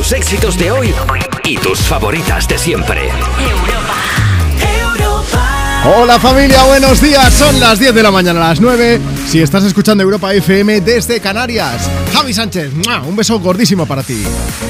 tus éxitos de hoy y tus favoritas de siempre. Hola familia, buenos días. Son las 10 de la mañana, las 9. Si estás escuchando Europa FM desde Canarias. Javi Sánchez, un beso gordísimo para ti.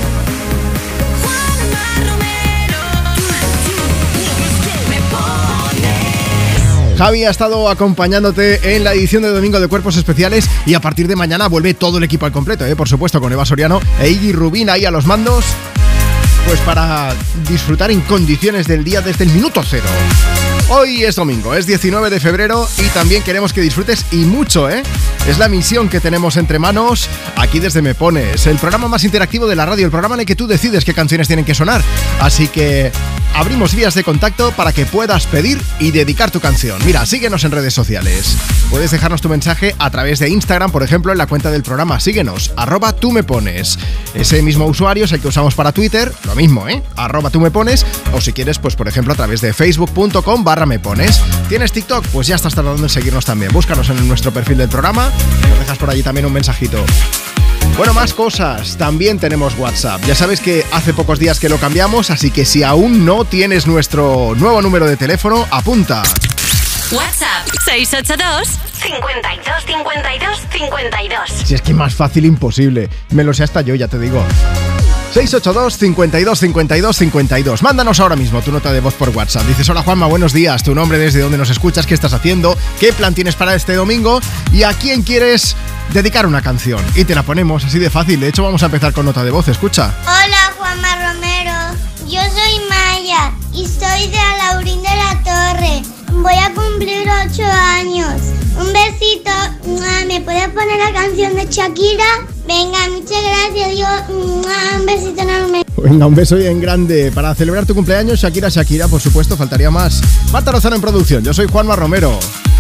Javi ha estado acompañándote en la edición de domingo de Cuerpos Especiales y a partir de mañana vuelve todo el equipo al completo, por supuesto, con Eva Soriano e Iggy Rubín ahí a los mandos, pues para disfrutar en condiciones del día desde el minuto cero. Hoy es domingo, es 19 de febrero y también queremos que disfrutes y mucho, Es la misión que tenemos entre manos aquí desde Me Pones, el programa más interactivo de la radio, el programa en el que tú decides qué canciones tienen que sonar. Así que abrimos vías de contacto para que puedas pedir y dedicar tu canción. Mira, síguenos en redes sociales. Puedes dejarnos tu mensaje a través de Instagram, por ejemplo, en la cuenta del programa. Síguenos, @tumepones. Ese mismo usuario es el que usamos para Twitter, lo mismo, @tumepones. O si quieres, pues por ejemplo, a través de facebook.com/mepones. ¿Tienes TikTok? Pues ya estás tardando en seguirnos también. Búscanos en nuestro perfil del programa y nos dejas por allí también un mensajito. Bueno, más cosas. También tenemos WhatsApp. Ya sabes que hace pocos días que lo cambiamos, así que si aún no tienes nuestro nuevo número de teléfono, apunta. WhatsApp 682 52 52 52. Si es que más fácil imposible. Me lo sé hasta yo, ya te digo. 682 52 52 52. Mándanos ahora mismo tu nota de voz por WhatsApp. Dices: hola Juanma, buenos días. Tu nombre, desde dónde nos escuchas, qué estás haciendo, qué plan tienes para este domingo y a quién quieres dedicar una canción. Y te la ponemos así de fácil. De hecho, vamos a empezar con nota de voz. Escucha. Hola Juanma Romero. Yo soy Maya y soy de Alaurín de la Torre. Voy a cumplir 8 años. Un besito. ¿Me puedes poner la canción de Shakira? Venga, muchas gracias. Yo, un besito enorme. Venga, un beso bien grande. Para celebrar tu cumpleaños, Shakira, por supuesto, faltaría más. Marta Lozano en producción. Yo soy Juanma Romero.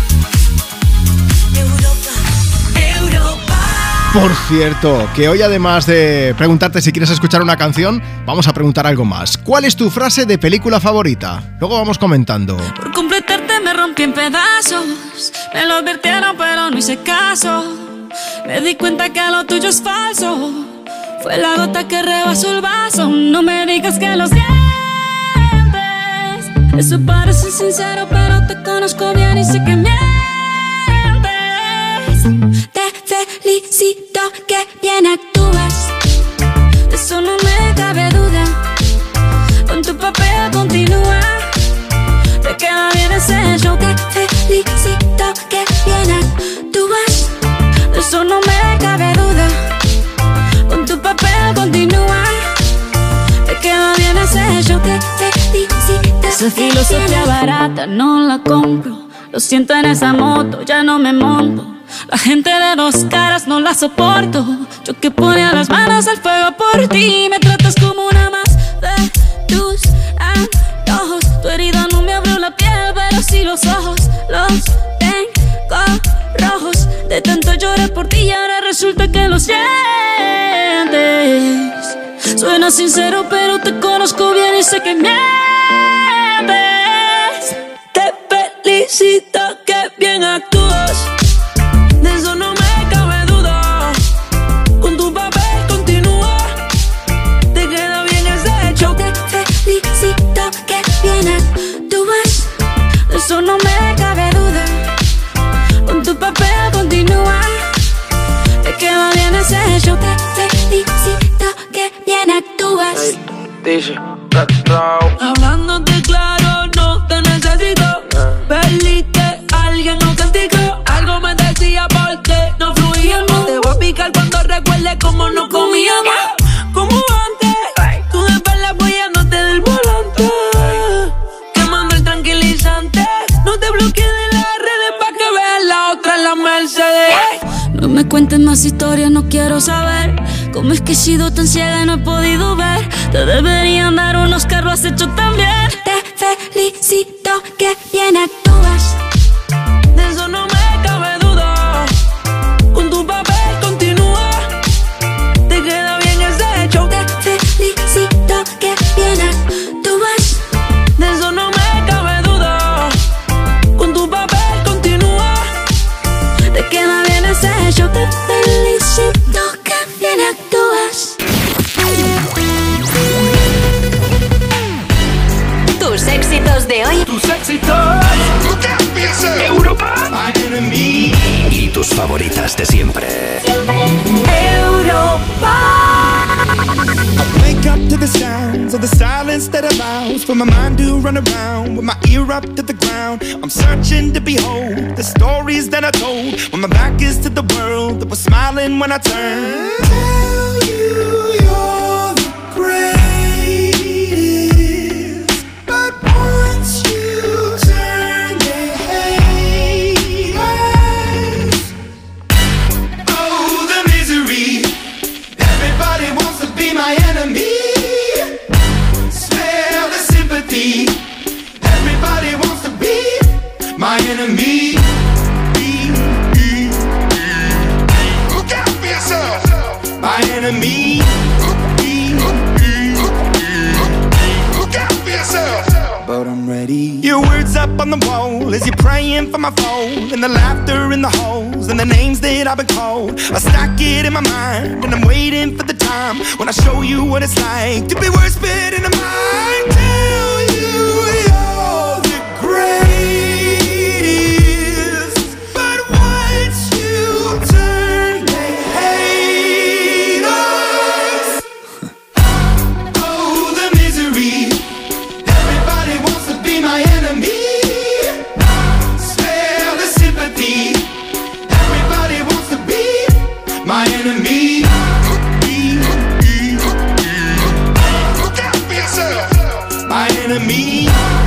Por cierto, que hoy además de preguntarte si quieres escuchar una canción, vamos a preguntar algo más. ¿Cuál es tu frase de película favorita? Luego vamos comentando. Por completarte me rompí en pedazos. Me lo advirtieron pero no hice caso. Me di cuenta que lo tuyo es falso. Fue la gota que rebasó el vaso. No me digas que lo sientes. Eso parece sincero pero te conozco bien y sé que mientes. Te felicito que bien actúas. De eso no me cabe duda. Con tu papel continúa. Te queda bien ese show. Te felicito que bien actúas. De eso no me cabe duda. Con tu papel continúa. Te queda bien ese show. Te felicito. Esa filosofía barata no la compro. Lo siento en esa moto, ya no me monto. La gente de dos caras no la soporto. Yo que ponía las manos al fuego por ti. Me tratas como una más de tus antojos. Tu herida no me abrió la piel, pero sí los ojos. Los tengo rojos. De tanto lloré por ti y ahora resulta que lo sientes. Suena sincero pero te conozco bien y sé que mientes. Te felicito que bien actúas. De eso no me cabe duda. Con tu papel continúa. Te queda bien ese show. Te felicito que bien actúas. De eso no me cabe duda. Con tu papel continúa. Te queda bien ese show. Te felicito que bien actúas. Dice, hablándote claro, no te necesito. Perdiste a alguien, no castigo. Algo me decía porque no fluíamos. Te voy a picar cuando recuerde cómo no comíamos. Como antes, tú de perla apoyándote del volante. Quemando el tranquilizante. No te bloquees de las redes pa' que veas la otra en la Mercedes. No me cuentes más historias, no quiero saber. ¿Cómo es que he sido tan ciega y no he podido ver? Te deberían dar un Oscar, lo has hecho tan bien. Te felicito que bien actúas. De eso no me cabe duda. Con tu papel continúa. Te queda bien ese show. Te felicito que bien actúas. De eso no me cabe duda. Con tu papel continúa. Te queda bien ese show. Te felicito que bien actúas. de hoy. Tus éxitos. Europa. Y tus favoritas de siempre. Europa. Wake up to the sounds of the silence that allows for my mind to run around with my ear up to the ground. I'm searching to behold the stories that I told when my back is to the world that was smiling when I turned. Tell you you're the greatest, but once you turn they hate us. Oh, the misery. Everybody wants to be my enemy. Smell the sympathy. Everybody wants to be my enemy. Look out for yourself. My enemy. Look out for yourself. But I'm ready. Your words up on the wall as you're praying for my phone, and the laughter in the holes and the names that I've been called. I stack it in my mind and I'm waiting for the time when I show you what it's like to be worse fit in a mind. Tell you you're the greatest, but once you turn they hate us. Oh, the misery. Everybody wants to be my enemy. Spare the sympathy. Everybody wants to be my enemy. Look out for yourself. My enemy.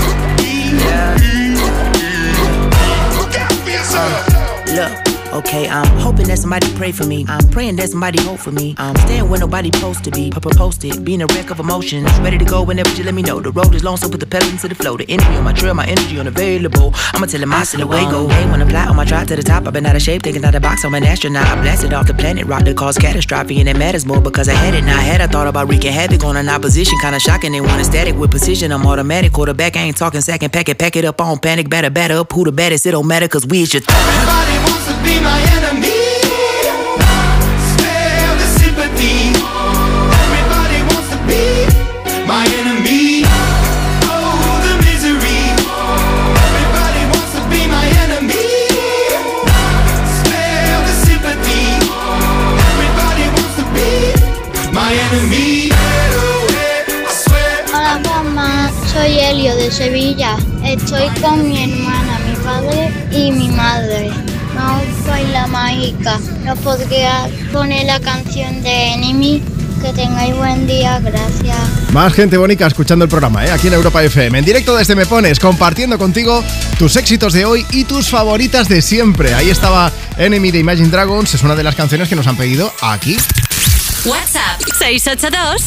Look out for yourself. Look, okay, I'm hoping that somebody pray for me. I'm praying that somebody hope for me. I'm staying where nobody supposed to be. Posted, being a wreck of emotions. Ready to go whenever you let me know. The road is long, so put the pedal into the flow. The energy on my trail, my energy unavailable. I'ma tell him my silhouette go. Hey, when I fly on my drive to the top, I've been out of shape, thinking out the box. I'm an astronaut. I blasted off the planet, rock that caused catastrophe, and it matters more because I had it. Now I had I thought about wreaking havoc on an opposition, kinda shocking. They want a static with precision. I'm automatic, quarterback. I ain't talking second pack it up on panic, batter up. Who the baddest? It don't matter, cause we is your Everybody wants to be my enemy. Spare the sympathy. Everybody wants to be my enemy. Oh, the misery. Everybody wants to be my enemy. Spare the sympathy. Everybody wants to be my enemy. I swear. Hola mamá, soy Elio de Sevilla. Estoy con mi hermana, mi padre y mi madre. No soy la mágica. ¿No podría poner la canción de Enemy? Que tengáis buen día, gracias. Más gente bonita escuchando el programa, aquí en Europa FM. En directo desde Me Pones, compartiendo contigo tus éxitos de hoy y tus favoritas de siempre. Ahí estaba Enemy de Imagine Dragons, es una de las canciones que nos han pedido aquí. WhatsApp 682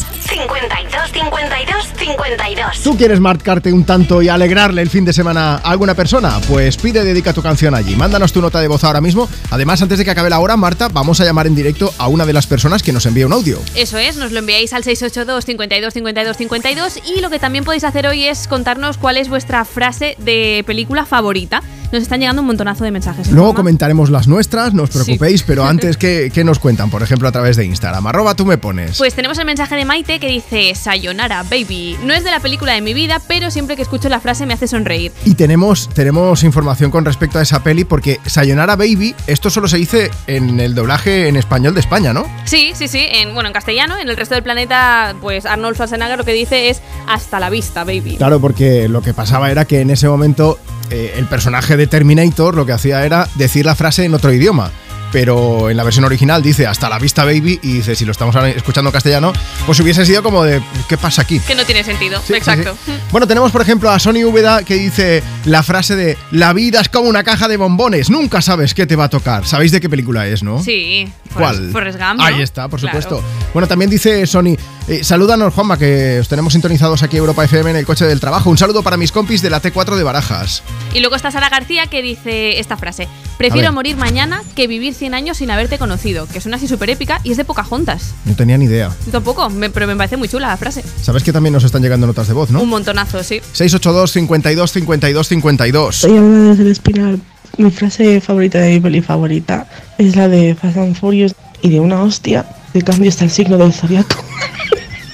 52 52 52. ¿Tú quieres marcarte un tanto y alegrarle el fin de semana a alguna persona? Pues pide, dedica tu canción allí. Mándanos tu nota de voz ahora mismo. Además, antes de que acabe la hora, Marta, vamos a llamar en directo a una de las personas que nos envía un audio. Eso es, nos lo enviáis al 682 52 52 52 y lo que también podéis hacer hoy es contarnos cuál es vuestra frase de película favorita. Nos están llegando un montonazo de mensajes. Luego comentaremos las nuestras, no os preocupéis, sí. Pero antes, ¿qué nos cuentan? Por ejemplo, a través de Instagram, @tú me pones. Pues tenemos el mensaje de Maite que dice: Sayonara, baby. No es de la película de mi vida, pero siempre que escucho la frase me hace sonreír. Y tenemos información con respecto a esa peli, porque Sayonara, baby, esto solo se dice en el doblaje en español de España, ¿no? Sí, en castellano. En el resto del planeta, pues Arnold Schwarzenegger lo que dice es hasta la vista, baby. Claro, porque lo que pasaba era que en ese momento el personaje de Terminator lo que hacía era decir la frase en otro idioma. Pero en la versión original dice hasta la vista, baby, y dice, si lo estamos escuchando en castellano, pues hubiese sido como de ¿qué pasa aquí? Que no tiene sentido, sí, exacto. Sí. Bueno, tenemos por ejemplo a Sony Úbeda que dice la frase de la vida es como una caja de bombones, nunca sabes qué te va a tocar. ¿Sabéis de qué película es, no? Sí. ¿Cuál? Forrest Gump, ¿no? Ahí está, por supuesto. Claro. Bueno, también dice Sony, salúdanos Juanma, que os tenemos sintonizados aquí Europa FM en el coche del trabajo. Un saludo para mis compis de la T4 de Barajas. Y luego está Sara García que dice esta frase: prefiero morir mañana que vivir 100 años sin haberte conocido, que suena así súper épica y es de Pocahontas. No tenía ni idea. Yo tampoco, pero me parece muy chula la frase. Sabes que también nos están llegando notas de voz, ¿no? Un montonazo, sí. 682 52 52 52. Soy Ana desde el Espinal. Mi frase favorita de mi peli favorita es la de Fast and Furious, y de una hostia de cambio está el signo del zodiaco.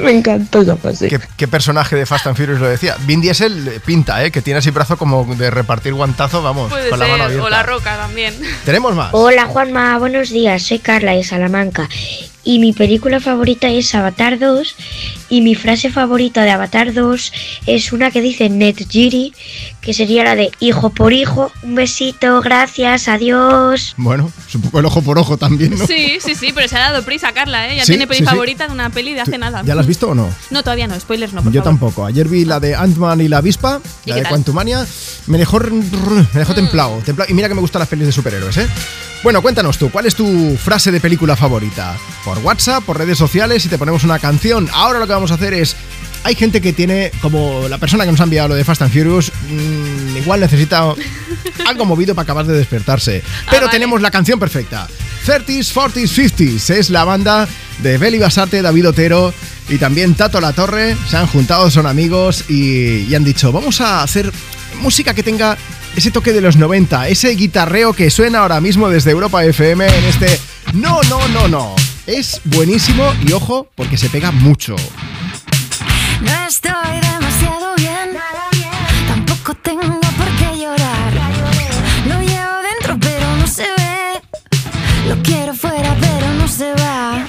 Me encantó esa frase. ¿Qué personaje de Fast and Furious lo decía? Vin Diesel pinta, que tiene así brazo como de repartir guantazo, vamos, puede con ser, la mano abierta. O La Roca también. ¿Tenemos más? Hola Juanma, buenos días, soy Carla de Salamanca y mi película favorita es Avatar 2 y mi frase favorita de Avatar 2 es una que dice Netgiri, que sería la de hijo por hijo, un besito, gracias, adiós. Bueno, es un poco el ojo por ojo también, ¿no? Sí, pero se ha dado prisa Carla, Ya ¿Sí? tiene peli Sí. favorita de una peli de hace nada. ¿Ya la has visto o no? No, todavía no, spoilers no, por Yo favor. tampoco. Ayer vi la de Ant-Man y la avispa, la de Quantumania. Me dejó templado. Y mira que me gustan las pelis de superhéroes, ¿eh? Bueno, cuéntanos tú, ¿cuál es tu frase de película favorita? Por WhatsApp, por redes sociales y te ponemos una canción. Ahora lo que vamos a hacer es... Hay gente que tiene, como la persona que nos ha enviado lo de Fast and Furious, igual necesita algo movido para acabar de despertarse. Pero tenemos la canción perfecta. 30s, 40s, 50s. Es la banda de Beli Basarte, David Otero y también Tato Latorre. Se han juntado, son amigos y han dicho, vamos a hacer música que tenga ese toque de los 90, ese guitarreo que suena ahora mismo desde Europa FM en este... No. Es buenísimo y ojo, porque se pega mucho. No estoy demasiado bien, tampoco tengo por qué llorar. Lo llevo dentro pero no se ve, lo quiero fuera pero no se va.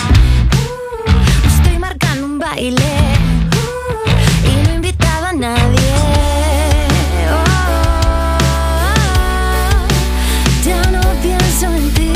Estoy marcando un baile y no he invitado a nadie. Ya no pienso en ti.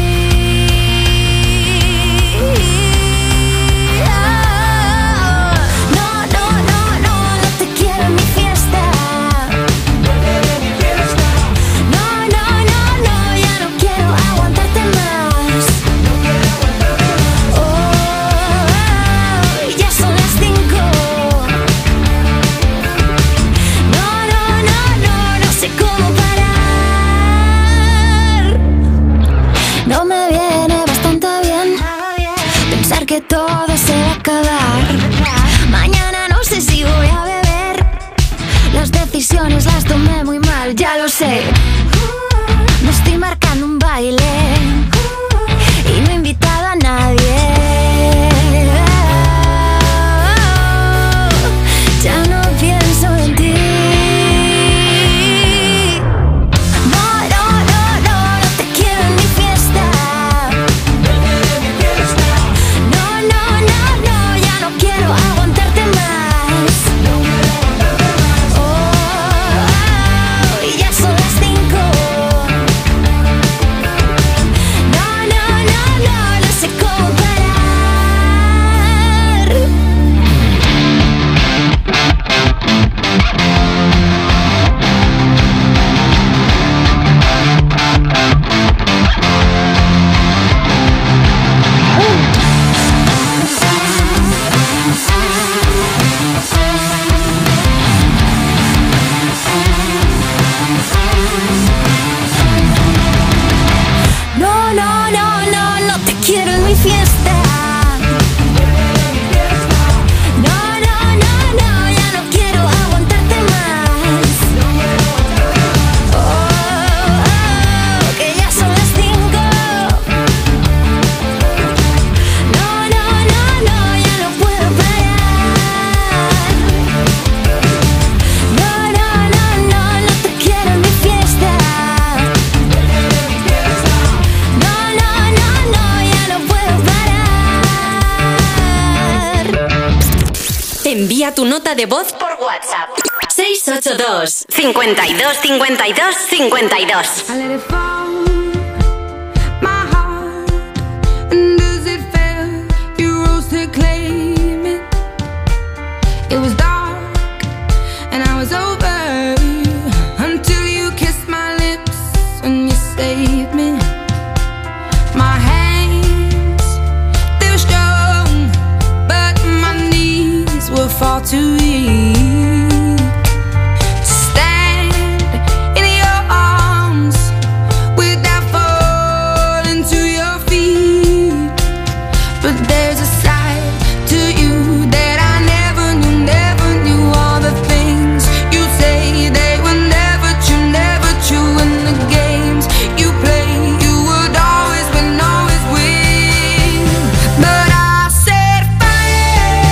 Que todo se va a acabar. Mañana no sé si voy a beber. Las decisiones las tomé muy mal, ya lo sé. Me estoy marcando un baile y no he invitado a nadie. Ya no pienso en ti. Envía tu nota de voz por WhatsApp. 682 52 52 52. It was dark and I was over until you kissed my lips and you saved me. My hands, they were strong, but my knees were far too weak to stand in your arms without falling to your feet. But there's a side to you that I never knew all the things you say. They were never true in the games you play. You would always win, always win. But I set fire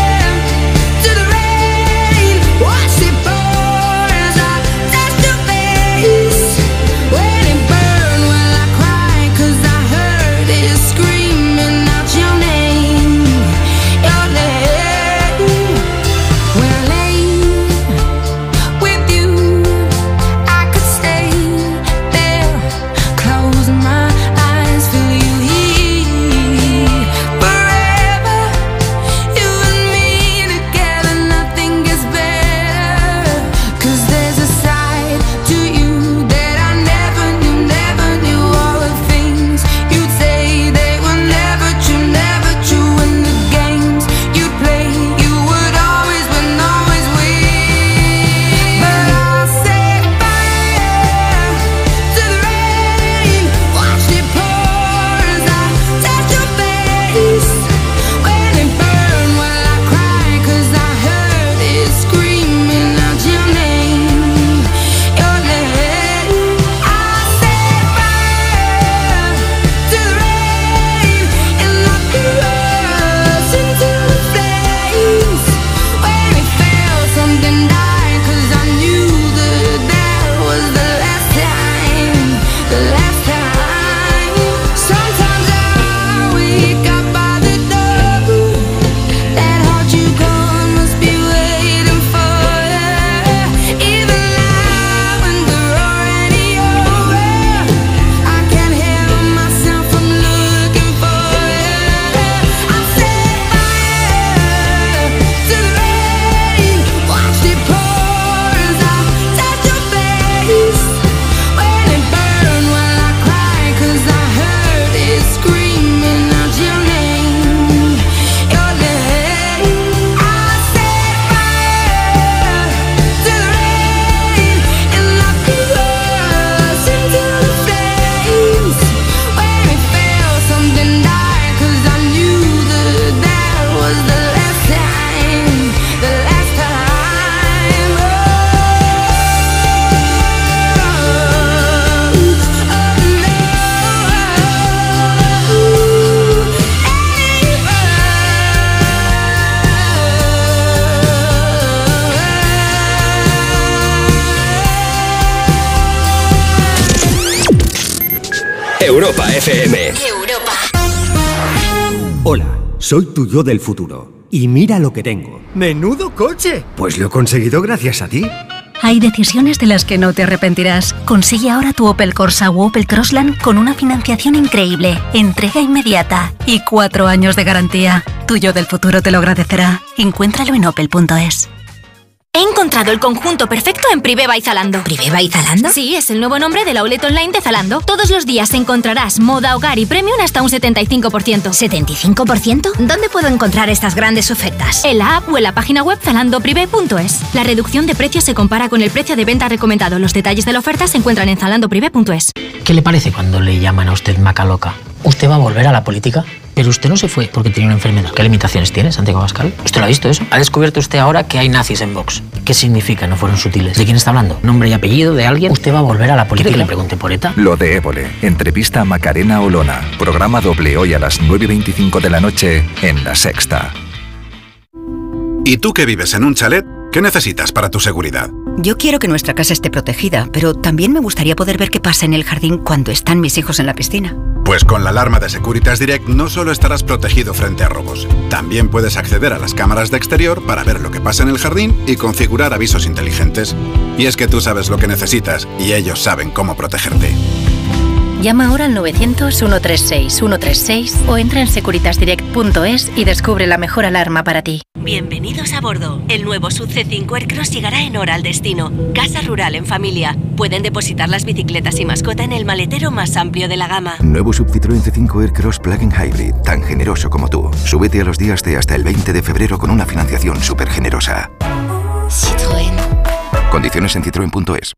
Europa FM. Europa. Hola, soy tu yo del futuro. Y mira lo que tengo. ¡Menudo coche! Pues lo he conseguido gracias a ti. Hay decisiones de las que no te arrepentirás. Consigue ahora tu Opel Corsa o Opel Crossland con una financiación increíble, entrega inmediata y 4 años de garantía. Tu yo del futuro te lo agradecerá. Encuéntralo en opel.es. He encontrado el conjunto perfecto en Privé by Zalando. ¿Privé by Zalando? Sí, es el nuevo nombre del outlet online de Zalando. Todos los días encontrarás moda, hogar y premium hasta un 75%. ¿75%? ¿Dónde puedo encontrar estas grandes ofertas? En la app o en la página web zalandoprivé.es. La reducción de precios se compara con el precio de venta recomendado. Los detalles de la oferta se encuentran en zalandoprivé.es. ¿Qué le parece cuando le llaman a usted Maca Loca? ¿Usted va a volver a la política? Pero usted no se fue porque tenía una enfermedad. ¿Qué limitaciones tiene, Santiago Abascal? ¿Usted lo ha visto eso? ¿Ha descubierto usted ahora que hay nazis en Vox? ¿Qué significa? No fueron sutiles. ¿De quién está hablando? ¿Nombre y apellido de alguien? ¿Usted va a volver a la política? ¿Quiere que le pregunte por ETA? Lo de Évole. Entrevista a Macarena Olona. Programa doble hoy a las 9:25 de la noche en La Sexta. ¿Y tú que vives en un chalet? ¿Qué necesitas para tu seguridad? Yo quiero que nuestra casa esté protegida, pero también me gustaría poder ver qué pasa en el jardín cuando están mis hijos en la piscina. Pues con la alarma de Securitas Direct no solo estarás protegido frente a robos, también puedes acceder a las cámaras de exterior para ver lo que pasa en el jardín y configurar avisos inteligentes. Y es que tú sabes lo que necesitas y ellos saben cómo protegerte. Llama ahora al 900-136-136 o entra en securitasdirect.es y descubre la mejor alarma para ti. Bienvenidos a bordo. El nuevo SUV C5 Aircross llegará en hora al destino. Casa rural en familia. Pueden depositar las bicicletas y mascota en el maletero más amplio de la gama. Nuevo SUV Citroën C5 Aircross Plug-in Hybrid, tan generoso como tú. Súbete a los días de hasta el 20 de febrero con una financiación súper generosa. Citroën. Condiciones en citroen.es.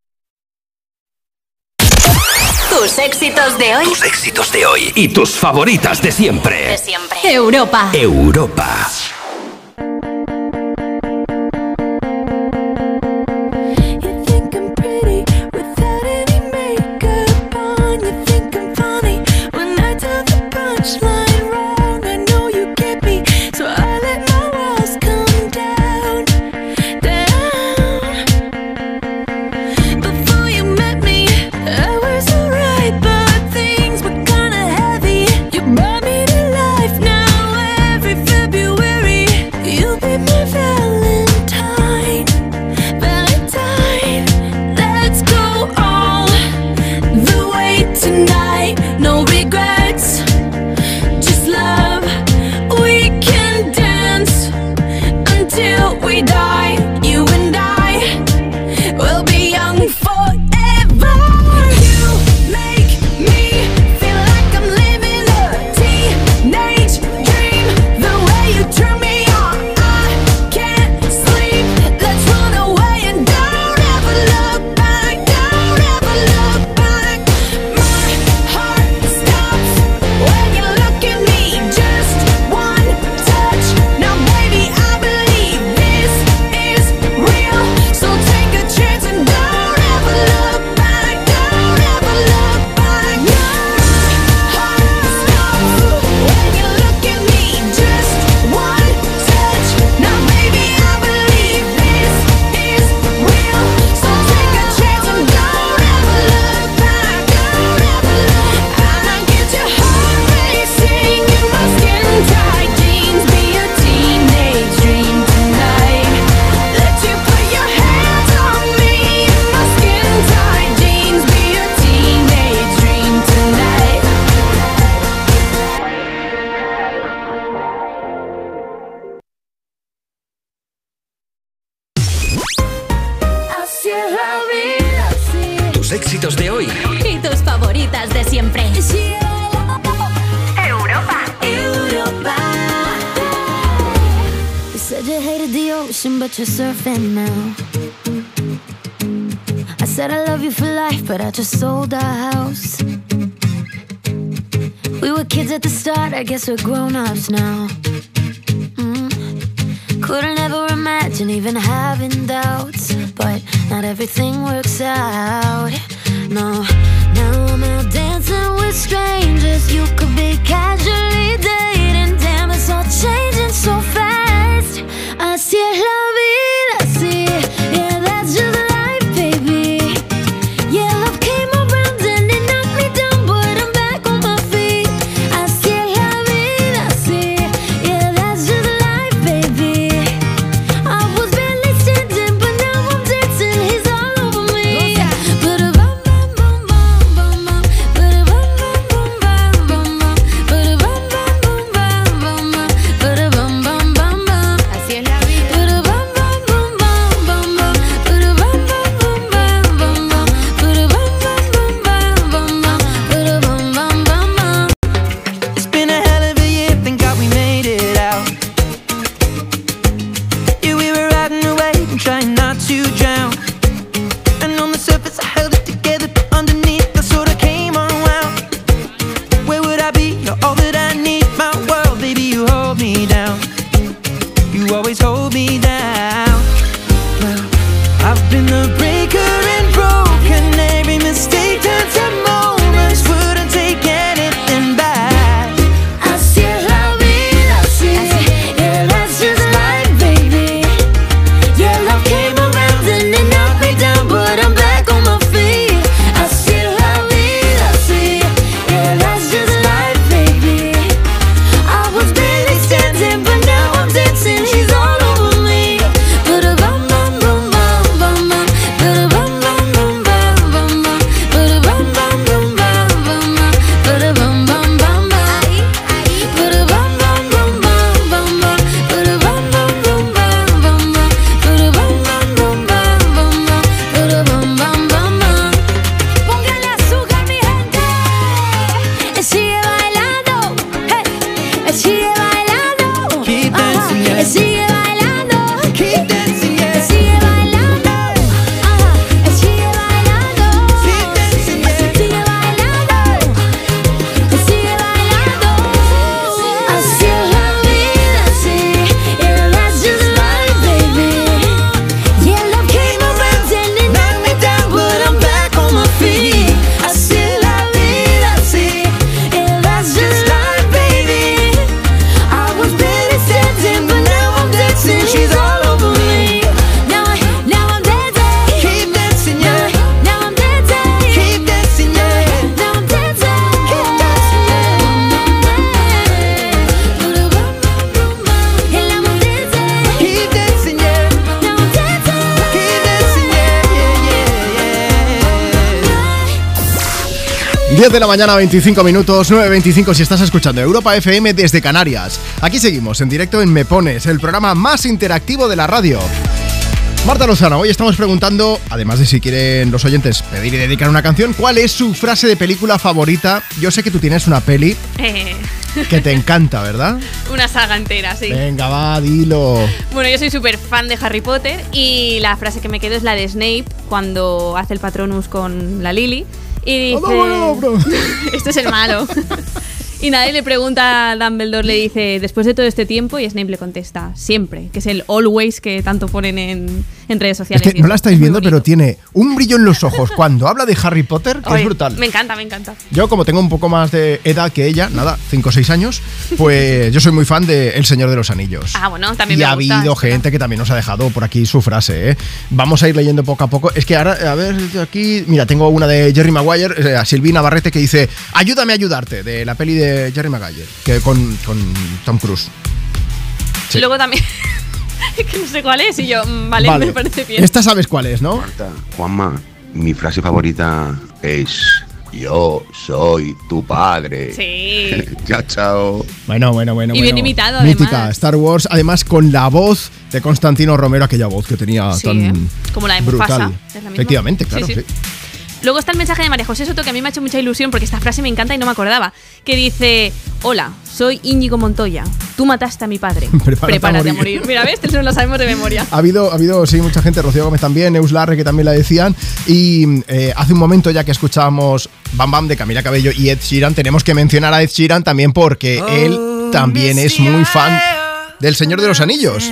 Tus éxitos de hoy. Tus éxitos de hoy. Y tus favoritas de siempre. De siempre. Europa. Europa. Éxitos de hoy y tus favoritas de siempre. Europa. Europa. You said you hated the ocean, but you're surfing now. I said I love you for life, but I just sold our house. We were kids at the start, I guess we're grown-ups now. Couldn't ever imagine even having doubts, but not everything works out. No, now I'm out dancing with strangers. You could be casually dating. Damn, it's all changing so fast. Así es la vida, sí. Yeah, that's just life, baby. Yeah, love came around and it knocked me down, but I'm trying not to drown. And on the surface I held it together, but underneath I sort of came unwound. Where would I be? You're all that I need. My world, baby, you hold me down. You always hold me down. Well, I've been the breaker and broken. Every mistake turned to moments. Wouldn't take anything back. Así es la vida, así. Yeah, that's just life, baby. Yeah, love came around and it knocked me down, but I'm back on my feet. Así es la vida, así. Yeah, that's just life, baby. I was barely standing, but now I'm dancing. She's all over me. Ba-da-bum, bum, bum, bum, bum, bum. Ba-da-bum, bum, bum, bum, bum, bum. Ba-da-bum, bum, bum, bum, bum, bum. Ba-da-bum, bum, bum, bum. Ba-da-bum, bum, bum, bum, bum, bum. Ba-da-bum, bum, bum, bum, bum, bum. Ba-da-bum, bum, bum, bum, bum, bum. Ba-da-bum, bum, bum, bum. Póngale azúcar, mi gente. Sigue bailando. Hey. Sigue bailando. Keep dancing, yeah. Sigue bailando. Keep dancing, yeah. Sigue bailando. Sigue bailando. Keep dancing, yeah. Sigue bailando. Sigue bailando. Así es la vida, sí. Yeah, that's just life, baby. Yeah, love came around and it knocked me down, but I'm back on my feet. Así es la vida, sí. Yeah, that's just life, baby. I was barely standing, but now I'm dancing. She's all over me. Now I'm dancing. Keep dancing, yeah. Now I'm dancing. Keep dancing, yeah. Now I'm dancing. Keep dancing, yeah. And now I'm dancing. Keep dancing, yeah. Now I'm dancing. Keep dancing, yeah. 10 de la mañana, 25 minutos, 9:25 si estás escuchando Europa FM desde Canarias. Aquí seguimos en directo en Me Pones, el programa más interactivo de la radio. Marta Lozano, hoy estamos preguntando, además de si quieren los oyentes pedir y dedicar una canción, ¿cuál es su frase de película favorita? Yo sé que tú tienes una peli que te encanta, ¿verdad? Una saga entera, sí. Venga, va, dilo. Bueno, yo soy súper fan de Harry Potter y la frase que me quedo es la de Snape cuando hace el Patronus con la Lily y dice... Este es el malo. Y nadie le pregunta a Dumbledore, le dice, después de todo este tiempo, y Snape le contesta, siempre, que es el always que tanto ponen en redes sociales. Es que no la estáis viendo, pero tiene un brillo en los ojos cuando habla de Harry Potter, que es brutal. Me encanta, me encanta. Yo, como tengo un poco más de edad que ella, nada, 5 o 6 años, pues yo soy muy fan de El Señor de los Anillos. Ah, bueno, también y me ha gusta. habido gente que también nos ha dejado por aquí su frase, ¿eh? Vamos a ir leyendo poco a poco. Es que ahora, a ver, aquí, mira, tengo una de Jerry Maguire, a Silvina Barrete, que dice, ayúdame a ayudarte, de la peli de Jerry Maguire, que con Tom Cruise. Sí. Luego también... Es que no sé cuál es y yo, vale, me parece bien. Esta sabes cuál es, ¿no? Marta, Juanma, mi frase favorita es... Yo soy tu padre. Sí. Chao, chao. Bueno. Y bien imitado, Mítica, además. Star Wars, además con la voz de Constantino Romero, aquella voz que tenía tan como la de brutal. Mufasa. Es la misma. Efectivamente, claro, sí. Luego está el mensaje de María José Soto, que a mí me ha hecho mucha ilusión porque esta frase me encanta y no me acordaba. Que dice, hola, soy Íñigo Montoya. Tú mataste a mi padre. Prepárate a morir. Mira, ¿ves? Eso lo sabemos de memoria. Ha habido, sí, mucha gente, Rocío Gómez también, Eus Larre, que también la decían. Y hace un momento, ya que escuchábamos Bam Bam de Camila Cabello y Ed Sheeran, tenemos que mencionar a Ed Sheeran también porque él también es muy fan del Señor de los Anillos.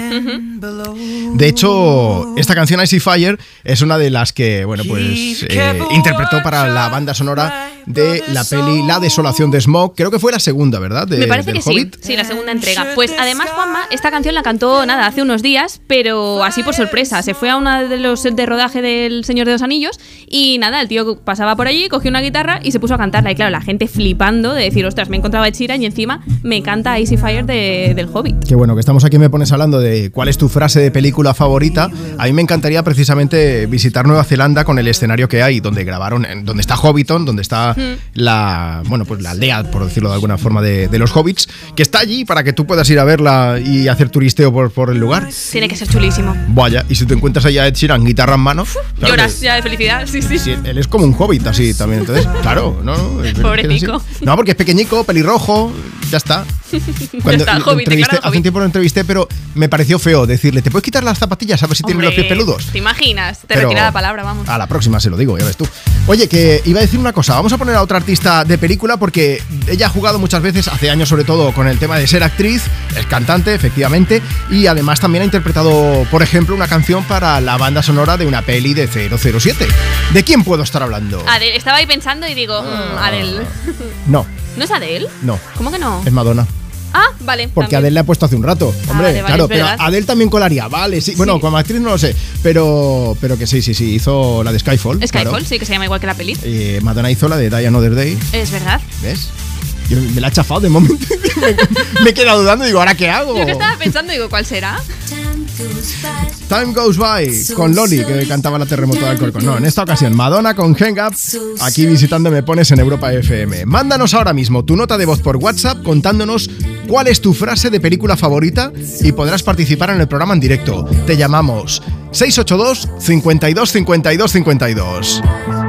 De hecho, esta canción Icy Fire es una de las que, bueno, pues interpretó para la banda sonora de la peli La Desolación de Smaug. Creo que fue la segunda, ¿verdad? Me parece que Hobbit. sí, la segunda entrega. Pues además, Juanma, esta canción la cantó, hace unos días, pero así por sorpresa. Se fue a uno de los sets de rodaje del Señor de los Anillos y el tío pasaba por allí, cogió una guitarra y se puso a cantarla. Y claro, la gente flipando de decir, ostras, me he encontrado a Ed Sheeran y encima me canta Icy Fire del Hobbit. Qué bueno, que estamos aquí, me pones hablando de cuál es tu frase de película favorita. A mí me encantaría precisamente visitar Nueva Zelanda con el escenario que hay, donde grabaron, donde está Hobbiton, donde está la aldea, por decirlo de alguna forma, de los hobbits, que está allí para que tú puedas ir a verla y hacer turisteo por el lugar. Tiene que ser chulísimo. Vaya, y si te encuentras allá a Ed Sheeran, guitarra en mano, claro, lloras ya de felicidad, sí. Él es como un hobbit así también, entonces, claro, ¿no? Pobretico. No, porque es pequeñico, pelirrojo, ya está. Cuando está, Hobbit, hace un tiempo lo entrevisté, pero me pareció feo decirle, ¿te puedes quitar las zapatillas a ver si tienes los pies peludos? ¿Te imaginas? Te Pero retira la palabra, vamos. A la próxima se lo digo, ya ves tú. Oye, que iba a decir una cosa, vamos a poner a otra artista de película porque ella ha jugado muchas veces, hace años sobre todo, con el tema de ser actriz, es cantante, efectivamente, y además también ha interpretado, por ejemplo, una canción para la banda sonora de una peli de 007. ¿De quién puedo estar hablando? Adele. Estaba ahí pensando y digo, Adele. No. ¿No es Adele? No. ¿Cómo que no? Es Madonna. Ah, vale. Porque también. Adele le ha puesto hace un rato. Hombre, vale, claro, pero ¿verdad? Adele también colaría, vale, sí. Bueno, como actriz no lo sé, pero que sí, hizo la de Skyfall. Skyfall, claro. sí, que se llama igual que la peli. Madonna hizo la de Die Another Day. Es verdad. ¿Ves? Yo me la he chafado de momento. me he quedado dudando y digo, ¿ahora qué hago? Yo que estaba pensando, digo, ¿cuál será? Time Goes By, con Loli, que cantaba la Terremoto de Alcorcón. No, en esta ocasión, Madonna con Hang Up, aquí visitando Me Pones en Europa FM. Mándanos ahora mismo tu nota de voz por WhatsApp contándonos cuál es tu frase de película favorita y podrás participar en el programa en directo. Te llamamos 682 52 52 52.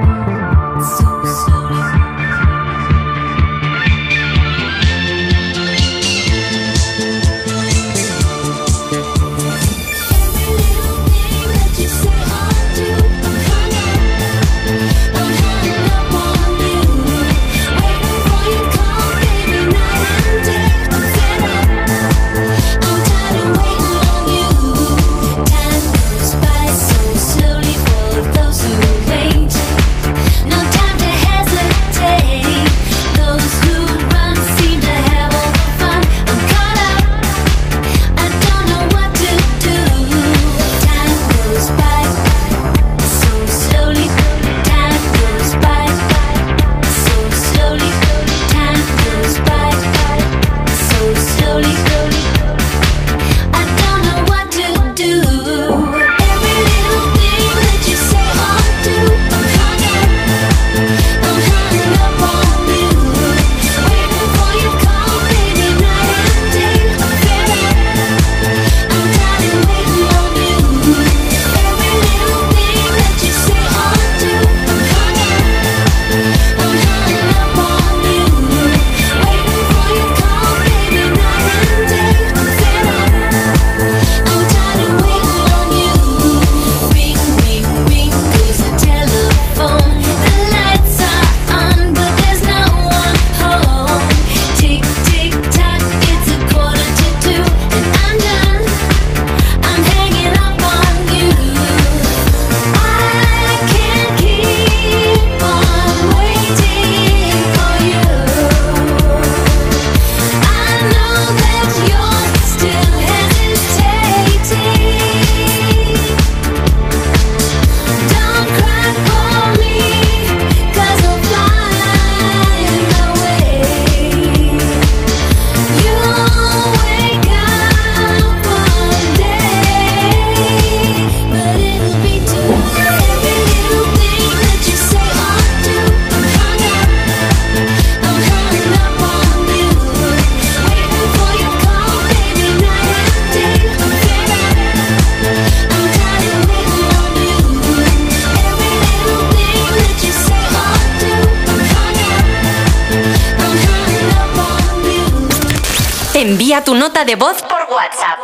Envía tu nota de voz por WhatsApp.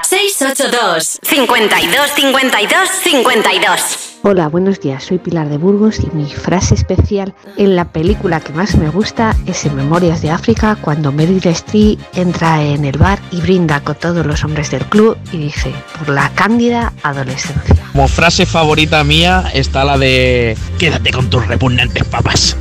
682 52 52 52. Hola, buenos días. Soy Pilar de Burgos y mi frase especial en la película que más me gusta es en Memorias de África, cuando Meryl Streep entra en el bar y brinda con todos los hombres del club y dice, por la cándida adolescencia. Como frase favorita mía está la de quédate con tus repugnantes papas.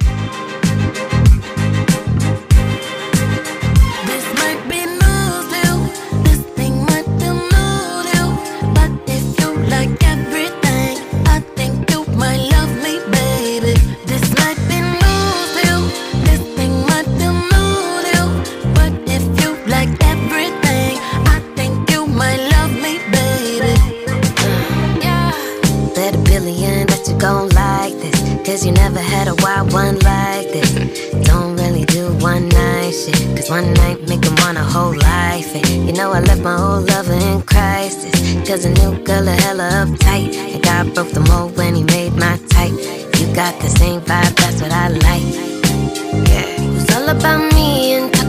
You never had a wild one like this. Don't really do one night shit, cause one night make him want a whole life. And you know I left my old lover in crisis, cause a new girl a hella uptight. And God broke the mold when he made my type. You got the same vibe, that's what I like. Yeah, it was all about me and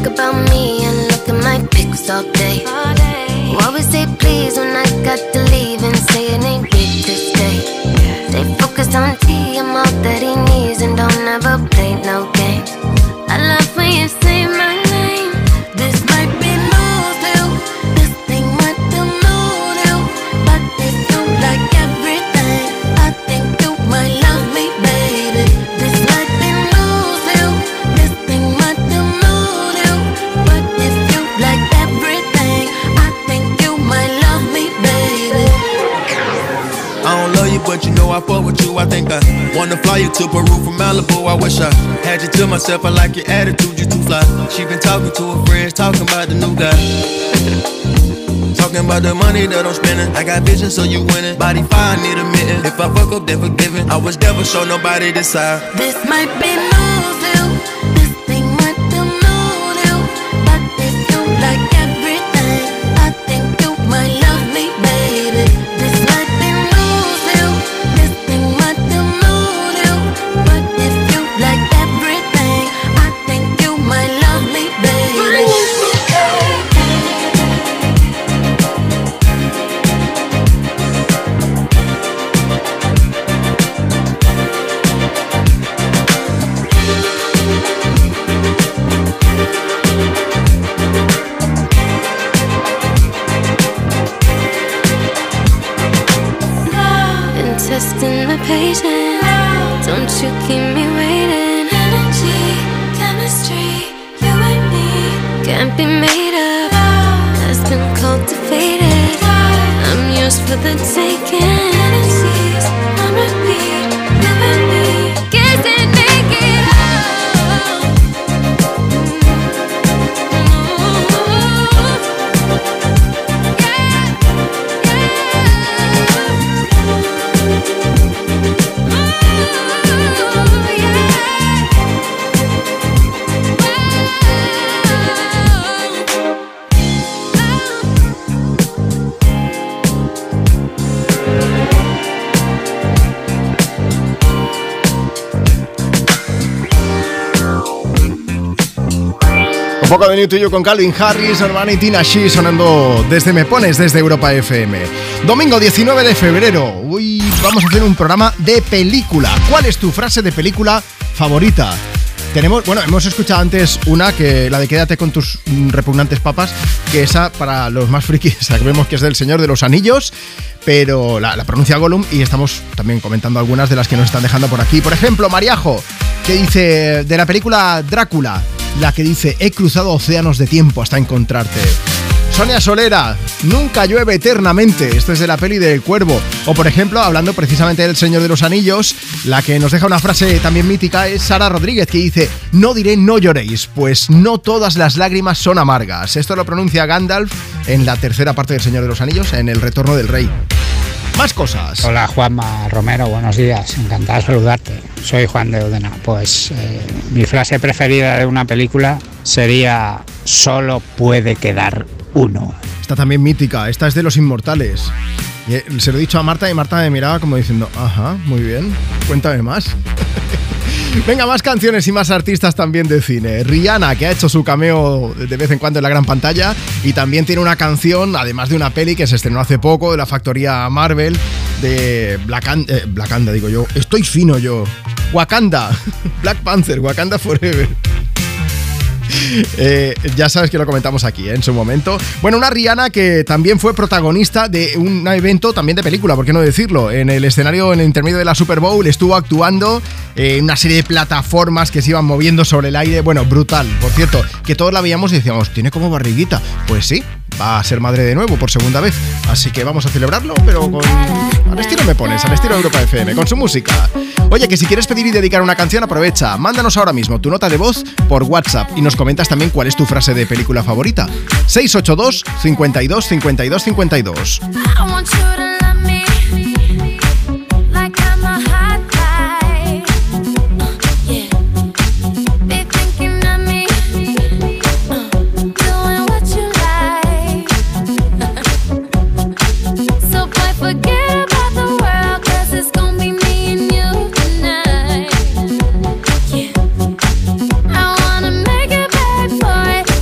think about me and look at my pics all day. You always say please when I got to leave and say it ain't good to stay. Stay focused on T, I'm all that he needs and don't ever play no games. I love when you say my name. This might be new to you, this thing might be new to you, but if you like everything, I think you might love me, baby. This might be new to you, this thing might be new to you, but if you like everything, I think you might love me, baby. I don't love you, but you know I fuck with you. I think I wanna fly you to Peru from Malibu. I wish I had you to myself. I like your attitude, you too fly. She been talking to her friends, talking about the new guy. Talking about the money that I'm spending. I got vision, so you winning. Body fire, need a mitten. If I fuck up, then forgiven. I was never show nobody this side. This might be new to you, this thing might be new to you, but if you like everything, I think you might love me, baby. This might be new to you, this thing might be new to you, but if you like everything, I think you might love me, baby. Been testing my patience, don't you keep me waiting. Energy, chemistry, you and me can't be made up, has been cultivated. I'm yours for the taking. Fantasies on repeat, you and me kissing naked. Un poco de New to You con Calvin Harris, Urbana y Tina She sonando desde Me Pones, desde Europa FM. Domingo 19 de febrero. Hoy vamos a hacer un programa de película. ¿Cuál es tu frase de película favorita? Hemos escuchado antes una, que la de quédate con tus repugnantes papas, que esa para los más frikis sabemos que es del Señor de los Anillos, pero la pronuncia Gollum, y estamos también comentando algunas de las que nos están dejando por aquí. Por ejemplo, Mariajo, que dice de la película Drácula, la que dice he cruzado océanos de tiempo hasta encontrarte. Sonia Solera, nunca llueve eternamente. Esto es de la peli del Cuervo. O por ejemplo, hablando precisamente del Señor de los Anillos, la que nos deja una frase también mítica es Sara Rodríguez, que dice no diré no lloréis, pues no todas las lágrimas son amargas. Esto lo pronuncia Gandalf en la tercera parte del Señor de los Anillos, en El Retorno del Rey. Más cosas. Hola Juanma Romero, buenos días, encantado de saludarte. Soy Juan de Odena. Pues mi frase preferida de una película sería solo puede quedar uno. Esta también mítica, esta es de Los Inmortales. Se lo he dicho a Marta y Marta me miraba como diciendo, ajá, muy bien, cuéntame más. Venga, más canciones y más artistas también de cine. Rihanna, que ha hecho su cameo de vez en cuando en la gran pantalla, y también tiene una canción, además de una peli que se estrenó hace poco, de la factoría Marvel, de Wakanda, digo yo. Estoy fino yo. Wakanda. Black Panther, Wakanda Forever. Ya sabes que lo comentamos aquí en su momento. Bueno, una Rihanna que también fue protagonista de un evento también de película, ¿por qué no decirlo? En el escenario, en el intermedio de la Super Bowl, estuvo actuando en una serie de plataformas que se iban moviendo sobre el aire. Bueno, brutal. Por cierto, que todos la veíamos y decíamos, tiene como barriguita. Pues sí, va a ser madre de nuevo por segunda vez. Así que vamos a celebrarlo, pero al estilo Me Pones, al estilo Europa FM, con su música. Oye, que si quieres pedir y dedicar una canción, aprovecha. Mándanos ahora mismo tu nota de voz por WhatsApp y nos comentas también cuál es tu frase de película favorita. 682 52 52 52. Forget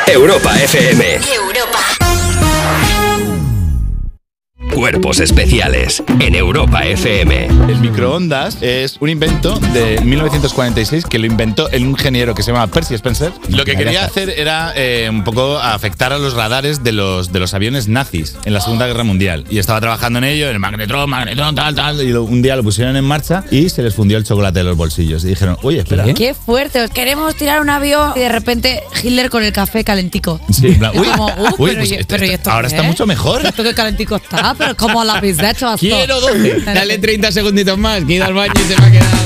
Europa FM. Cuerpos especiales en Europa FM. El microondas es un invento de 1946 que lo inventó el ingeniero que se llama Percy Spencer. Lo que quería hacer era un poco afectar a los radares de los aviones nazis en la Segunda Guerra Mundial. Y estaba trabajando en ello, en el magnetron, tal. Y un día lo pusieron en marcha y se les fundió el chocolate de los bolsillos. Y dijeron, oye, espera. Qué fuerte, os queremos tirar un avión y de repente Hitler con el café calentico. Sí, en plan, pero ¿y esto ahora qué está es? mucho mejor. Esto que calentico está, pero ¿cómo lo habéis hecho? Quiero 12. Dale 30 segunditos más, que he ido al baño y se me ha quedado.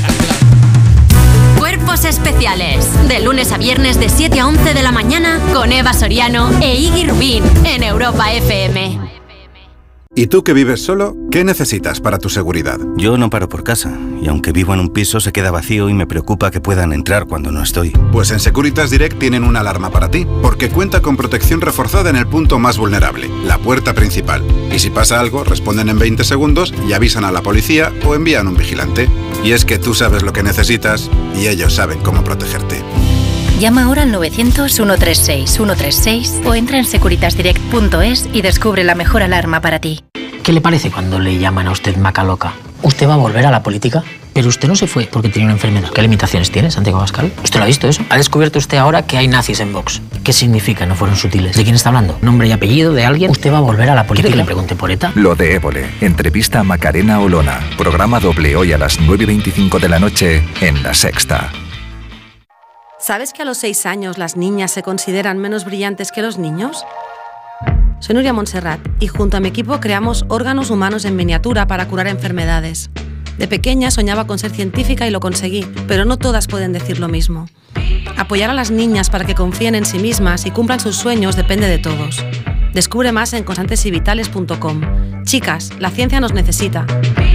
Cuerpos especiales. De lunes a viernes de 7 a 11 de la mañana con Eva Soriano e Iggy Rubín en Europa FM. ¿Y tú que vives solo? ¿Qué necesitas para tu seguridad? Yo no paro por casa, y aunque vivo en un piso se queda vacío y me preocupa que puedan entrar cuando no estoy. Pues en Securitas Direct tienen una alarma para ti, porque cuenta con protección reforzada en el punto más vulnerable, la puerta principal. Y si pasa algo, responden en 20 segundos y avisan a la policía o envían un vigilante. Y es que tú sabes lo que necesitas y ellos saben cómo protegerte. Llama ahora al 900-136-136 o entra en securitasdirect.es y descubre la mejor alarma para ti. ¿Qué le parece cuando le llaman a usted Macaloca? ¿Usted va a volver a la política? Pero usted no se fue porque tenía una enfermedad. ¿Qué limitaciones tiene, Santiago Abascal? ¿Usted lo ha visto eso? ¿Ha descubierto usted ahora que hay nazis en Vox? ¿Qué significa? No fueron sutiles. ¿De quién está hablando? ¿Nombre y apellido de alguien? ¿Usted va a volver a la política? ¿Quiere que le pregunte por ETA? Lo de Évole. Entrevista a Macarena Olona. Programa doble hoy a las 9:25 de la noche en La Sexta. ¿Sabes que a los 6 años las niñas se consideran menos brillantes que los niños? Soy Nuria Montserrat y junto a mi equipo creamos órganos humanos en miniatura para curar enfermedades. De pequeña soñaba con ser científica y lo conseguí, pero no todas pueden decir lo mismo. Apoyar a las niñas para que confíen en sí mismas y cumplan sus sueños depende de todos. Descubre más en constantesyvitales.com. Chicas, la ciencia nos necesita.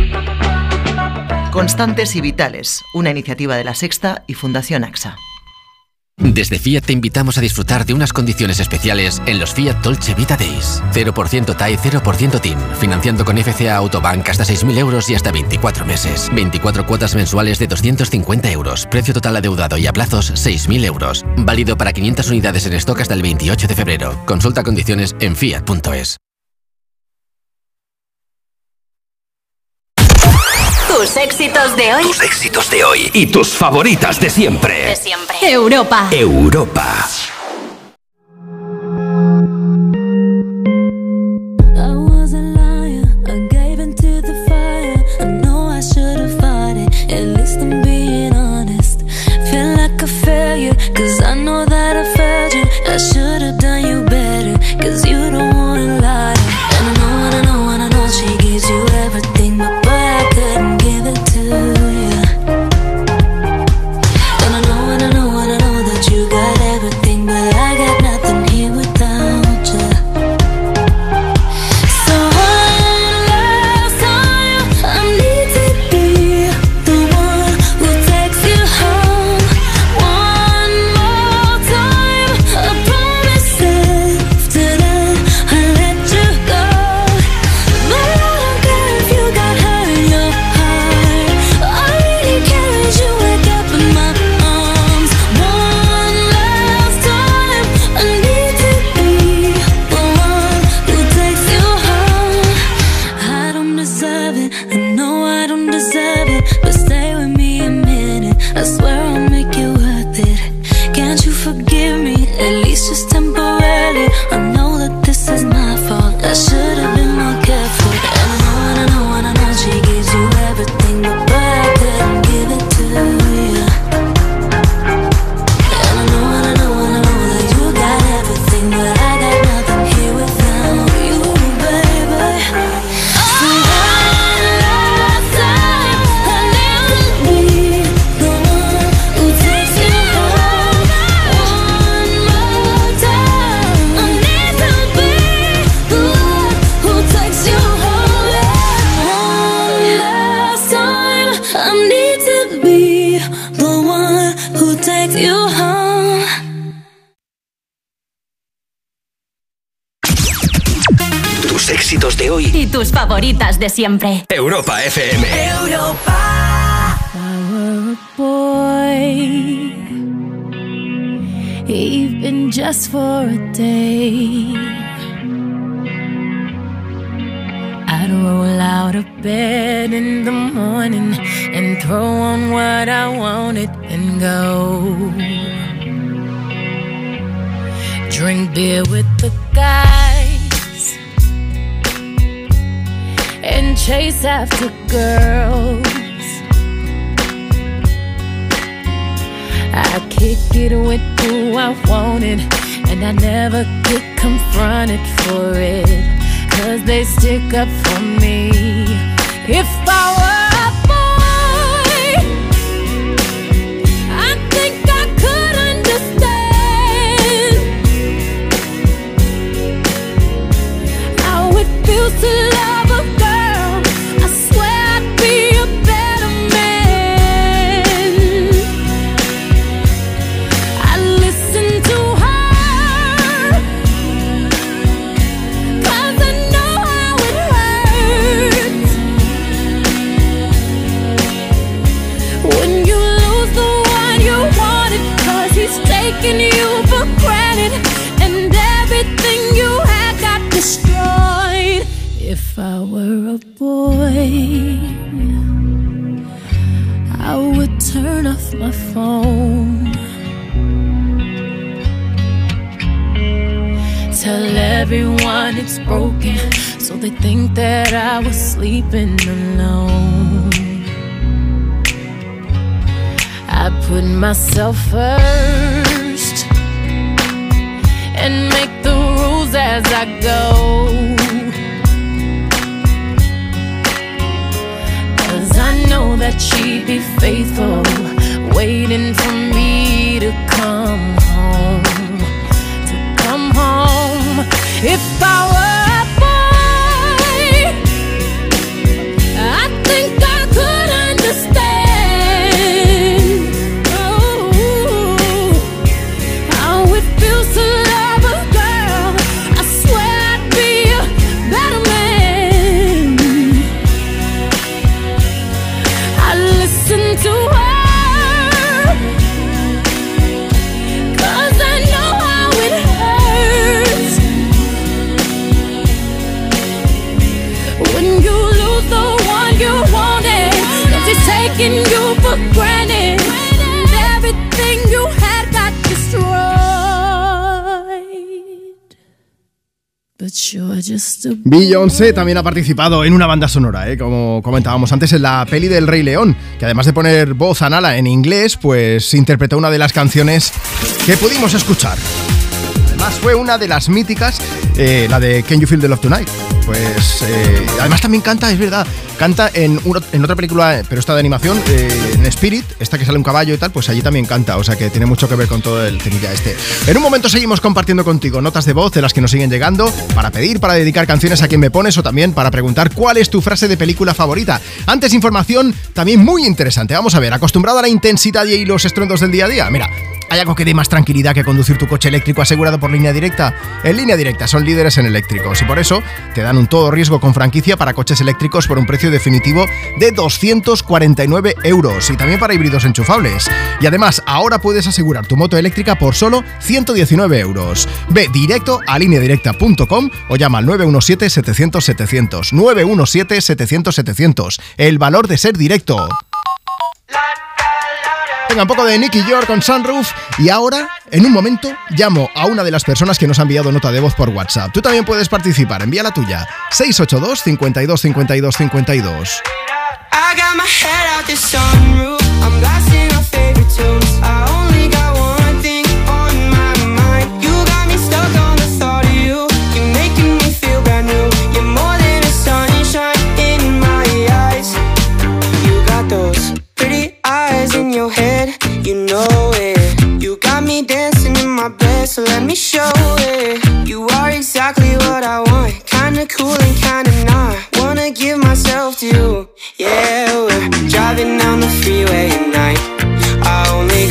Constantes y Vitales, una iniciativa de La Sexta y Fundación AXA. Desde Fiat te invitamos a disfrutar de unas condiciones especiales en los Fiat Dolce Vita Days. 0% TAE, 0% TIN. Financiando con FCA Autobank hasta 6.000 euros y hasta 24 meses. 24 cuotas mensuales de 250 euros. Precio total adeudado y a plazos 6.000 euros. Válido para 500 unidades en stock hasta el 28 de febrero. Consulta condiciones en fiat.es. Tus éxitos de hoy. Tus éxitos de hoy y tus favoritas de siempre. De siempre. Europa. Europa. Éxitos de hoy y tus favoritas de siempre. Europa FM. Europa. Boy, even just for a day. I'd roll out of bed in the morning and throw on what I wanted and go. Drink beer with the guys and chase after girls. I kick it with who I wanted, and I never get confronted for it, 'cause they stick up for me. If I were a boy, I think I could understand how it feels to love a girl. I swear I'd be a better man. I listen to her, 'cause I know how it hurts when you lose the one you wanted, 'cause he's taking you for granted and everything you had got destroyed. If I were a boy, I would turn off my phone, tell everyone it's broken, so they think that I was sleeping alone. I put myself first and make the rules as I go, 'cause I know that she'd be faithful, waiting for me to come home. If I were a boy, I think I could understand how it feels to love a girl. I swear I'd be a better man. I listen to her, 'cause I know how it hurts when you lose the one you wanted, 'cause he's taking you for granted and everything you had got destroyed. But you're just a Beyoncé también ha participado en una banda sonora, como comentábamos antes, en la peli del Rey León, que además de poner voz a Nala en inglés, pues interpretó una de las canciones que pudimos escuchar. Además fue una de las míticas, la de Can You Feel the Love Tonight. Pues además también canta, es verdad, canta en otra película, pero esta de animación, en Spirit, esta que sale un caballo y tal, pues allí también canta, o sea que tiene mucho que ver con todo el temilla este. En un momento seguimos compartiendo contigo notas de voz de las que nos siguen llegando, para pedir, para dedicar canciones a quien me pones, o también para preguntar cuál es tu frase de película favorita. Antes, información también muy interesante. Vamos a ver, acostumbrado a la intensidad y los estruendos del día a día, mira, ¿hay algo que dé más tranquilidad que conducir tu coche eléctrico asegurado por Línea Directa? En Línea Directa son líderes en eléctricos y por eso te dan un todo riesgo con franquicia para coches eléctricos por un precio definitivo de 249 euros y también para híbridos enchufables. Y además, ahora puedes asegurar tu moto eléctrica por solo 119 euros. Ve directo a lineadirecta.com o llama al 917-700-700. 917-700-700. El valor de ser directo. Venga, un poco de Nicky York con Sunroof. Y ahora, en un momento, llamo a una de las personas que nos ha enviado nota de voz por WhatsApp. Tú también puedes participar, envía la tuya. 682 52 52 52. I got my head out the sunroof, I'm blasting our favorite tunes. I only got one thing on my mind. You got me stuck on the thought of you. You're making me feel brand new. You're more than a sunshine in my eyes. You got those pretty eyes in your head, you know it. You got me dancing in my bed, so let me show it. You are exactly what I want, kinda cool and kinda not. Wanna give myself to you. Yeah, we're driving down the freeway at night. I only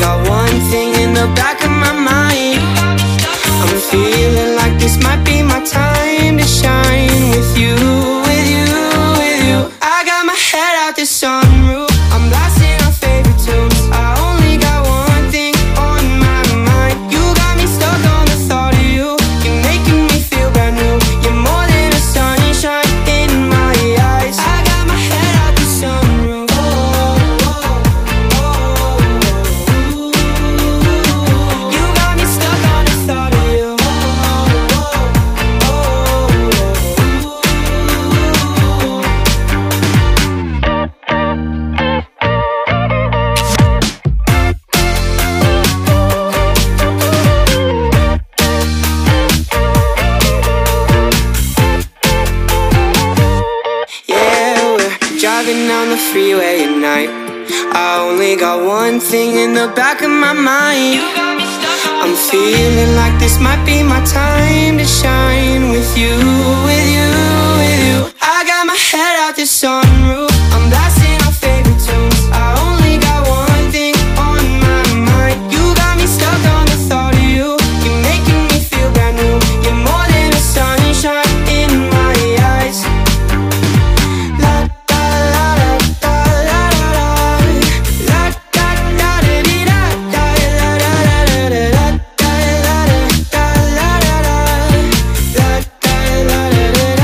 driving down the freeway at night. I only got one thing in the back of my mind. I'm feeling like this might be my time to shine with you, with you, with you. I got my head out the sunroof, I'm blasting our favorite tunes. I only got one thing on my mind. You got me stuck on the thought of you. You're making me feel brand new. You're more than a sunshine in my eyes. La da la da la la la la da da da di da da la la la la la da la da la la la la da la la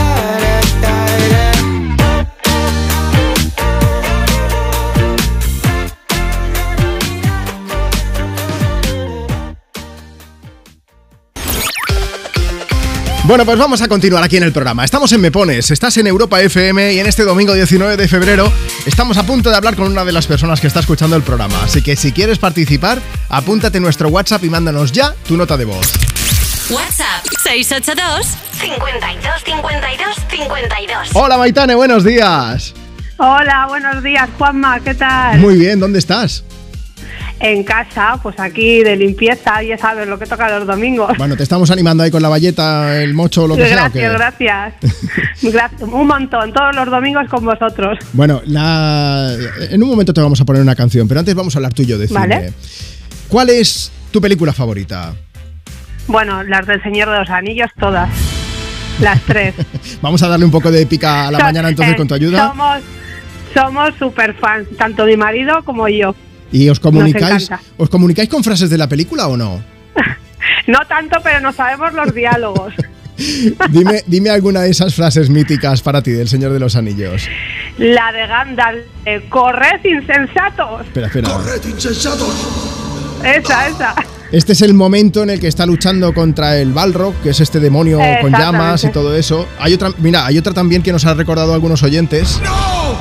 Bueno, pues vamos a continuar aquí en el programa. Estamos en Me Pones, estás en Europa FM y en este domingo 19 de febrero estamos a punto de hablar con una de las personas que está escuchando el programa. Así que si quieres participar, apúntate nuestro WhatsApp y mándanos ya tu nota de voz. WhatsApp 682 52 52 52. Hola Maitane, buenos días. Hola, buenos días, Juanma, ¿qué tal? Muy bien, ¿dónde estás? En casa, pues aquí de limpieza, ya sabes lo que toca los domingos. Bueno, te estamos animando ahí con la bayeta, el mocho, lo que sea. Gracias. Un montón, todos los domingos con vosotros. Bueno, en un momento te vamos a poner una canción, pero antes vamos a hablar tú y yo de cine. ¿Vale? ¿Cuál es tu película favorita? Bueno, las del Señor de los Anillos, todas. Las tres. Vamos a darle un poco de épica a la mañana entonces con tu ayuda. Somos super fans, tanto mi marido como yo. ¿Y os comunicáis con frases de la película o no? No tanto, pero no sabemos los diálogos. Dime alguna de esas frases míticas para ti del Señor de los Anillos. La de Gandalf, ¡corred, insensatos! Espera. ¡Corred, insensatos! Esa. Este es el momento en el que está luchando contra el Balrog, que es este demonio con llamas y todo eso. Hay otra también que nos ha recordado algunos oyentes. ¡No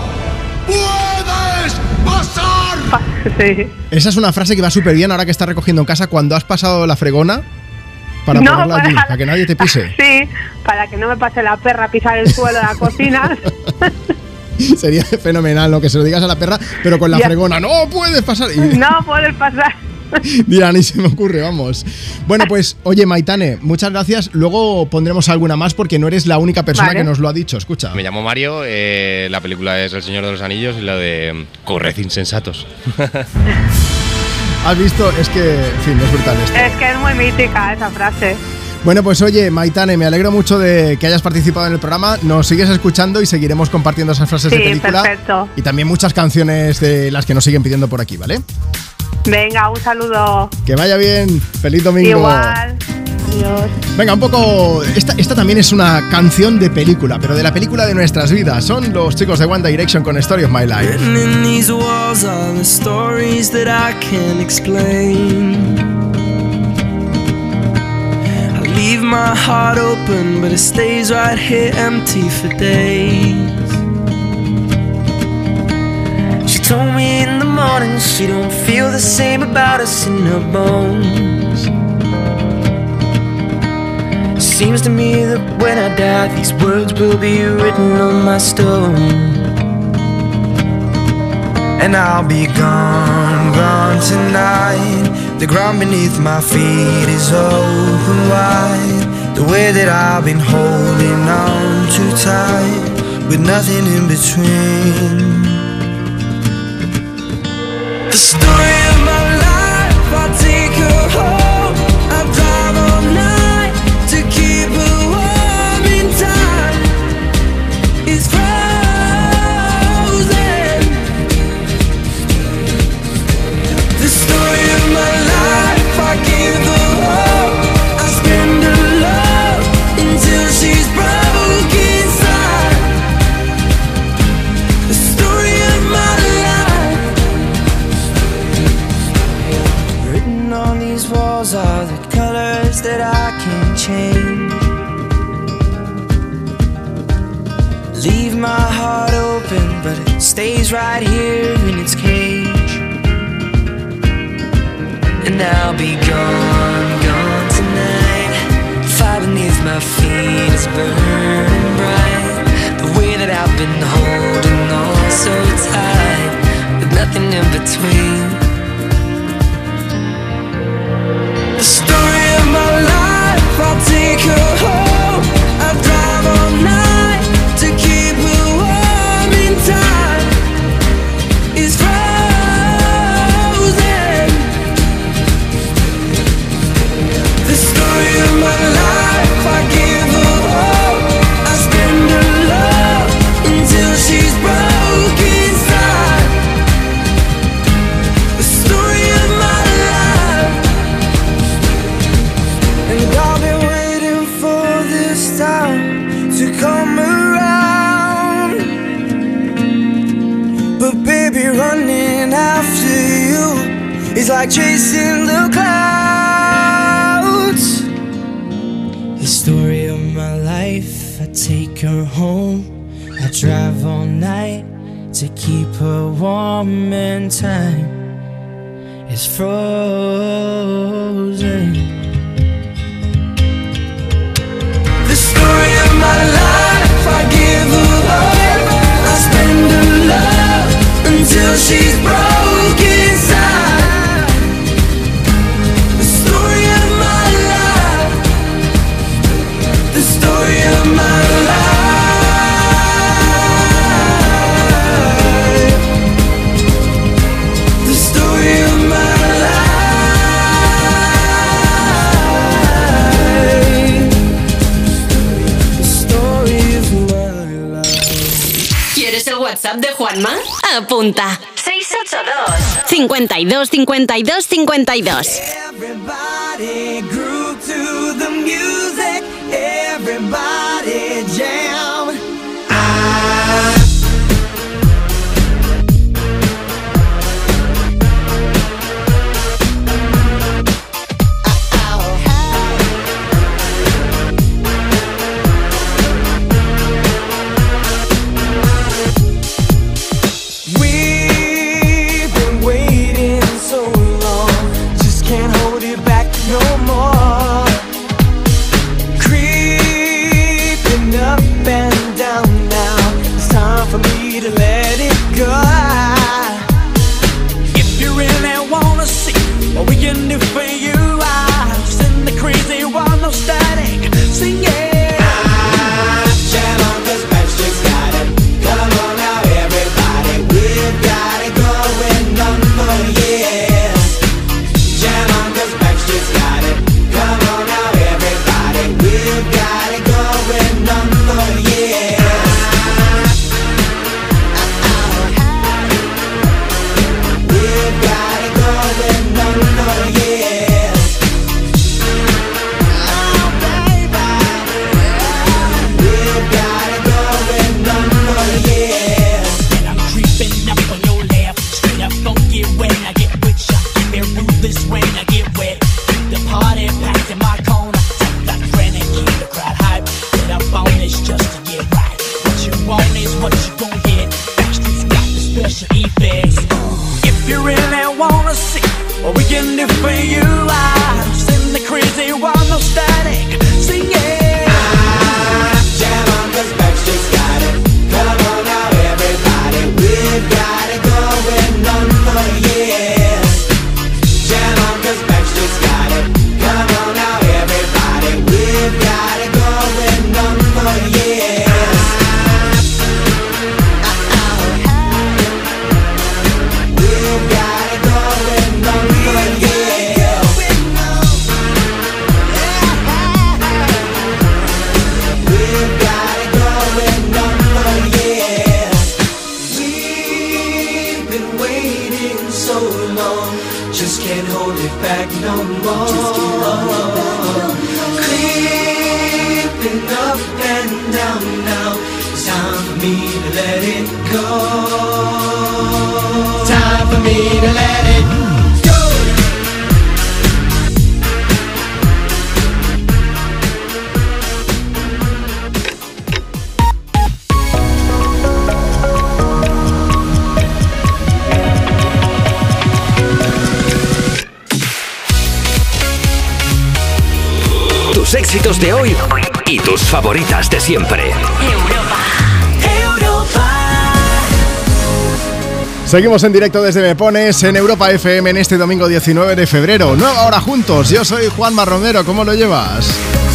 puedes pasar! Sí. Esa es una frase que va súper bien ahora que estás recogiendo en casa cuando has pasado la fregona para ponerla allí, para que nadie te pise. Sí, para que no me pase la perra a pisar el suelo de la cocina. Sería fenomenal, ¿no? Que se lo digas a la perra, pero con la fregona. ¡No puedes pasar! No puedes pasar. Mira, ni se me ocurre, vamos. Bueno, pues, oye, Maitane, muchas gracias. Luego pondremos alguna más porque no eres la única persona que nos lo ha dicho. Escucha. Me llamo Mario, la película es El Señor de los Anillos y la de Corred, insensatos. ¿Has visto? Es que, en fin, es brutal esto. Es que es muy mítica esa frase. Bueno, pues oye, Maitane, me alegro mucho de que hayas participado en el programa. Nos sigues escuchando y seguiremos compartiendo esas frases de película. Perfecto. Y también muchas canciones de las que nos siguen pidiendo por aquí, ¿vale? Venga, un saludo. Que vaya bien. Feliz domingo. Igual. Adiós. Venga, un poco... Esta también es una canción de película, pero de la película de nuestras vidas. Son los chicos de One Direction con Story of My Life. Written in these walls are the stories that I can't explain. I leave my heart open, but it stays right here empty for days. She told me in the morning she don't feel the same about us in her bones. Seems to me that when I die these words will be written on my stone. And I'll be gone, gone tonight. The ground beneath my feet is open wide. The way that I've been holding on too tight, with nothing in between. The story of my life, I'll take her home. I'll drive all night to keep her warm in time. It's frozen. The story of my life, I give her hope. I spend her love until she's broke inside. The story of my life. Written on these walls are the colors that I can't change. Leave my heart open, but it stays right here in its cage. And I'll be gone, gone tonight. Fire beneath my feet is burning bright. The way that I've been holding on so to come around. But baby, running after you is like chasing the clouds. The story of my life, I take her home, I drive all night to keep her warm and time is frozen. The story of my life, I give her love, I spend her love until she's broken inside. The story of my life, the story of my life. WhatsApp de Juanma, apunta 682 52 52 52. Everybody groove to the music, everybody jam. Éxitos de hoy y tus favoritas de siempre. Seguimos en directo desde Me Pones en Europa FM en este domingo 19 de febrero. Nueva hora juntos. Yo soy Juanma Romero. ¿Cómo lo llevas?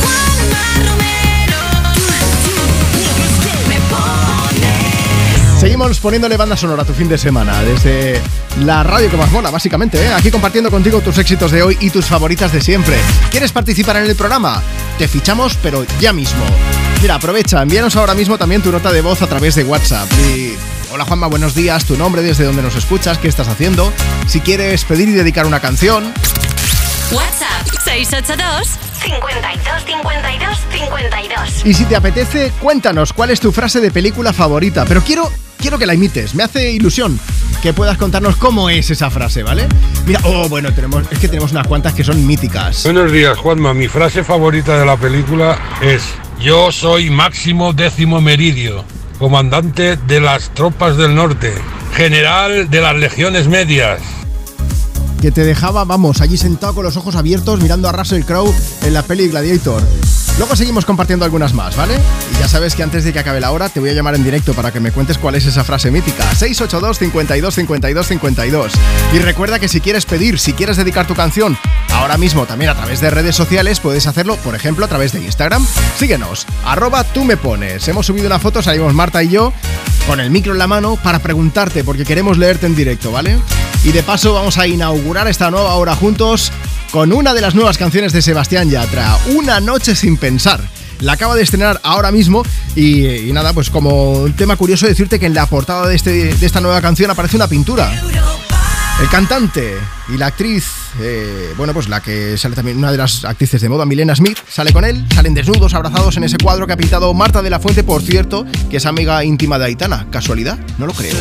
Seguimos poniéndole banda sonora a tu fin de semana desde la radio que más mola, básicamente, ¿eh? Aquí compartiendo contigo tus éxitos de hoy y tus favoritas de siempre. ¿Quieres participar en el programa? Te fichamos, pero ya mismo. Mira, aprovecha, envíanos ahora mismo también tu nota de voz a través de WhatsApp. Y hola Juanma, buenos días, tu nombre, desde donde nos escuchas, qué estás haciendo. Si quieres pedir y dedicar una canción. WhatsApp 682 52 52 52. Y si te apetece, cuéntanos cuál es tu frase de película favorita. Pero quiero que la imites. Me hace ilusión que puedas contarnos cómo es esa frase, ¿vale? Mira, bueno, tenemos unas cuantas que son míticas. Buenos días, Juanma. Mi frase favorita de la película es: yo soy Máximo Décimo Meridio, comandante de las tropas del norte, general de las legiones medias. Que te dejaba, vamos, allí sentado con los ojos abiertos mirando a Russell Crowe en la peli Gladiator. Luego seguimos compartiendo algunas más, ¿vale? Y ya sabes que antes de que acabe la hora te voy a llamar en directo para que me cuentes cuál es esa frase mítica. 682 52 52 52. Y recuerda que si quieres dedicar tu canción ahora mismo también a través de redes sociales, puedes hacerlo, por ejemplo, a través de Instagram. Síguenos, @tumepones. Hemos subido una foto, salimos Marta y yo con el micro en la mano para preguntarte, porque queremos leerte en directo, ¿vale? Y de paso vamos a inaugurar esta nueva hora juntos con una de las nuevas canciones de Sebastián Yatra, Una noche sin pensar. La acaba de estrenar ahora mismo y nada, pues como un tema curioso decirte que en la portada de esta nueva canción aparece una pintura. El cantante y la actriz, pues la que sale también, una de las actrices de moda, Milena Smith, sale con él, salen desnudos, abrazados en ese cuadro que ha pintado Marta de la Fuente, por cierto, que es amiga íntima de Aitana. ¿Casualidad? No lo creo.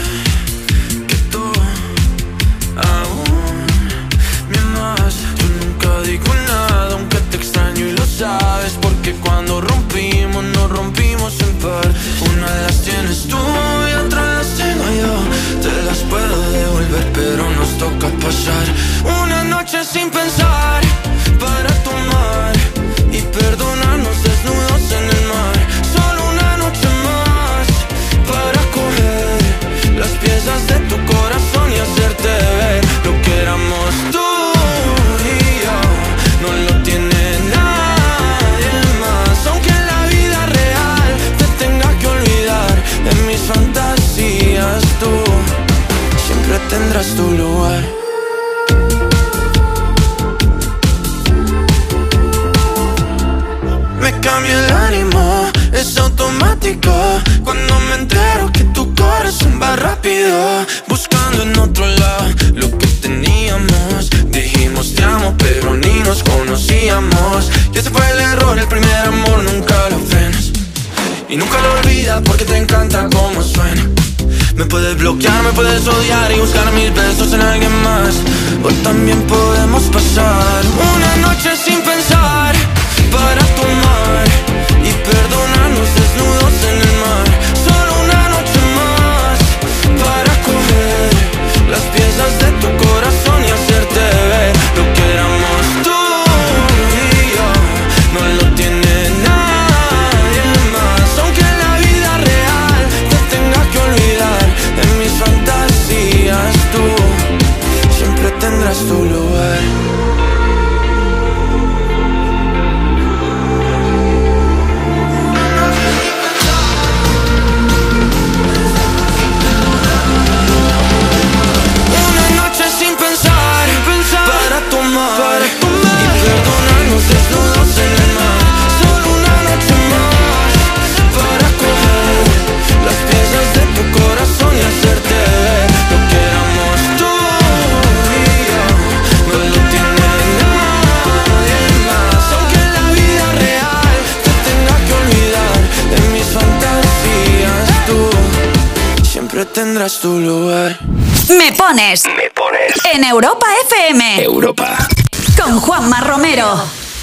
Digo nada, aunque te extraño y lo sabes, porque cuando rompimos, nos rompimos en par. Una de las tienes tú y otra las tengo yo. Te las puedo devolver, pero nos toca pasar una noche sin pensar, para tomar y perdonarnos desnudos en el mar. Solo una noche más, para coger las piezas de tu corazón y hacerte ver lo que éramos tú. No lo tiene nadie más, aunque en la vida real te tenga que olvidar de mis fantasías. Tú siempre tendrás tu lugar. Me cambia el ánimo, es automático cuando me entero que tu corazón va rápido, buscando en otro lado lo que teníamos. Dijimos te amo, pero ni nos conocíamos. Y ese fue el error, el primer amor nunca lo frenas. Y nunca lo olvidas porque te encanta cómo suena. Me puedes bloquear, me puedes odiar y buscar mis besos en alguien más. O también podemos pasar una noche sin pensar, para tomar y perdonarnos desnudos en el mar. Solo una noche más, para coger las piezas de tu corazón y hacerte ver lo que éramos tú y yo. No lo tiene nadie más, aunque en la vida real te tenga que olvidar de mis fantasías. Tú siempre tendrás tu lugar. Para tomar y perdonarnos desnudos en el mar. Solo una noche más, para coger las piezas de tu corazón y hacerte ver lo que éramos tú y yo. No lo tiene nadie más, aunque en la vida real te tenga que olvidar de mis fantasías. Tú siempre tendrás tu lugar. Me pones en Europa FM. Europa. Con Juanma Romero.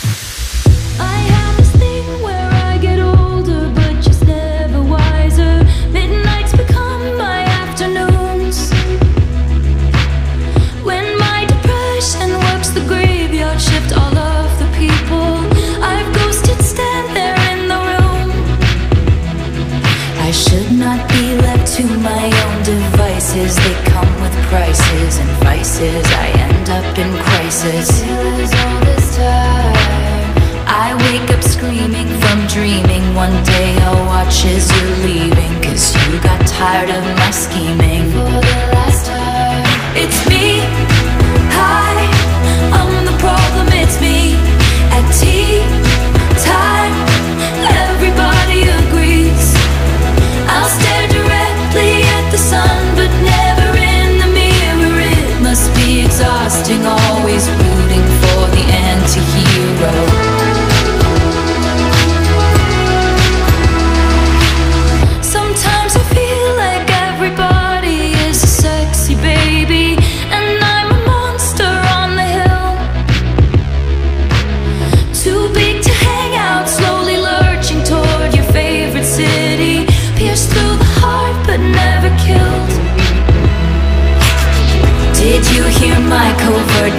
To my own devices, they come with prices and vices. I end up in crisis. All this time, I wake up screaming from dreaming. One day I'll watch as you're leaving, 'cause you got tired of my scheming. For the last time, it's me. Hi, I'm the problem. It's me. At tea time, everybody agrees. I'll stare directly at the sun, but never in the mirror. It must be exhausting, always rooting for the anti-hero.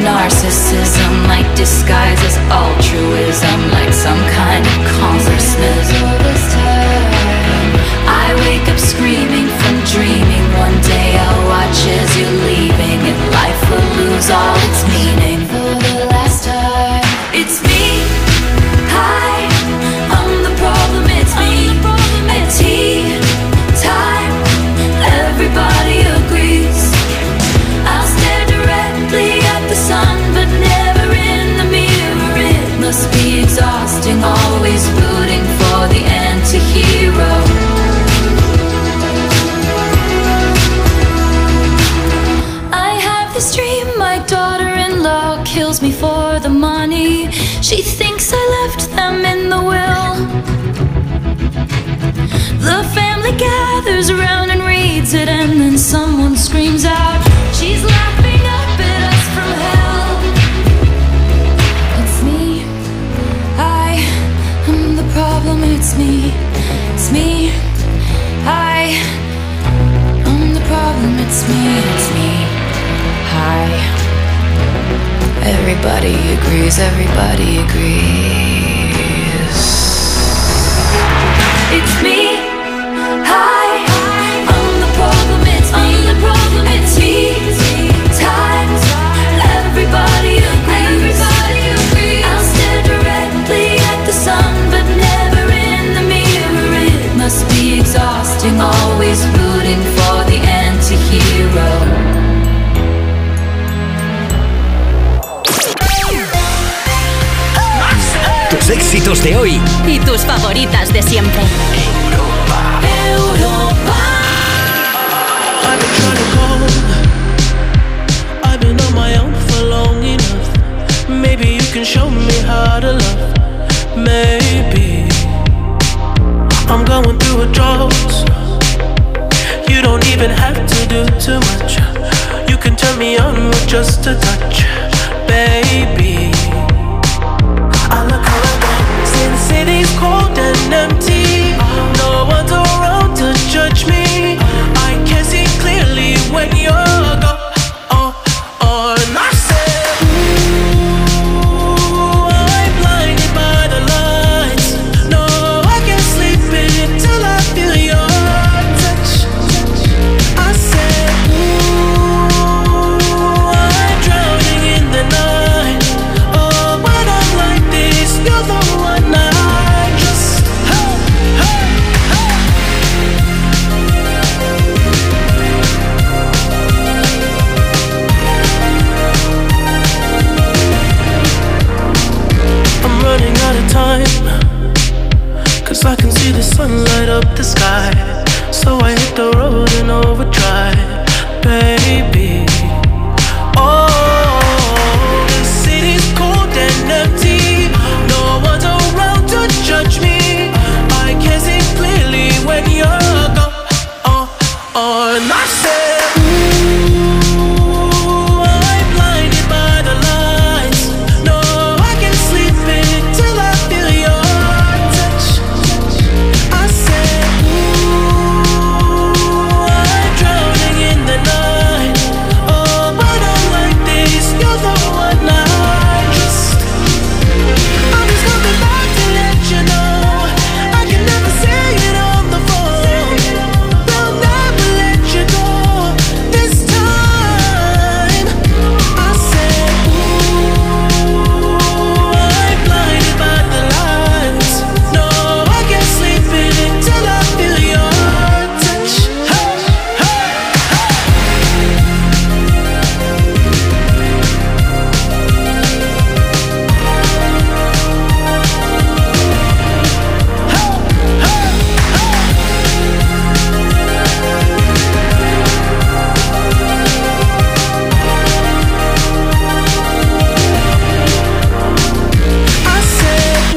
narcissism, like disguise as altruism, like some kind of consciousness. All this time, I wake up screaming from dreaming. One day I'll watch as you're leaving, and life will lose all its meaning. For the last time, it's me. Hi, I'm the problem. It's me. At tea time, everybody agrees. I'll stare directly at the sun, but never in the mirror. It must be exhausting, always rooting for the anti-hero. I have this dream, my daughter-in-law kills me for the money. She thinks I left them in the will. The family gathers around and reads it, and then someone screams out, she's laughing up at us from hell. It's me, I am the problem. It's me, it's me, I am the problem. It's me, hi. Everybody agrees, everybody agrees. It's me. Hi, I'm the problem, it's me. I'm the problem, it's me. Times, everybody agrees. I'll stare directly at the sun, but never in the mirror. It must be exhausting, always rooting for the anti-hero. Tus éxitos de hoy y tus favoritas de siempre. I've been trying to go. I've been on my own for long enough. Maybe you can show me how to love. Maybe I'm going through a drought. You don't even have to do too much. You can turn me on with just a touch, baby. I look around, see the city's cold and empty. No one's around to judge me. I can see clearly when you're gone. And I said, ooh, I'm blinded by the lights. No, I can't sleep until I feel your touch. I said, ooh, I'm drowning in the night. Oh, when I'm like this, you're the one I just, hey, hey, hey. I'm running out of time, 'cause I can see the sun light up the sky. So I hit the road in overdrive, baby. Oh, the city's cold and empty. No one's around to judge me. I can see clearly when you're gone. And I said, ooh, I'm blinded by the lights. No, I can't sleep until I feel your touch. I said, ooh, I'm drowning in the night. Oh, when I'm like this, you're the one I just, I'm just coming back to let you know. I can never say it on the phone. They'll never let you go this time. I said, ooh, I'm blinded by the lights. No, I can't sleep until I feel your touch. Hey, hey, I said,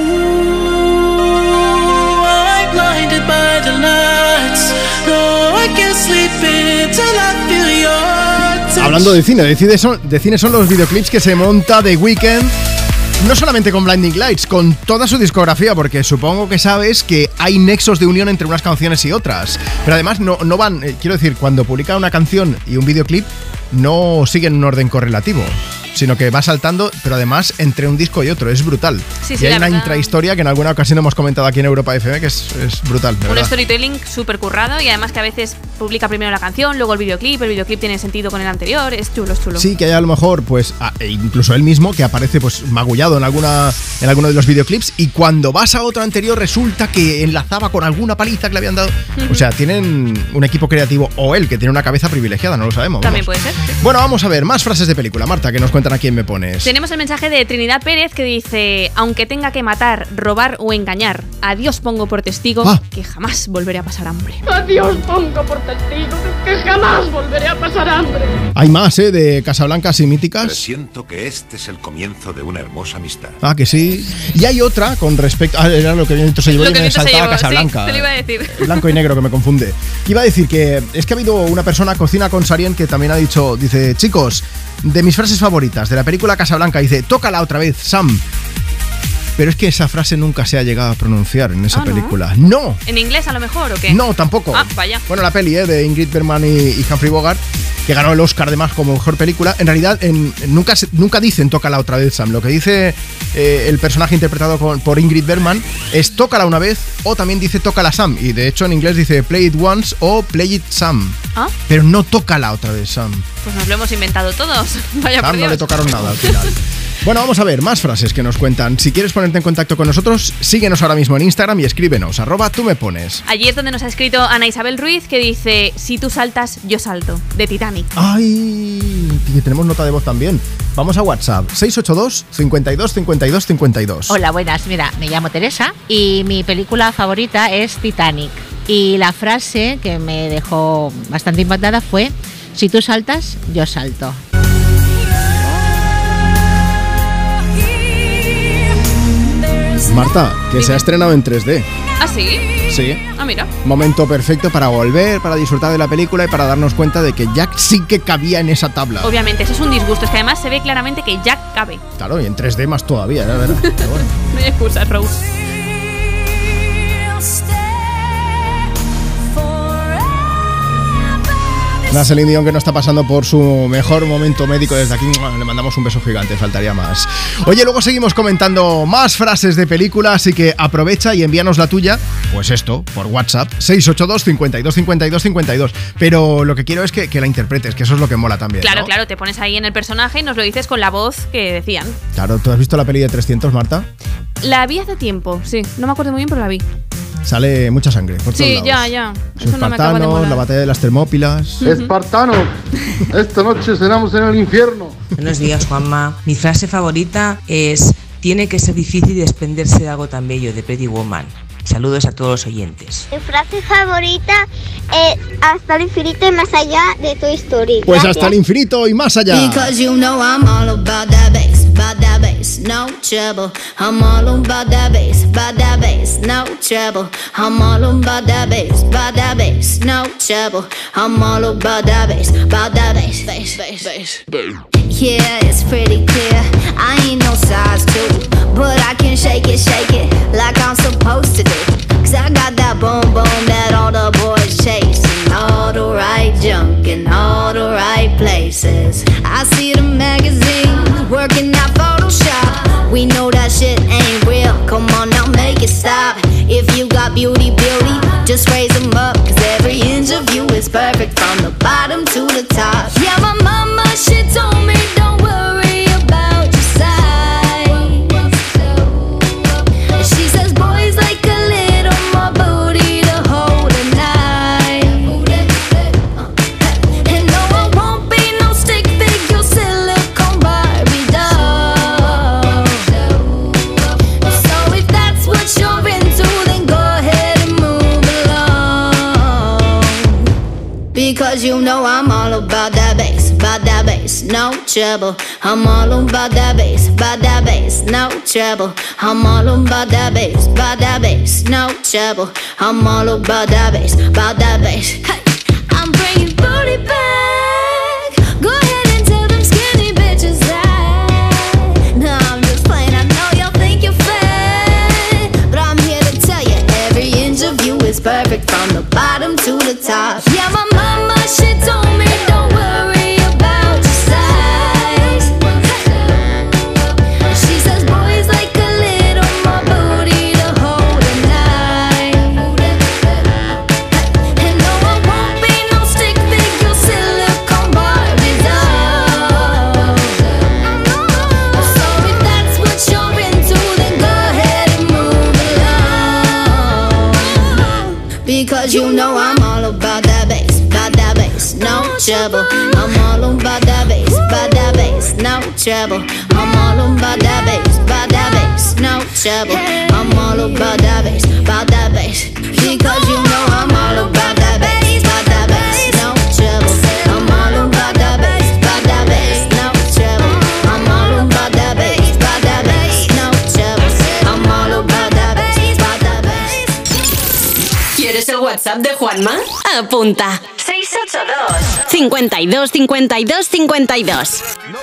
ooh, I'm blinded by the lights. No, I can't sleep until I feel your touch. Hablando de cine, de cine son los videoclips que se monta The Weeknd. No solamente con Blinding Lights, con toda su discografía, porque supongo que sabes que hay nexos de unión entre unas canciones y otras. Pero además no van, quiero decir, cuando publica una canción y un videoclip, no siguen un orden correlativo. sino que va saltando, pero además entre un disco y otro, es brutal. Sí, y hay una verdad. intrahistoria que en alguna ocasión hemos comentado aquí en Europa FM, que es brutal. Un storytelling súper currado y además que a veces publica primero la canción, luego el videoclip tiene sentido con el anterior, es chulo, es chulo. Sí, que hay a lo mejor, pues, e incluso él mismo, que aparece pues magullado en alguno de los videoclips, y cuando vas a otro anterior resulta que enlazaba con alguna paliza que le habían dado. O sea, tienen un equipo creativo, o él, que tiene una cabeza privilegiada, no lo sabemos. También puede ser. Sí. Bueno, vamos a ver, más frases de película. Marta, que nos cuentan a quién me pones. Tenemos el mensaje de Trinidad Pérez que dice: aunque tenga que matar, robar o engañar, a Dios pongo por testigo que jamás volveré a pasar hambre. A Dios pongo por testigo que jamás volveré a pasar hambre. Hay más, de Casablancas y míticas. Presiento que este es el comienzo de una hermosa amistad. Ah, que sí. Y hay otra con respecto... era lo que Benito se llevó y me saltaba Casablanca. Sí, te lo iba a decir. Blanco y negro, que me confunde. Iba a decir que es que ha habido una persona, Cocina con Sarien, que también ha dicho, dice, chicos, de mis frases favoritas de la película Casablanca, dice, tócala otra vez, Sam. Pero es que esa frase nunca se ha llegado a pronunciar en esa película. ¡No! ¿En inglés a lo mejor o qué? No, tampoco. Ah, vaya. Bueno, la peli de Ingrid Bergman y Humphrey Bogart, que ganó el Oscar además como mejor película, en realidad nunca dicen tócala otra vez, Sam. Lo que dice el personaje interpretado por Ingrid Bergman es tócala una vez, o también dice tócala Sam. Y de hecho en inglés dice play it once o play it Sam. ¿Ah? Pero no tócala otra vez, Sam. Pues nos lo hemos inventado todos. Vaya, Sam por Dios. no le tocaron nada al final. Bueno, vamos a ver más frases que nos cuentan. Si quieres ponerte en contacto con nosotros, síguenos ahora mismo en Instagram y escríbenos, @tumepones. Allí es donde nos ha escrito Ana Isabel Ruiz, que dice: si tú saltas, yo salto, de Titanic. ¡Ay! Y tenemos nota de voz también. Vamos a WhatsApp, 682 52 52 52. Hola, buenas. Mira, me llamo Teresa y mi película favorita es Titanic. Y la frase que me dejó bastante impactada fue: si tú saltas, yo salto. Marta, que se ha estrenado en 3D. ¿Ah, sí? Sí. Ah, mira. Momento perfecto para volver, para disfrutar de la película y para darnos cuenta de que Jack sí que cabía en esa tabla. Obviamente, eso es un disgusto. Es que además se ve claramente que Jack cabe. Claro, y en 3D más todavía, la verdad. Pero bueno. No hay excusas, Rose. Una Celine Dion que no está pasando por su mejor momento médico. Desde aquí le mandamos un beso gigante, faltaría más. Oye, luego seguimos comentando más frases de película, así que aprovecha y envíanos la tuya, pues esto, por WhatsApp, 682 52 52 52. Pero lo que quiero es que la interpretes, que eso es lo que mola también, Claro, ¿no? claro, te pones ahí en el personaje y nos lo dices con la voz que decían. Claro, ¿tú has visto la peli de 300, Marta? La vi hace tiempo, sí. No me acuerdo muy bien, pero la vi. Sale mucha sangre por todos lados. Ya. Los Eso no me acaba de espartanos, molar. la batalla de las Termópilas. Espartanos, esta noche cenamos en el infierno. Buenos días, Juanma. Mi frase favorita es: tiene que ser difícil desprenderse de algo tan bello, de Pretty Woman. Saludos a todos los oyentes. Mi frase favorita es hasta el infinito y más allá de Toy Story. Pues hasta el infinito y más allá. Because you know I'm all about that bass, no trouble. I'm all about that bass, no trouble. I'm all about that bass, no trouble. I'm all about that bass, bass. Yeah, it's pretty clear. I ain't no size 2, but I can shake it like I'm supposed to do. 'Cause I got that boom boom that all the boys chase, and all the right junk in all the right places. I see the magazines working out Photoshop. We know that shit ain't real. Come on now, make it stop. If you got beauty, just raise them up. 'Cause every inch of you is perfect from the bottom to the top. Yeah, my mama, she told me don't worry about your size. She says boys like a little more booty to hold at night. And no, I won't be no stick figure silicone Barbie doll. So if that's what you're into, then go ahead and move along. Because you know I'm all about that bass, no trouble. I'm all about that bass, no trouble. I'm all about that bass, no trouble. I'm all about that bass, Hey, I'm bringing booty back. Go ahead and tell them skinny bitches that. No, I'm just playing. I know y'all think you're fat, but I'm here to tell you every inch of you is perfect from the bottom to the top. Yeah, my mama, she told me don't worry about your size. Because you know I'm all about that bass, no trouble. I'm all about that bass, no trouble. I'm all about that bass, no trouble. I'm all about that bass, because you know I'm all about that bass, no trouble. I'm all about that bass, no trouble. I'm all about that bass, no trouble. I'm all about that bass. ¿Quieres el WhatsApp de Juanma? Apunta. 682 52 52 52.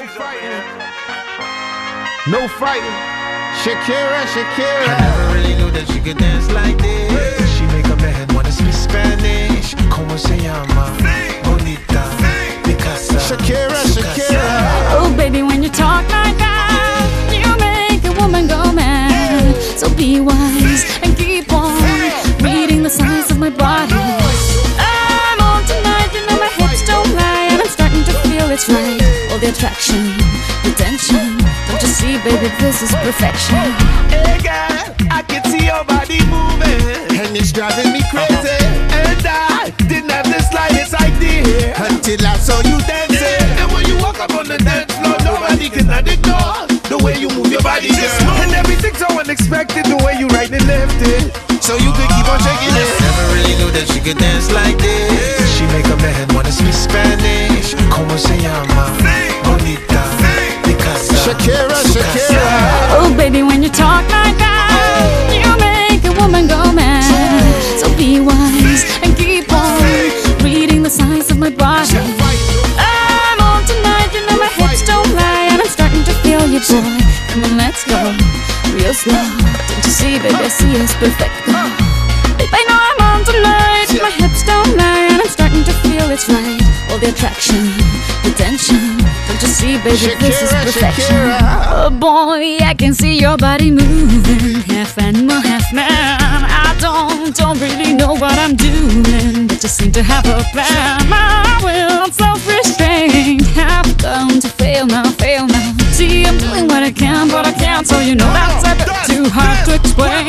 No fighting. Shakira. I never really knew that she could dance like this. She make a man wanna speak Spanish. Como se llama? Bonita. Picasa. Shakira. Oh, baby, when you talk like that, you make a woman go mad. So be wise and keep on reading the signs of my body. I'm on tonight, you know my hips don't lie, and I'm starting to feel it's right. All the attraction, the tension. Don't you see, baby, this is perfection. Hey girl, I can see your body moving, and it's driving me crazy. And I didn't have the slightest idea until I saw you dancing. And when you walk up on the dance floor, nobody can ignore the way you move your body, girl. And everything's so unexpected, the way you right and left it, so you could keep on shaking it. Never really knew that she could dance like this. She make a man wanna speak Spanish. Como se llama? Bonita. Picasa. Shakira. Oh, baby, when you talk like that, you make a woman go mad. So be wise and keep on reading the signs of my body. I'm on tonight, you know my hips don't lie, and I'm starting to feel you, boy. Come on, let's go real slow. Don't you see, baby, I see it's perfect. Babe, I know I'm on tonight, my hips don't lie, and I'm starting to feel it's right. All the attraction, the tension. Don't you see, baby, this is perfection. Oh boy, I can see your body moving, half animal, half man. I don't really know what I'm doing, but just seem to have a plan. My will, self-restraint, have come to fail now. See, I'm doing what I can, but I can't, so you know that's a bit too hard to explain.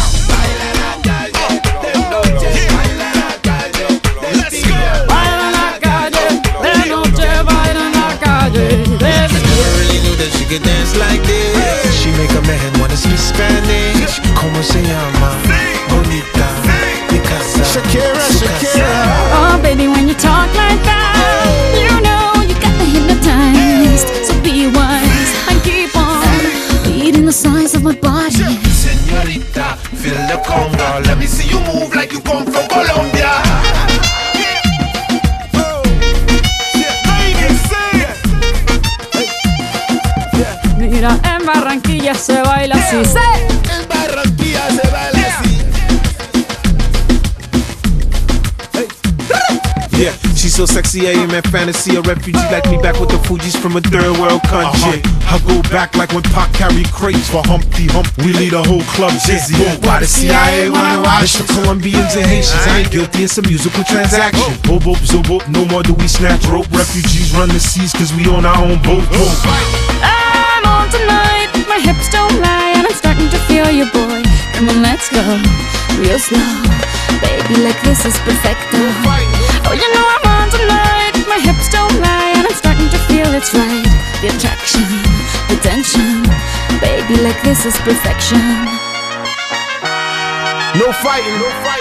She could dance like this. She make a man wanna speak Spanish. Como se llama? Bonita. Picasa. Shakira. Oh, baby, when you talk like that, you know you got me hypnotized. So be wise and keep on reading the signs of my body. Señorita, feel the conga. Let me see you move like you come from Colombia. Mira, en Barranquilla se baila así. En Barranquilla se baila así. Yeah, she's so sexy, I am in fantasy. A refugee like me back with the Fugees from a third world country. I go back like when Pac carried crates for Humpty Hump. We lead a whole club dizzy. Why the CIA wanna watch us? Colombians and Haitians, I ain't guilty, it's a musical transaction. Boop, boop, zo, boop, no more do we snatch rope. Refugees run the seas cause we on our own boat. I'm on tonight, my hips don't lie, and I'm starting to feel you, boy. Come on, let's go real slow. Baby, like this is perfecto. Oh, you know I'm on tonight, my hips don't lie, and I'm starting to feel it's right. The attraction, the tension. Baby, like this is perfection. No fighting.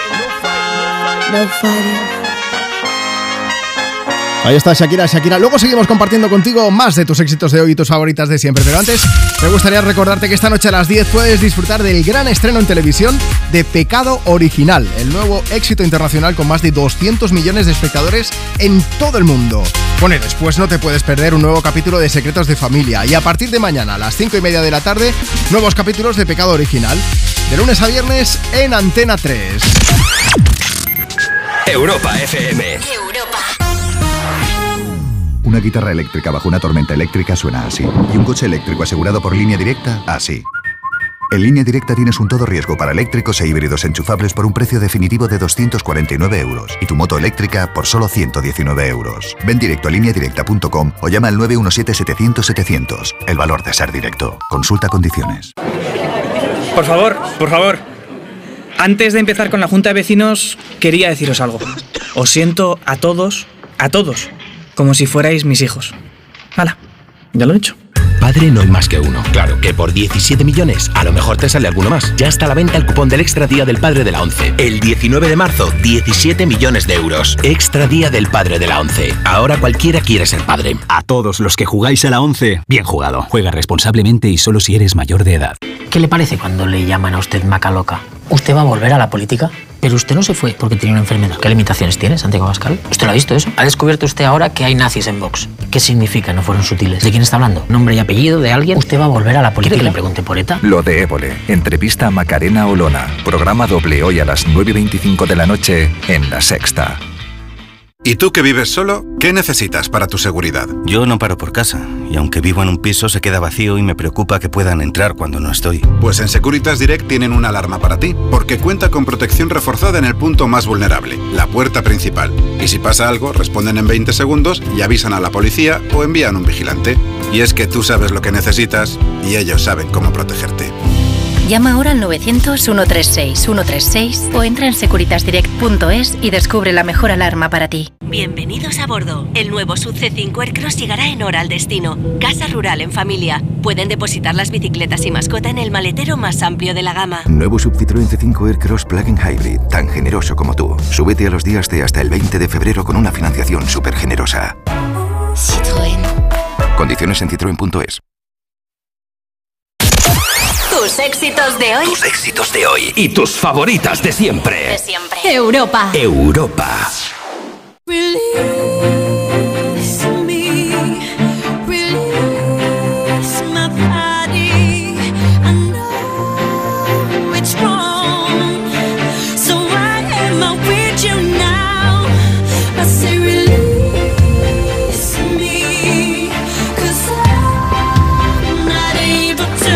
Ahí está Shakira. Luego seguimos compartiendo contigo más de tus éxitos de hoy y tus favoritas de siempre. Pero antes, me gustaría recordarte que esta noche a las 10 puedes disfrutar del gran estreno en televisión de Pecado Original, el nuevo éxito internacional con más de 200 millones de espectadores en todo el mundo. Bueno, y después no te puedes perder un nuevo capítulo de Secretos de Familia. Y a partir de mañana, a las 5:30 de la tarde, nuevos capítulos de Pecado Original. De lunes a viernes en Antena 3. Europa FM. Una guitarra eléctrica bajo una tormenta eléctrica suena así. Y un coche eléctrico asegurado por Línea Directa, así. En Línea Directa tienes un todo riesgo para eléctricos e híbridos enchufables por un precio definitivo de 249 euros. Y tu moto eléctrica por solo 119 euros. Ven directo a lineadirecta.com o llama al 917-700-700. El valor de ser directo. Consulta condiciones. Por favor. Antes de empezar con la junta de vecinos, quería deciros algo. Os siento a todos, como si fuerais mis hijos. ¡Hala! Ya lo he hecho. Padre no hay más que uno. Claro que por 17 millones a lo mejor te sale alguno más. Ya está a la venta el cupón del Extra Día del Padre de la ONCE. El 19 de marzo, 17 millones de euros. Extra Día del Padre de la ONCE. Ahora cualquiera quiere ser padre. A todos los que jugáis a la ONCE, bien jugado. Juega responsablemente y solo si eres mayor de edad. ¿Qué le parece cuando le llaman a usted Maca Loca? ¿Usted va a volver a la política? Pero usted no se fue porque tenía una enfermedad. ¿Qué limitaciones tiene, Santiago Abascal? ¿Usted lo ha visto eso? ¿Ha descubierto usted ahora que hay nazis en Vox? ¿Qué significa? No fueron sutiles. ¿De quién está hablando? ¿Nombre y apellido de alguien? ¿Usted va a volver a la política? ¿Quiere que le pregunte por ETA? Lo de Évole. Entrevista a Macarena Olona. Programa doble hoy a las 9:25 de la noche en La Sexta. ¿Y tú que vives solo? ¿Qué necesitas para tu seguridad? Yo no paro por casa, y aunque vivo en un piso se queda vacío y me preocupa que puedan entrar cuando no estoy. Pues en Securitas Direct tienen una alarma para ti, porque cuenta con protección reforzada en el punto más vulnerable, la puerta principal. Y si pasa algo, responden en 20 segundos y avisan a la policía o envían un vigilante. Y es que tú sabes lo que necesitas y ellos saben cómo protegerte. Llama ahora al 900-136-136 o entra en securitasdirect.es y descubre la mejor alarma para ti. Bienvenidos a bordo. El nuevo SUV C5 Aircross llegará en hora al destino. Casa rural en familia. Pueden depositar las bicicletas y mascota en el maletero más amplio de la gama. Nuevo SUV Citroën C5 Aircross Plug-in Hybrid, tan generoso como tú. Súbete a los días de hasta el 20 de febrero con una financiación súper generosa. Citroën. Condiciones en citroen.es. Tus éxitos de hoy. Tus éxitos de hoy. Y tus favoritas de siempre. Europa. Europa. Release me, release my body. I know it's wrong, so why am I with you now? I say release me, 'cause I'm not able to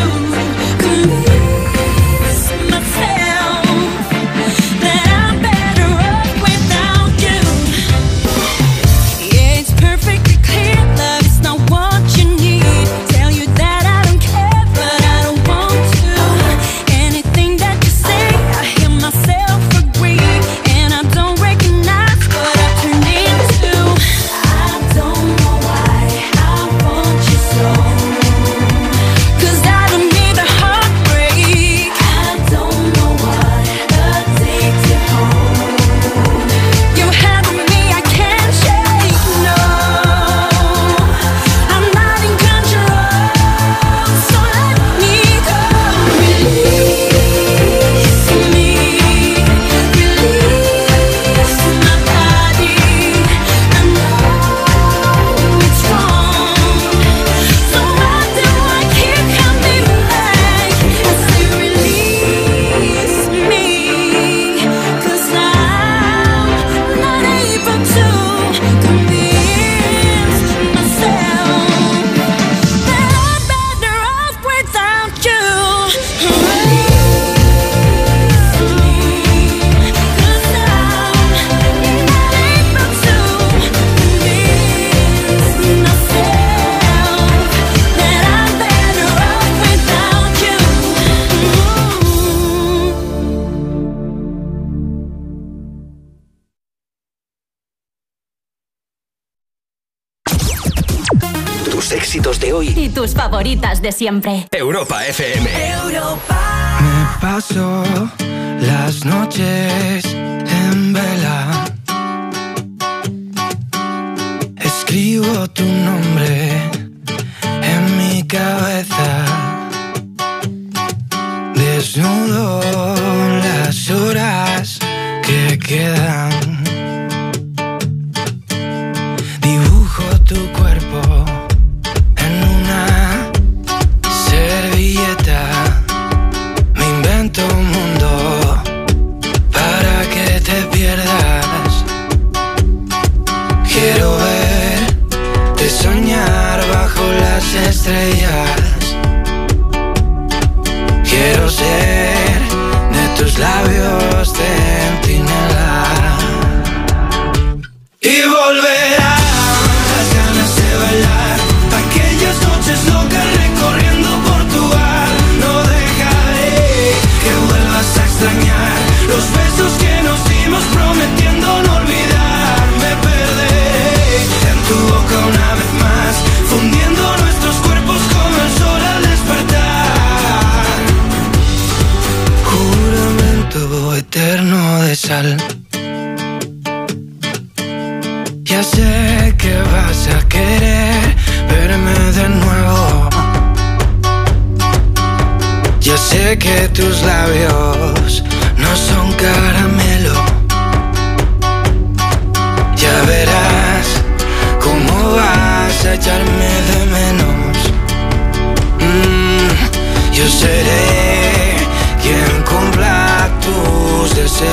convince myself that I'm better off without you. Yeah, it's perfectly clear love is not what you need. Tell you that I don't care, but I don't want to. Anything that you say, I hear myself agree, and I don't recognize what I turned into. I don't know why I want you so, 'cause I don't need the heartbreak. I don't know what addicted home. You have me, I can't shake, no. I'm not in control, so let me go. Release me, release my body. I know it's wrong, so why do I keep coming back? I say release me, 'cause I'm not able to convince myself that I'm better off without you. Tus éxitos de hoy. Y tus favoritas de siempre. Europa FM. Me paso las noches en vela. Escribo tu nombre en mi cabeza. Desnudo las horas que quedan. Dibujo tu cuerpo en una servilleta. Me invento un mundo para que te pierdas. Quiero verte soñar bajo las estrellas. Quiero ser de tus labios centinela. Y volverán las ganas de bailar, aquellas noches locas recorriendo Portugal. No dejaré que vuelvas a extrañar Ya sé que vas a querer verme de nuevo. Ya sé que tus labios no son caramelo. Ya verás cómo vas a echarme de menos. Yo seré quien cumpla tus deseos.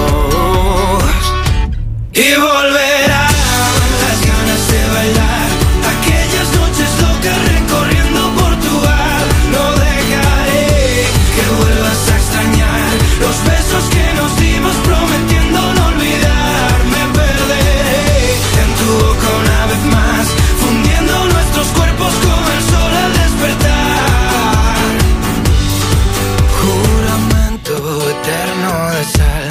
Y volverán las ganas de bailar, aquellas noches locas recorriendo Portugal. No dejaré que vuelvas a extrañar los besos que nos dimos prometiendo no olvidar. Me perderé en tu boca una vez más, fundiendo nuestros cuerpos con el sol al despertar. Juramento eterno de sal.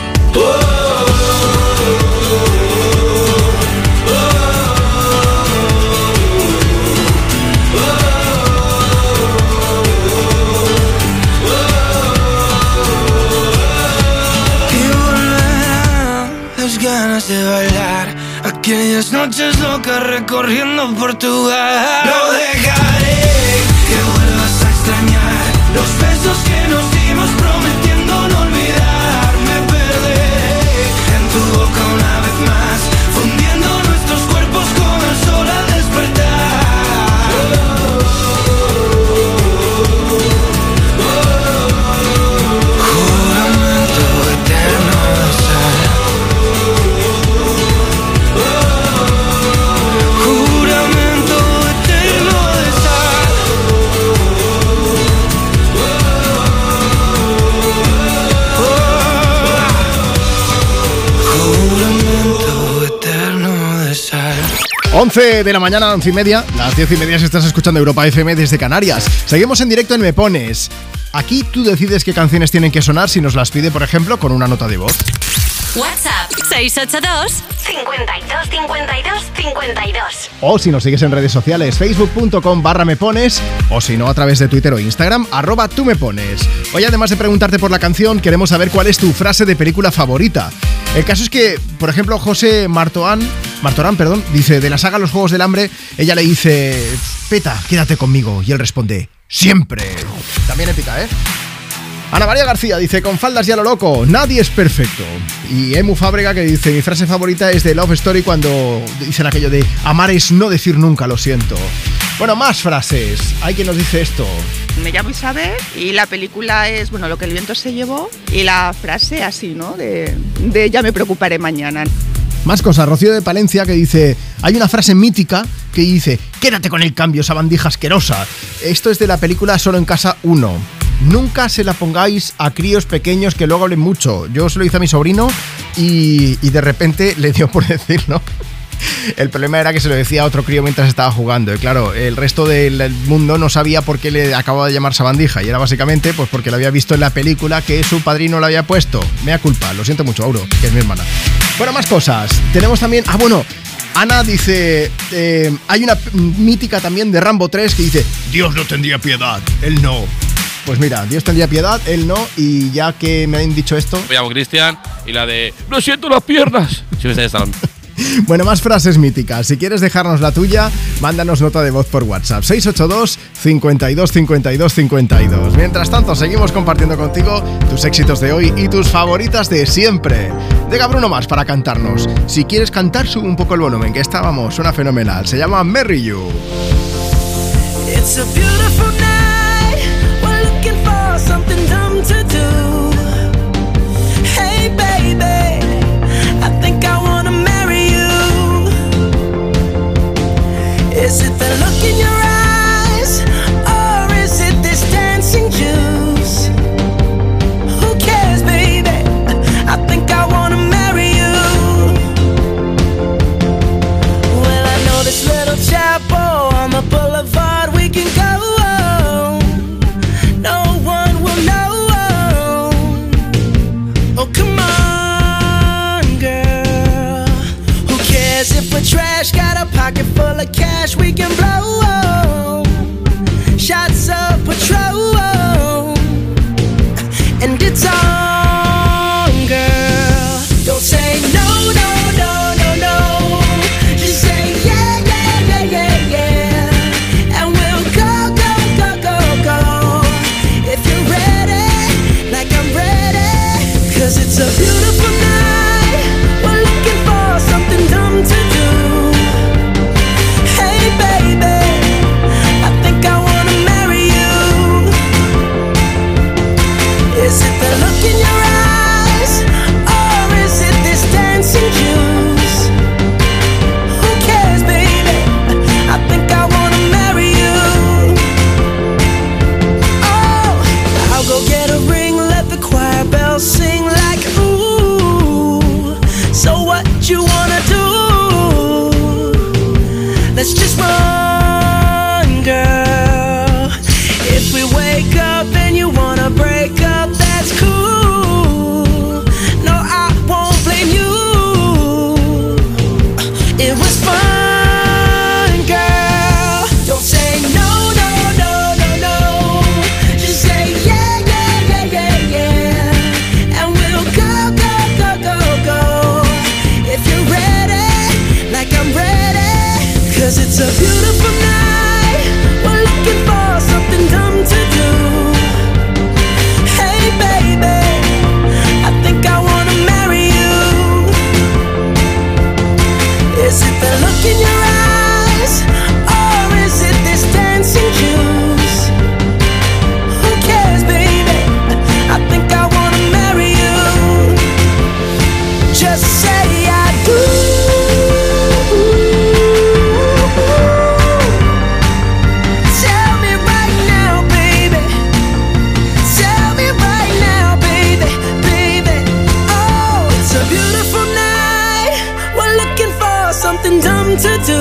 Ganas de bailar, aquellas noches locas recorriendo Portugal. No dejaré que vuelvas a extrañar los besos que nos dimos prometiendo no olvidar. Me perderé en tu boca una vez más, fundiendo nuestros cuerpos con el sol al despertar. Juramento eterno de sal. sal. 11 de la mañana, 11:30, las 10:30 si estás escuchando Europa FM desde Canarias. Seguimos en directo en Me Pones. Aquí tú decides qué canciones tienen que sonar si nos las pide, por ejemplo, con una nota de voz. WhatsApp 682 52 52 52. O si nos sigues en redes sociales, facebook.com/mepones, o si no, a través de Twitter o Instagram, @túmepones. Hoy, además de preguntarte por la canción, queremos saber cuál es tu frase de película favorita. El caso es que, por ejemplo, José Martorán, dice, de la saga Los Juegos del Hambre, ella le dice, Peta, quédate conmigo, y él responde, siempre. También épica, ¿eh? Ana María García dice, con faldas y a lo loco, nadie es perfecto. Y Emu Fábrega, que dice, mi frase favorita es de Love Story, cuando dicen aquello de amar es no decir nunca lo siento. Bueno, más frases. Hay quien nos dice esto. Me llamo Isabel y la película es, bueno, lo que el viento se llevó, y la frase así, ¿no? De ya me preocuparé mañana. Más cosas. Rocío de Palencia, que dice, hay una frase mítica que dice, quédate con el cambio, esa bandija asquerosa. Esto es de la película Solo en Casa 1. Nunca se la pongáis a críos pequeños que luego hablen mucho. Yo se lo hice a mi sobrino y de repente le dio por decirlo. El problema era que se lo decía a otro crío mientras estaba jugando. Y claro, el resto del mundo no sabía por qué le acababa de llamar sabandija. Y era básicamente pues porque lo había visto en la película que su padrino le había puesto. Mea culpa, lo siento mucho, Auro, que es mi hermana. Bueno, más cosas. Tenemos también... Ana dice, hay una mítica también de Rambo 3 que dice, Dios no tendría piedad, él no. Pues mira, Dios tendría piedad, él no. Y ya que me han dicho esto... Me llamo Cristian y la de, no siento las piernas. Si me estáis hablando. Bueno, más frases míticas. Si quieres dejarnos la tuya, mándanos nota de voz por WhatsApp 682 52 52 52. Mientras tanto, seguimos compartiendo contigo tus éxitos de hoy y tus favoritas de siempre. Llega Bruno Mars para cantarnos. Si quieres cantar, sube un poco el volumen, que suena fenomenal. Se llama Marry You. It's a beautiful night. We're looking for something dumb to do. Hey baby, I think I wanna marry you. Is it the look in your eyes, or is it this dancing juice? Who cares, baby? I think I wanna marry you. Well, I know this little chapel on the boulevard we can go. No one will know. Oh, come on. let's just run, girl. If we wake up and you wanna break up, that's cool. No, I won't blame you. It was fun, girl. Don't say no, no, no, no, no. Just say yeah, yeah, yeah, yeah, yeah. And we'll go, go, go, go, go. If you're ready, like I'm ready. 'Cause it's a beautiful night. We're looking for something dumb to do. Hey baby, I think I wanna marry you. Is it the look in your eyes, or is it this dancing juice? Who cares, baby? I think I wanna marry you. Just say I do. Tell me right now, baby. Tell me right now, baby, baby. Oh, it's a beautiful night. We're looking for something dumb to do.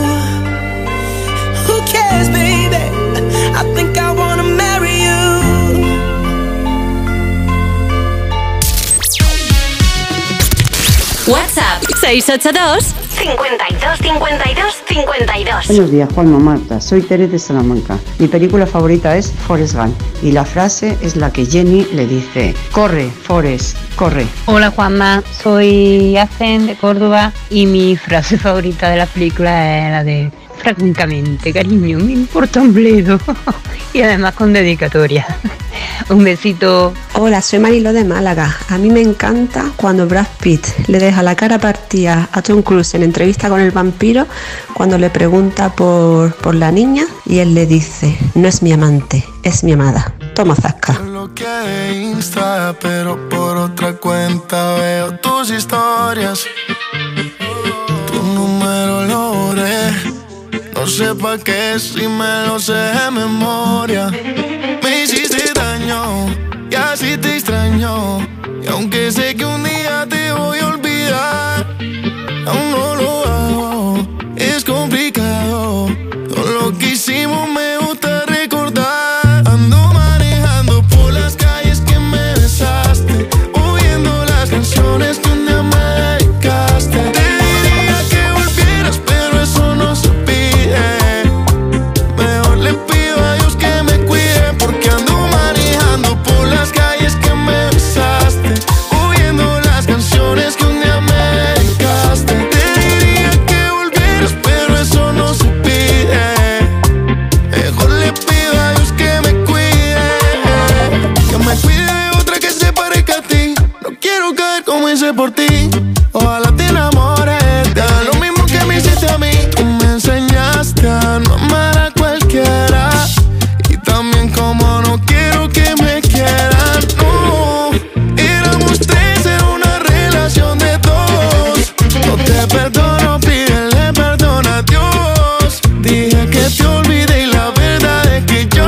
Who cares, baby? I think I wanna marry you. WhatsApp 682 52 52 52. Buenos días, Juanma, Marta. Soy Tere de Salamanca. Mi película favorita es Forrest Gump y la frase es la que Jenny le dice: corre, Forrest, corre. Hola Juanma, soy Asen de Córdoba y mi frase favorita de la película es la de francamente, cariño, me importa un bledo. Y además con dedicatoria. Un besito. Hola, soy Marilo de Málaga. A mí me encanta cuando Brad Pitt le deja la cara partida a Tom Cruise en entrevista con el vampiro cuando le pregunta por la niña y él le dice: no es mi amante, es mi amada. Toma, zasca. Bloqueé de Insta, pero por otra cuenta veo tus historias. Tu número lo borré. No sé pa' qué si me lo sé de memoria. Me hiciste daño y así te extraño. Y aunque sé que un día te voy a olvidar, aún no lo hago, es complicado. Todo lo que hicimos me gusta recordar. Ando manejando por las calles que me besaste, oyendo las canciones que un día me dedicaste. Te diría que volvieras, pero eso no se pide. Mejor le pido a Dios que me cuide, porque ando manejando por las calles que me besaste, oyendo las canciones que un día me dedicaste. Te diría que volvieras, pero eso no se pide. Mejor le pido a Dios que me cuide de otra que se parezca a ti. No quiero caer como hice por ti. Ojalá te enamores, te haga lo mismo que me hiciste a mí. Tú me enseñaste a no amar a cualquiera, y también como no quiero que me quieran. No, éramos tres en una relación de dos. No te perdono, pídele perdón a Dios. Dije que te olvidé y la verdad es que yo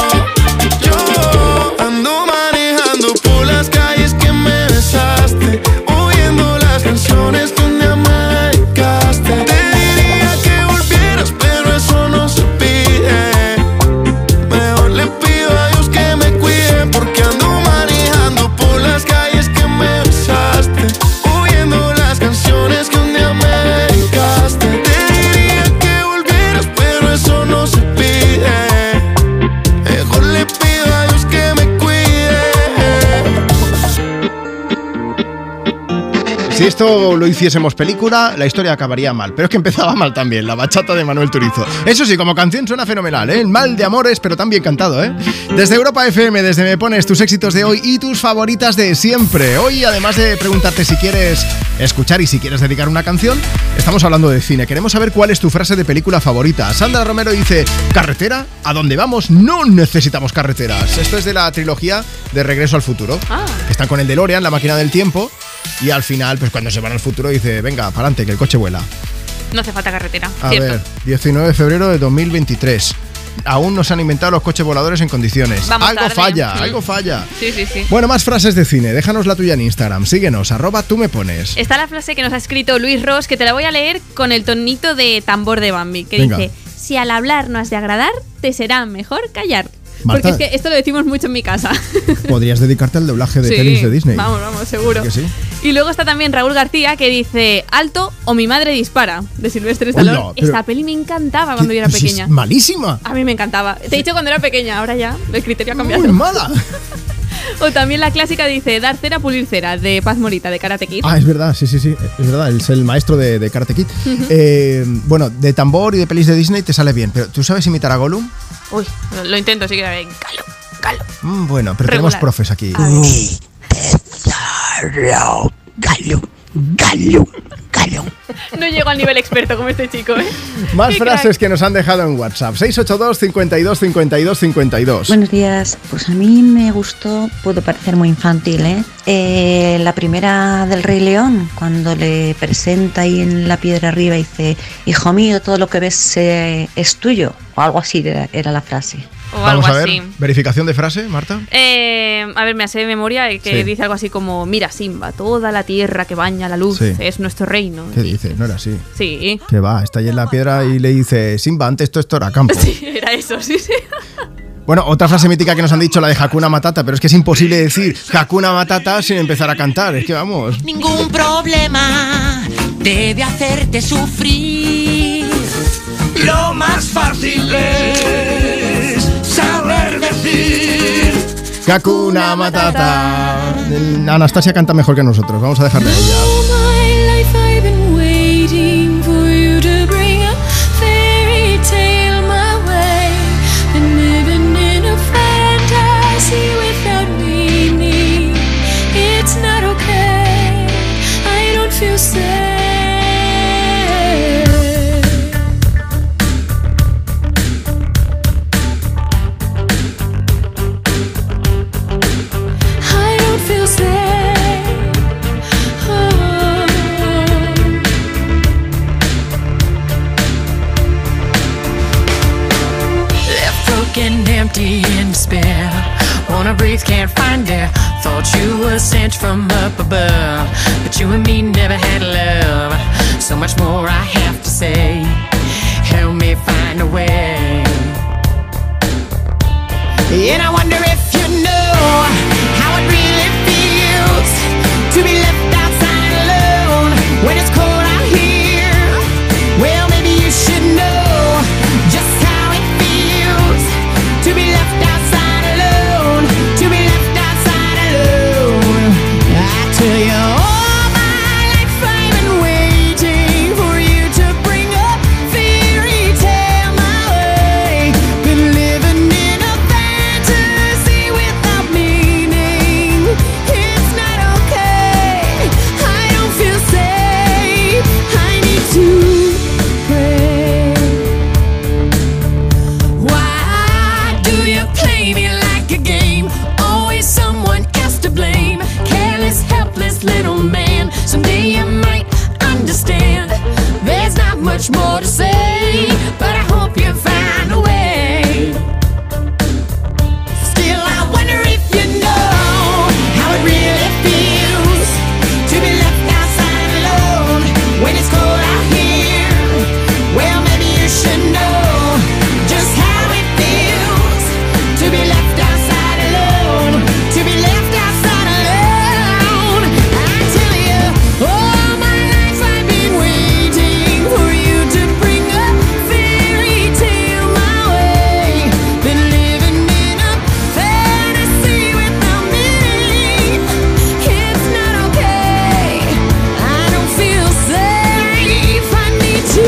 ando manejando por las calles que me besaste, oyendo las canciones que un día me dedicaste. Te diría que volvieras, pero eso no se pide. Mejor le pido a Dios que me cuide, porque ando manejando por las calles que me besaste, oyendo las canciones que un día me dedicaste. Te diría que volvieras, pero eso no se pide. Mejor le pido a Dios que me cuide. Si esto lo hiciésemos película, la historia acabaría mal. Pero es que empezaba mal también, la bachata de Manuel Turizo. Eso sí, como canción suena fenomenal, ¿eh? El mal de amores, pero tan bien cantado, ¿eh? Desde Europa FM, desde Me Pones, tus éxitos de hoy y tus favoritas de siempre. Hoy, además de preguntarte si quieres escuchar y si quieres dedicar una canción, estamos hablando de cine. Queremos saber cuál es tu frase de película favorita. Sandra Romero dice: ¿carretera? ¿A dónde vamos? No necesitamos carreteras. Esto es de la trilogía de Regreso al Futuro. Que están con el DeLorean, la máquina del tiempo, y al final, pues cuando se van al futuro, dice: venga, para adelante, que el coche vuela. No hace falta carretera. A ver, 19 de febrero de 2023. aún no se han inventado los coches voladores en condiciones. Vamos algo tarde. falla, Sí. algo falla. Sí. Bueno, más frases de cine. Déjanos la tuya en Instagram. Síguenos, @tú me pones. Está la frase que nos ha escrito Luis Ross, que te la voy a leer con el tonito de tambor de Bambi, que Venga. dice: si al hablar no has de agradar, te será mejor callar. Marta. Porque es que esto lo decimos mucho en mi casa. Podrías dedicarte al doblaje de Sí, pelis de Disney. Vamos, seguro. ¿Que sí? Y luego está también Raúl García, que dice: alto o mi madre dispara, de Sylvester Stallone. Hola, pero- Esta peli me encantaba cuando yo era Pues es pequeña. malísima. A mí me encantaba. Te he dicho cuando era pequeña, ahora ya el criterio ha cambiado. Muy mala. O también la clásica dice: dar cera, pulir cera, de Paz Morita, de Karate Kid. Ah, es verdad, sí, es verdad, es el maestro de Karate Kid. Bueno, de tambor y de pelis de Disney te sale bien, pero ¿tú sabes imitar a Gollum? Uy, lo intento, sí que a ver. Galo. Bueno, pero Regular. tenemos profes aquí. No llego al nivel experto como este chico, ¿eh? Más Qué frases que nos han dejado en WhatsApp. 682 52 52 52. Buenos días, pues a mí me gustó, puedo parecer muy infantil, la primera del Rey León, cuando le presenta ahí en la piedra arriba y dice: hijo mío, todo lo que ves es tuyo, o algo así era la frase. O Vamos algo a ver, así. verificación de frase, Marta. A ver, me hace de memoria que Sí. dice algo así como: mira, Simba, toda la tierra que baña la luz Sí. es nuestro reino. ¿Qué dice? No era así. Sí. Que va, está ahí en la piedra y le dice: Simba, antes esto era campo. Sí, era eso, sí. Bueno, otra frase mítica que nos han dicho, la de Hakuna Matata, pero es que es imposible decir Hakuna Matata sin empezar a cantar. Es que vamos. Ningún problema debe hacerte sufrir. Lo más fácil es saber decir Hakuna Matata. Anastasia canta mejor que nosotros. Vamos a dejarle a ella. All my life I've been waiting for you to bring a fairy tale my way. Been living in a fantasy without meaning. It's not okay. I don't feel safe. I don't feel safe. Oh. Left broken, empty, in despair. Wanna breathe, can't find air. Thought you were sent from up above, but you and me never had love. So much more I have to say. Help me find a way. And I wonder if you know how it really feels to be left outside alone when it's cold out here. Well, maybe you should know just how it feels to be left outside alone, to be left outside alone. I tell you, all my life I've been waiting for you to bring a fairy tale my way. Been living in a fantasy without meaning. It's not okay. I don't feel safe. I need to pray. Why do you play me like a game? Always someone else to blame. Careless, helpless little man. Someday you might understand. There's not much more to say, but I hope you find a way. Still, I wonder if you know how it really feels to be left outside alone when it's cold out here. Well, maybe you should know just how it feels to be left outside alone, to be left outside alone. I tell you, all my life I've been waiting for you to bring a fairy tale my way. Been living in a fantasy without meaning. It's not okay. I don't feel safe. I need to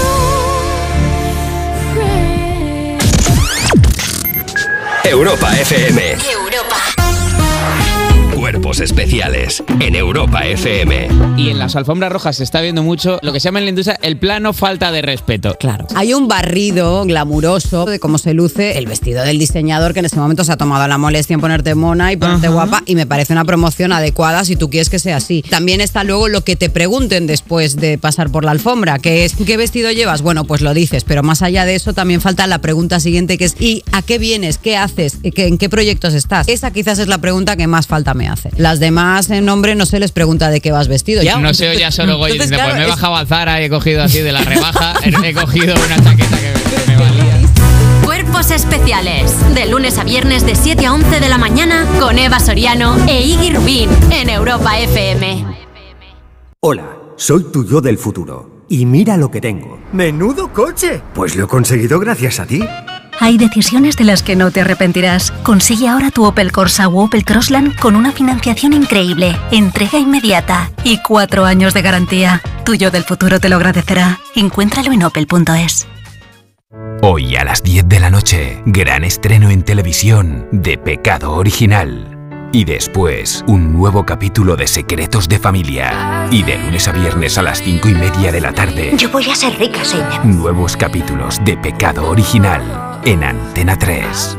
pray. Europa FM. Europa. Cuerpos Especiales en Europa FM. Y en las alfombras rojas se está viendo mucho lo que se llama en la industria el plano falta de respeto. Claro. Hay un barrido glamuroso de cómo se luce el vestido del diseñador, que en este momento se ha tomado la molestia en ponerte mona y ponerte guapa, y me parece una promoción adecuada si tú quieres que sea así. También está luego lo que te pregunten después de pasar por la alfombra, que es ¿qué vestido llevas? Bueno, pues lo dices, pero más allá de eso también falta la pregunta siguiente, que es ¿y a qué vienes? ¿Qué haces? ¿En qué proyectos estás? Esa quizás es la pregunta que más falta me hace. Las demás, en hombre, no se les pregunta de qué vas vestido. Ya. No se oye solo Goy diciendo, claro, pues me he bajado a Zara y he cogido así de la rebaja, he cogido una chaqueta que me valía. Cuerpos Especiales, de lunes a viernes de 7 a 11 de la mañana con Eva Soriano e Iggy Rubín en Europa FM. Hola, soy tu yo del futuro y mira lo que tengo. ¡Menudo coche! Pues lo he conseguido gracias a ti. Hay decisiones de las que no te arrepentirás. Consigue ahora tu Opel Corsa o Opel Crossland con una financiación increíble, entrega inmediata y 4 años de garantía. Tu yo del futuro te lo agradecerá. Encuéntralo en opel.es. Hoy a las 10 de la noche, gran estreno en televisión de Pecado Original. Y después, un nuevo capítulo de Secretos de Familia. Y de lunes a viernes a las 5:30 de la tarde, Yo voy a ser rica, sí. nuevos capítulos de Pecado Original en Antena 3.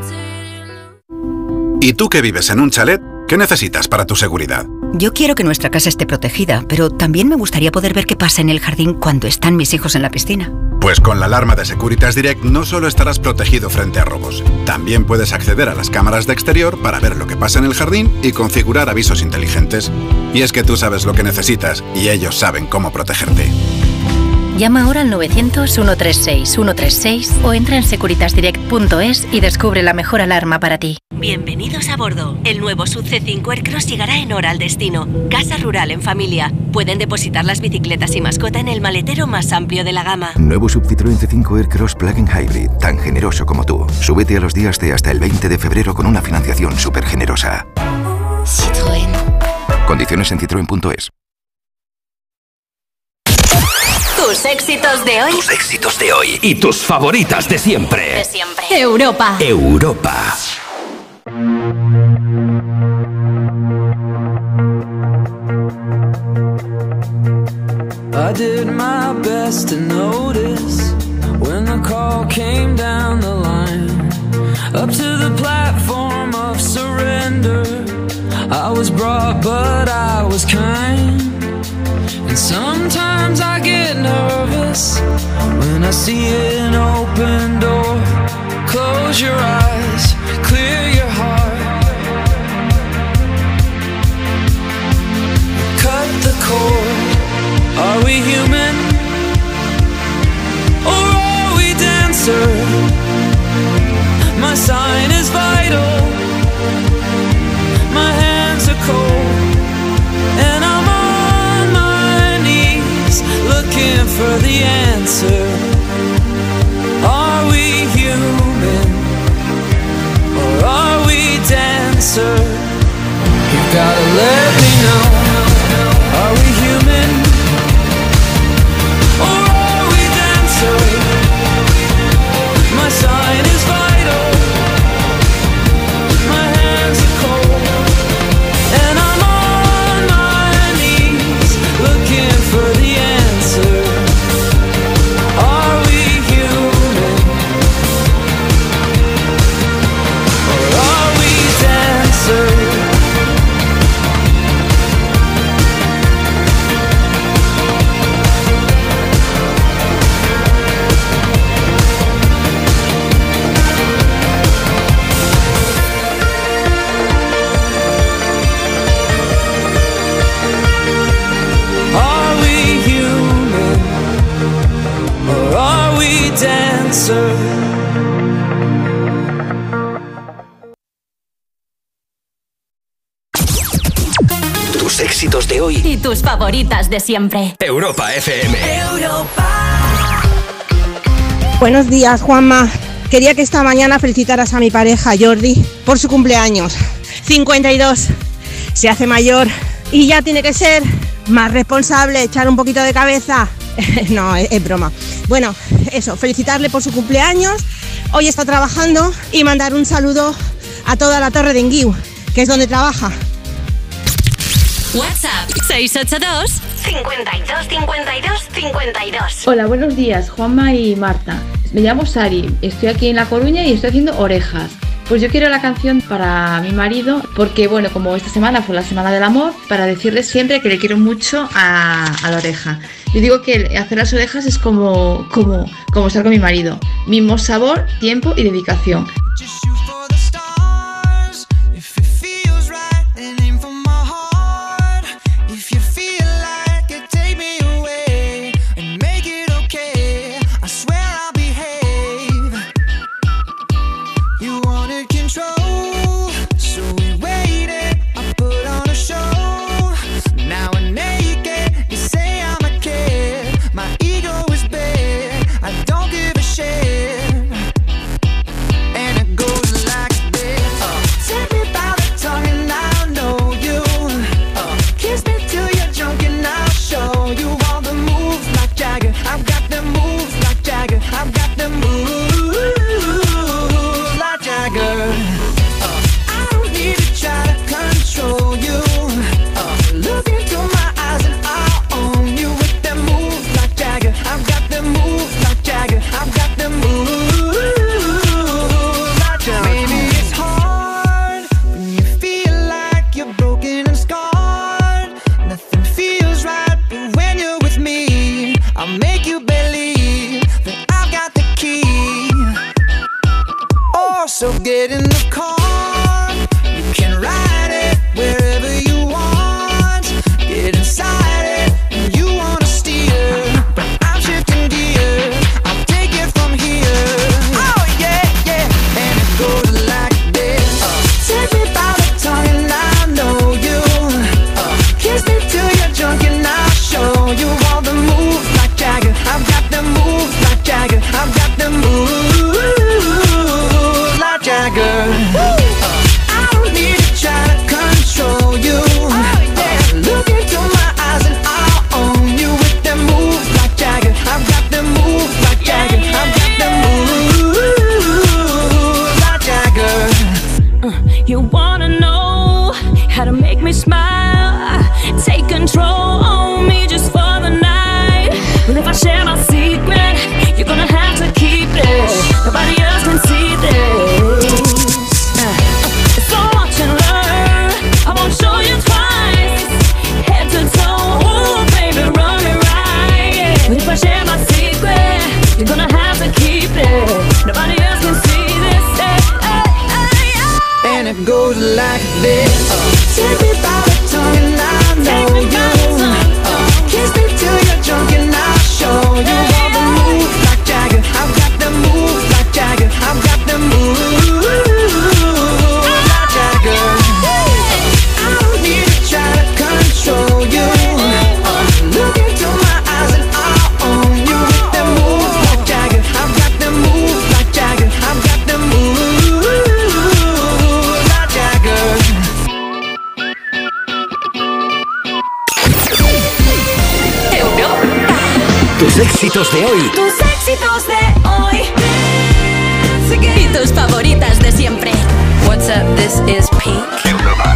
¿Y tú que vives en un chalet? ¿Qué necesitas para tu seguridad? Yo quiero que nuestra casa esté protegida, pero también me gustaría poder ver qué pasa en el jardín cuando están mis hijos en la piscina. Pues con la alarma de Securitas Direct no solo estarás protegido frente a robos, también puedes acceder a las cámaras de exterior para ver lo que pasa en el jardín y configurar avisos inteligentes. Y es que tú sabes lo que necesitas y ellos saben cómo protegerte. Llama ahora al 900-136-136 o entra en securitasdirect.es y descubre la mejor alarma para ti. Bienvenidos a bordo. El nuevo SUV C5 Aircross llegará en hora al destino. Casa rural en familia. Pueden depositar las bicicletas y mascota en el maletero más amplio de la gama. Nuevo Sub Citroën C5 Aircross Plug-in Hybrid, tan generoso como tú. Súbete a los días de hasta el 20 de febrero con una financiación súper generosa. Citroën. Condiciones en citroen.es. Tus éxitos de hoy. Tus éxitos de hoy y tus favoritas de siempre. De siempre. Europa. Europa. I did my best to notice when the call came down the line. Up to the platform of surrender. I was brought, but I was kind. And sometimes I get nervous when I see an open door. Close your eyes, clear your heart. Cut the cord. Are we human? Or are we dancer? My sign is vital. My hands are cold. And I'm on my knees looking for the answer. Are we human? Or are we dancer? You've gotta let me know. Are we human? Or are we dancer? My sign is vital. My hands are cold. And I'm on my knees looking for the answer. Are we human? Or are we dancer? Are we human? Or are we dancer? Tus éxitos de hoy Y tus favoritas de siempre. Europa FM. Buenos días, Juanma. Quería que esta mañana felicitaras a mi pareja, Jordi, por su cumpleaños. 52. Se hace mayor y ya tiene que ser más responsable, echar un poquito de cabeza. No, es broma. Bueno, eso, felicitarle por su cumpleaños. Hoy está trabajando y mandar un saludo a toda la Torre de Enguiu, que es donde trabaja. WhatsApp 682 52 52 52. Hola, buenos días, Juanma y Marta. Me llamo Sari, estoy aquí en La Coruña y estoy haciendo orejas. Pues yo quiero la canción para mi marido porque, bueno, como esta semana fue la Semana del Amor, para decirle siempre que le quiero mucho a la oreja. Yo digo que hacer las orejas es como estar con mi marido. Mismo sabor, tiempo y dedicación. So get in the car, you can ride it wherever you want. Get inside it, and you wanna steer, but I'm shifting gears. I'll take it from here. Oh yeah, yeah, and it goes like this. Take me by the tongue and I know you. Kiss me till you're drunk and I'll show you all the moves like Jagger. I've got the moves like Jagger. I've got the moves. Jagger. I don't need to try to control you. Look into my eyes and I'll own you with them moves like Jagger. I've got them moves like Jagger. I've got them moves like Jagger. You wanna know how to make me smile? Take control on me just for the night. But if I share my secret, you're gonna have to keep it. Nobody else can see this. Share my secret, you're gonna have to keep it. Nobody else can see this. And it goes like this. Take me by the tongue and I know you. Kiss me till you're drunk and I'll show you all the moves like Jagger. I've got the moves like Jagger. I've got the moves like Jagger. I don't need to try to control you. Look into my eyes and I'll own you with the moves like Jagger. I've got the moves like Jagger. I've got the moves like Jagger. Tus éxitos de hoy. Tus éxitos de hoy. Y tus favoritas de siempre. What's up? This is Pink. Europa.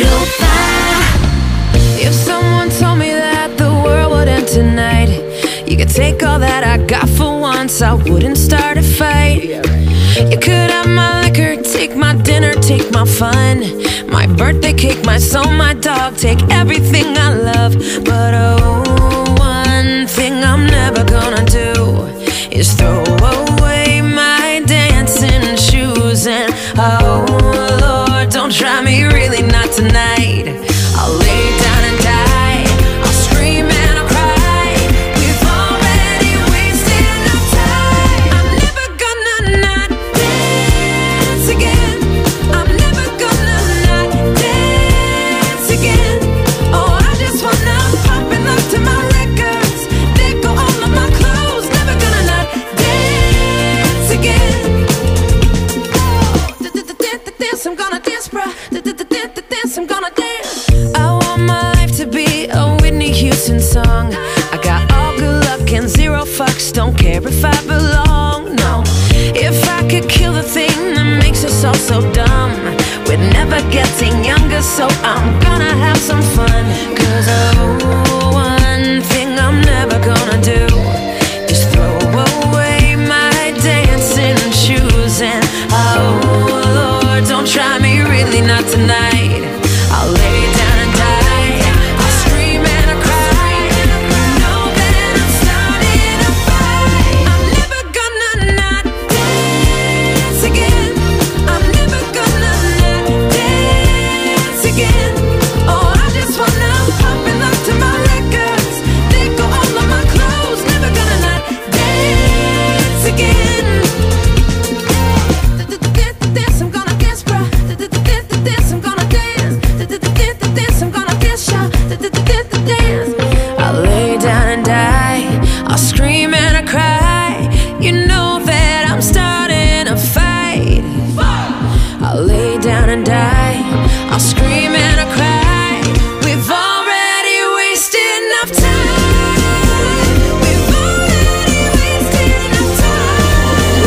If someone told me that the world would end tonight, you could take all that I got for once, I wouldn't start a fight. You could have my liquor, take my dinner, take my fun, my birthday cake, my soul, my dog, take everything I love. But oh, one thing I'm never gonna do is throw away my dancing shoes. And oh Lord, don't try me, really not tonight. I'll lay down and die, I'll scream and I'll cry. We've already wasted enough time. I'm never gonna not dance again. I'm never gonna not dance again. Oh, I just wanna pop and look to my records. They go all of my clothes. Never gonna not dance again. Dance, I'm gonna dance, bruh. Dance, I'm gonna dance. I want my life to be a Whitney Houston song. I got all good luck and zero fucks. Don't care if I belong, no. If I could kill the thing that makes us all so dumb, we're never getting younger, so I'm gonna have some fun. 'Cause one thing I'm never gonna do is throw away my dancing shoes. And oh Lord, don't try me, really not tonight. I'll lay down and die. I'll scream and I'll cry. You know that I'm starting a fight. I'm never gonna not dance again. I'm never gonna not dance again. Oh, I just wanna pop and lock to my records. They go all of my clothes. Never gonna not dance again. Dance, I'm gonna dance, bro. Dance, I'm gonna dance. Dance, I'm gonna dance, y'all. Dance. I'll lay down and die. I'll scream and I cry. You know that I'm starting a fight. I'll lay down and die. I'll scream and I cry. We've already wasted enough time. We've already wasted enough time.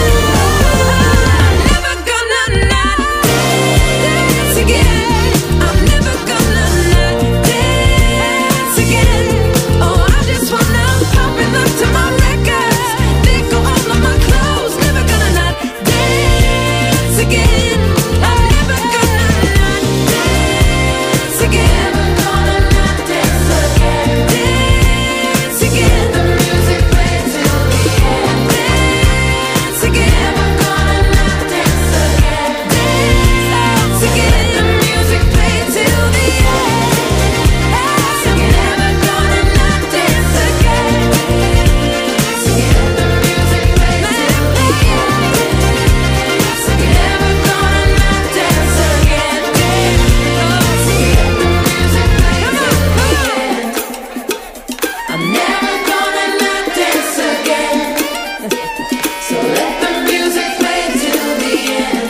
I'm never gonna not dance again. I'm never gonna not dance again. Oh, I just wanna pop and look to my records. They go all of my clothes. Never gonna not dance again. I'm never gonna not dance again. Never gonna not dance again. Dance again. The music plays till the end. Dance again. Never gonna not dance again. Dance again. The music plays till the end. I'm never gonna not dance again. Dance again. The music plays till the end. Never gonna not dance again. Dance again. The music plays till the end. I'm never gonna not dance again. So let the music play till the end.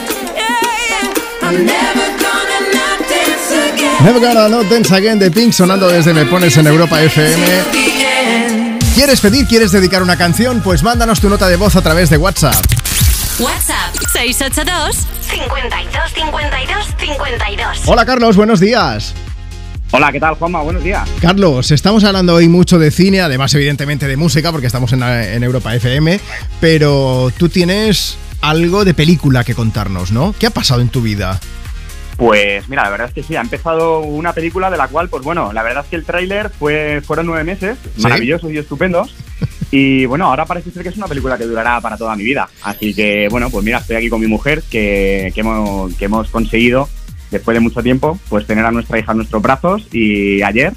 I'm never gonna not dance again. Never Gonna Not Dance Again de Pink sonando desde Me Pones en Europa FM. ¿Quieres pedir, quieres dedicar una canción? Pues mándanos tu nota de voz a través de WhatsApp. WhatsApp 682 52 52 52. Hola Carlos, buenos días. Hola, ¿qué tal, Juanma? Buenos días. Carlos, estamos hablando hoy mucho de cine, además evidentemente de música, porque estamos en Europa FM, pero tú tienes algo de película que contarnos, ¿no? ¿Qué ha pasado en tu vida? Pues mira, la verdad es que sí, ha empezado una película de la cual, pues bueno, la verdad es que el tráiler fueron 9 meses, ¿Sí? maravillosos y estupendos. Y bueno, ahora parece ser que es una película que durará para toda mi vida. Así que bueno, pues mira, estoy aquí con mi mujer, que hemos conseguido, después de mucho tiempo, pues tener a nuestra hija en nuestros brazos. Y ayer,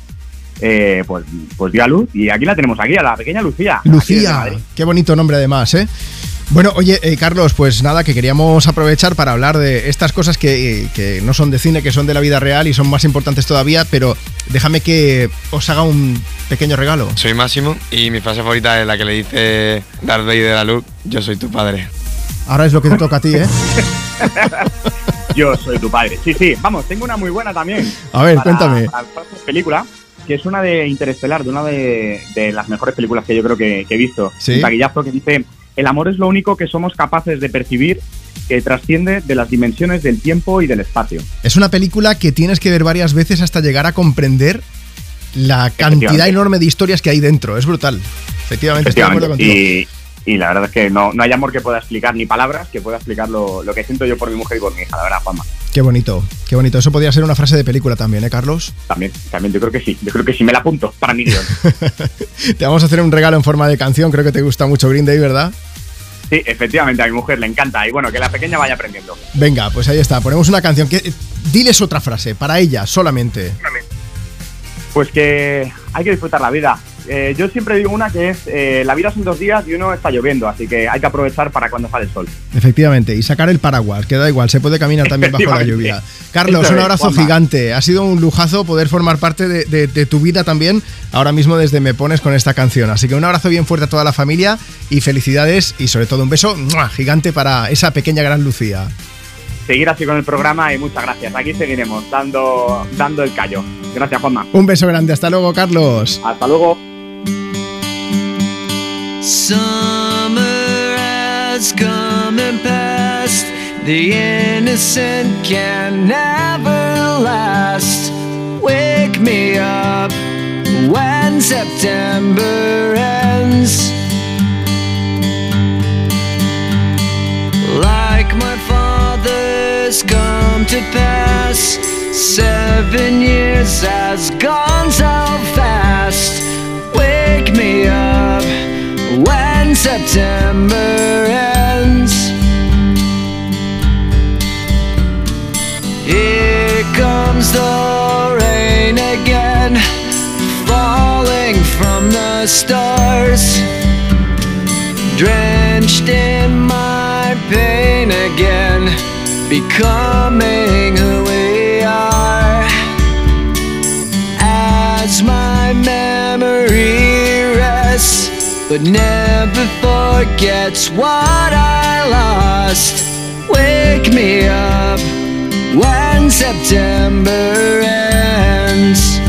pues dio a luz y aquí la tenemos, aquí, a la pequeña Lucía. Lucía, qué bonito nombre además, ¿eh? Bueno, oye, Carlos, pues nada, que queríamos aprovechar para hablar de estas cosas que no son de cine, que son de la vida real y son más importantes todavía, pero déjame que os haga un pequeño regalo. Soy Máximo y mi frase favorita es la que le dice Darth Vader a Luke: yo soy tu padre. Ahora es lo que te toca a ti, ¿eh? Yo soy tu padre. Sí, sí, vamos, tengo una muy buena también. A ver, cuéntame. Para esta película, que es una de Interestelar, de una de las mejores películas que yo creo que he visto. ¿Sí? Un taquillazo que dice: el amor es lo único que somos capaces de percibir, que trasciende de las dimensiones del tiempo y del espacio. Es una película que tienes que ver varias veces hasta llegar a comprender la cantidad enorme de historias que hay dentro. Es brutal. Efectivamente, estoy de acuerdo contigo. Y la verdad es que no hay amor que pueda explicar, ni palabras que pueda explicar lo que siento yo por mi mujer y por mi hija, la verdad, Juanma. Qué bonito, qué bonito. Eso podría ser una frase de película también, ¿eh, Carlos? También, yo creo que sí. Yo creo que sí, me la apunto para mi guión. Te vamos a hacer un regalo en forma de canción. Creo que te gusta mucho Green Day, ¿verdad? Sí, efectivamente, a mi mujer le encanta. Y bueno, que la pequeña vaya aprendiendo. Venga, pues ahí está. Ponemos una canción. Diles otra frase, para ella, solamente. Pues que hay que disfrutar la vida. Yo siempre digo una que es: la vida son 2 días y uno está lloviendo, así que hay que aprovechar para cuando sale el sol. Efectivamente, y sacar el paraguas, que da igual, se puede caminar también bajo la lluvia. Carlos, un abrazo gigante. Ha sido un lujazo poder formar parte de tu vida también, ahora mismo desde Me Pones con esta canción. Así que un abrazo bien fuerte a toda la familia y felicidades, y sobre todo un beso gigante para esa pequeña gran Lucía. Seguir así con el programa y muchas gracias. Aquí seguiremos dando el callo. Gracias, Juanma. Un beso grande. Hasta luego, Carlos. Hasta luego. Summer has come and passed. The innocent can never last. Wake me up when September ends. Like my father's come to pass, 7 years has gone so fast. Wake me up when September ends. Here comes the rain again, falling from the stars, drenched in my pain again, becoming who we are. As my memory rests, but never forgets what I lost. Wake me up when September ends.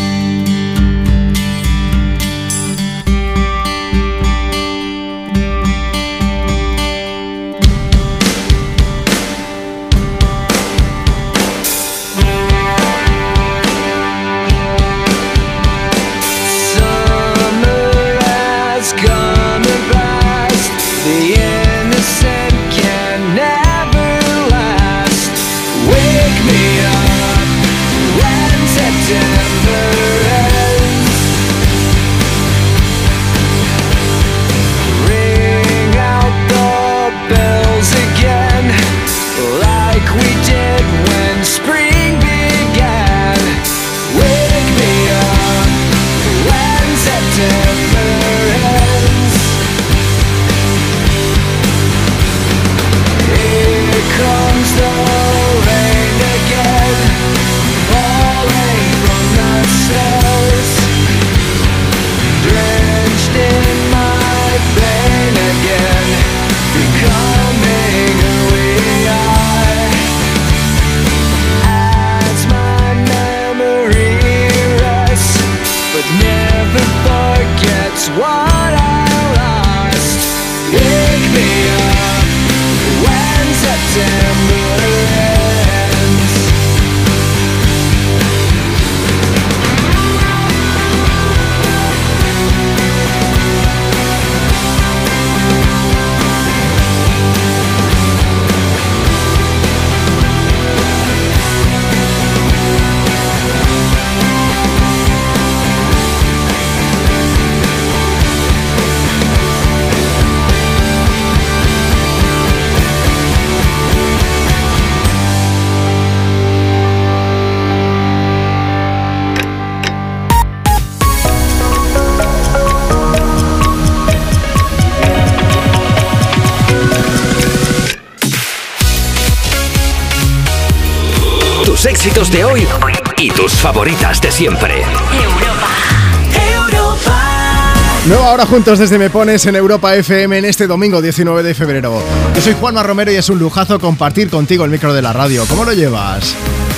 Éxitos de hoy y tus favoritas de siempre. Nueva hora juntos desde Me Pones en Europa FM en este domingo 19 de febrero. Yo soy Juanma Romero y es un lujazo compartir contigo el micro de la radio. ¿Cómo lo llevas?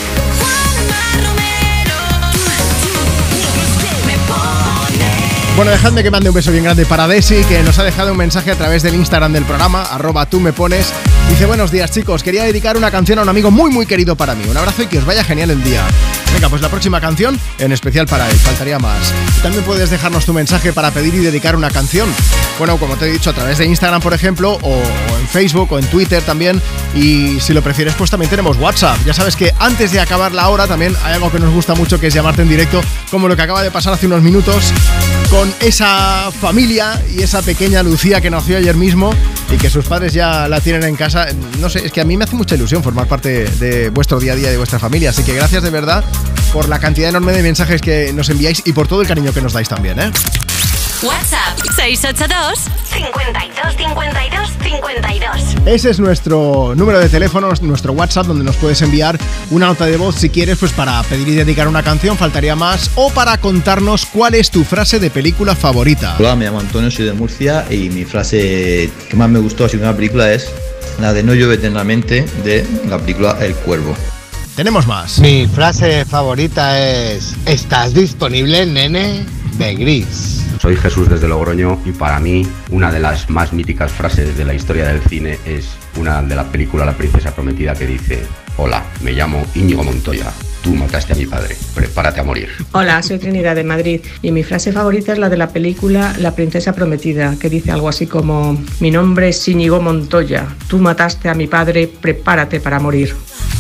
Bueno, dejadme que mande un beso bien grande para Desi, que nos ha dejado un mensaje a través del Instagram del programa, @tumepones. Dice: buenos días, chicos, quería dedicar una canción a un amigo muy muy querido para mí. Un abrazo y que os vaya genial el día. Venga, pues la próxima canción en especial para él, faltaría más. También puedes dejarnos tu mensaje para pedir y dedicar una canción. Bueno, como te he dicho, a través de Instagram, por ejemplo, o en Facebook o en Twitter también. Y si lo prefieres, pues también tenemos WhatsApp. Ya sabes que antes de acabar la hora también hay algo que nos gusta mucho, que es llamarte en directo, como lo que acaba de pasar hace unos minutos con esa familia y esa pequeña Lucía que nació ayer mismo y que sus padres ya la tienen en casa. No sé, es que a mí me hace mucha ilusión formar parte de vuestro día a día, de vuestra familia. Así que gracias de verdad por la cantidad enorme de mensajes que nos enviáis y por todo el cariño que nos dais también, ¿eh? WhatsApp 682 52 52 52. Ese es nuestro número de teléfono, nuestro WhatsApp, donde nos puedes enviar una nota de voz si quieres, pues para pedir y dedicar una canción, faltaría más, o para contarnos cuál es tu frase de película favorita. Hola, me llamo Antonio, soy de Murcia y mi frase que más me gustó así en una película es la de No llueve eternamente, de la película El Cuervo. Tenemos más. Mi frase favorita es: ¿estás disponible, nene? De Gris. Soy Jesús desde Logroño y para mí una de las más míticas frases de la historia del cine es una de la película La princesa prometida que dice: hola, me llamo Íñigo Montoya, Tú mataste a mi padre, prepárate a morir. Hola, soy Trinidad de Madrid y mi frase favorita es la de la película La princesa prometida, que dice algo así como: mi nombre es Íñigo Montoya, tú mataste a mi padre, prepárate para morir.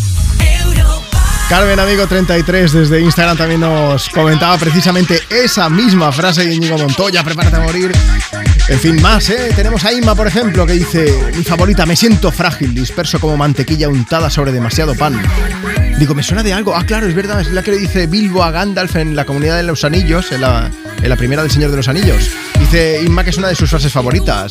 Carmen Amigo 33 desde Instagram también nos comentaba precisamente esa misma frase de Íñigo Montoya, prepárate a morir. En fin, más, tenemos a Inma, por ejemplo, que dice: mi favorita, me siento frágil, disperso como mantequilla untada sobre demasiado pan. Digo, ¿me suena de algo? Ah, claro, es verdad, es la que le dice Bilbo a Gandalf en la Comunidad de los Anillos, en la primera del Señor de los Anillos. Dice Inma que es una de sus frases favoritas.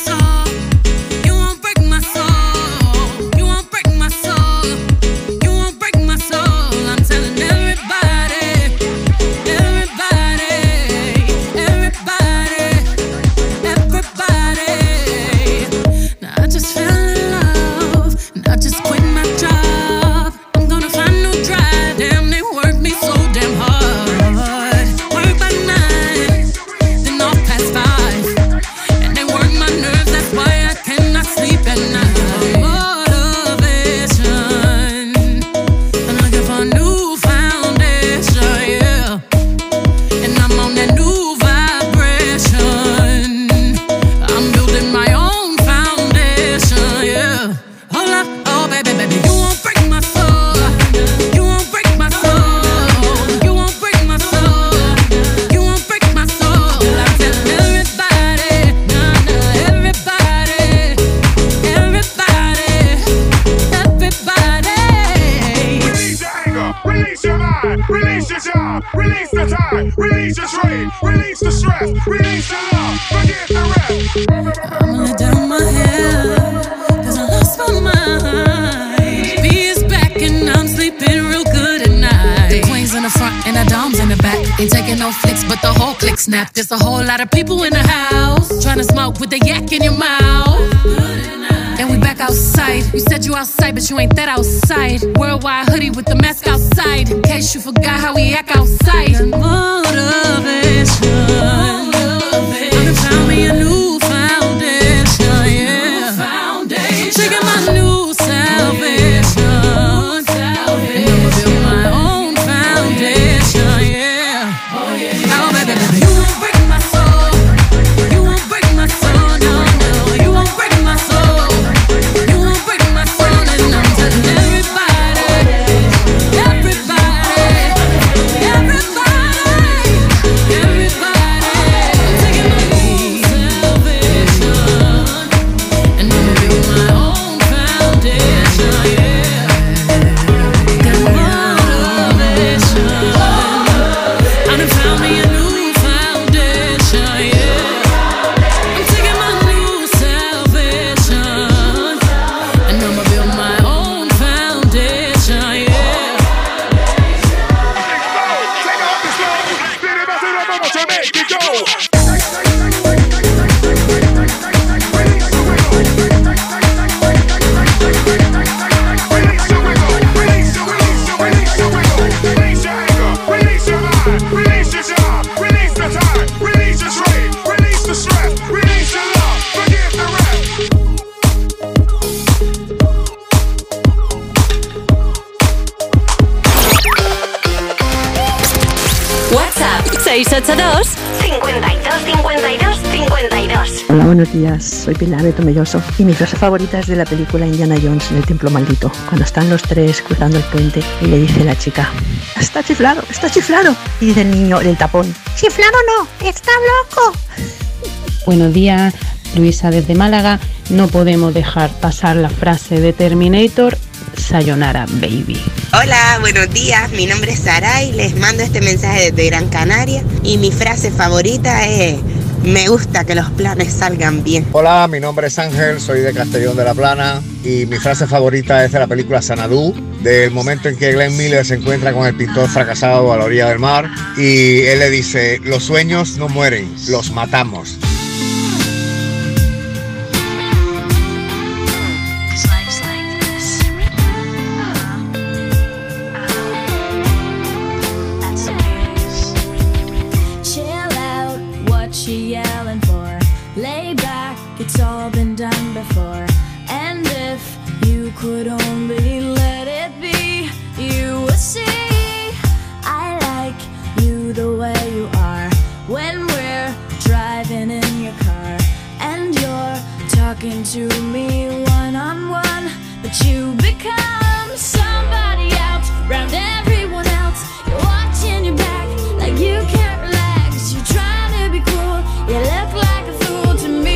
Snap. There's a whole lot of people in the house trying to smoke with the yak in your mouth. And we back outside. You said you outside, but you ain't that outside. Worldwide hoodie with the mask outside. In case you forgot how we act outside. Motivation. I found me a new foundation. Yeah. Taking my new salvation. And I'ma build my own foundation. Yeah. Oh yeah. Oh baby, baby. WhatsApp 682 52 52 52. Hola, buenos días. Soy Pilar de Tomelloso y mi frase favorita es de la película Indiana Jones en el Templo Maldito, cuando están los tres cruzando el puente y le dice la chica: está chiflado, está chiflado. Y dice el niño del tapón: chiflado no, está loco. Buenos días, Luisa desde Málaga. No podemos dejar pasar la frase de Terminator: sayonara, baby. Hola, buenos días, mi nombre es Saray, les mando este mensaje desde Gran Canaria y mi frase favorita es: me gusta que los planes salgan bien. Hola, mi nombre es Ángel, soy de Castellón de la Plana y mi frase favorita es de la película Xanadu, del momento en que Glenn Miller se encuentra con el pintor fracasado a la orilla del mar y él le dice: los sueños no mueren, los matamos. Could only let it be, you would see. the way you are when we're driving in your car and you're talking to me one-on-one, but you become somebody else around everyone else. You're watching your back like you can't relax. You're trying to be cool, you look like a fool to me.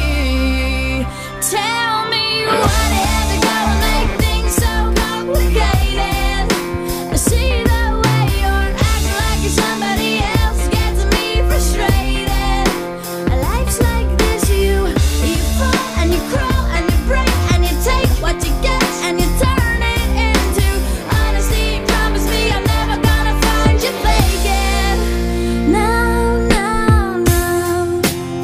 Tell me what is it gonna make things so complicated? I see the way you're acting like you're somebody else gets me frustrated. Life's like this, you fall and you crawl and you break and you take what you get and you turn it into honesty. Promise me I'm never gonna find you faking. No, no, no.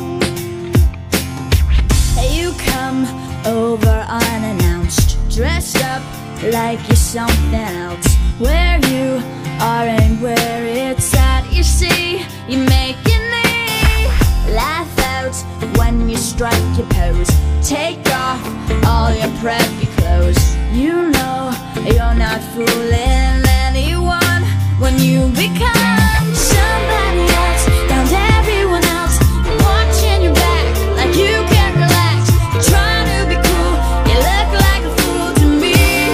You come over unannounced, dressed up like you're something else. Where you are and where it's at, you see, you're making me laugh out when you strike your pose. Take off all your preppy clothes. You know you're not fooling anyone when you become somebody else down to everyone else. You're watching your back like you can't relax. You're trying to be cool, you look like a fool to me.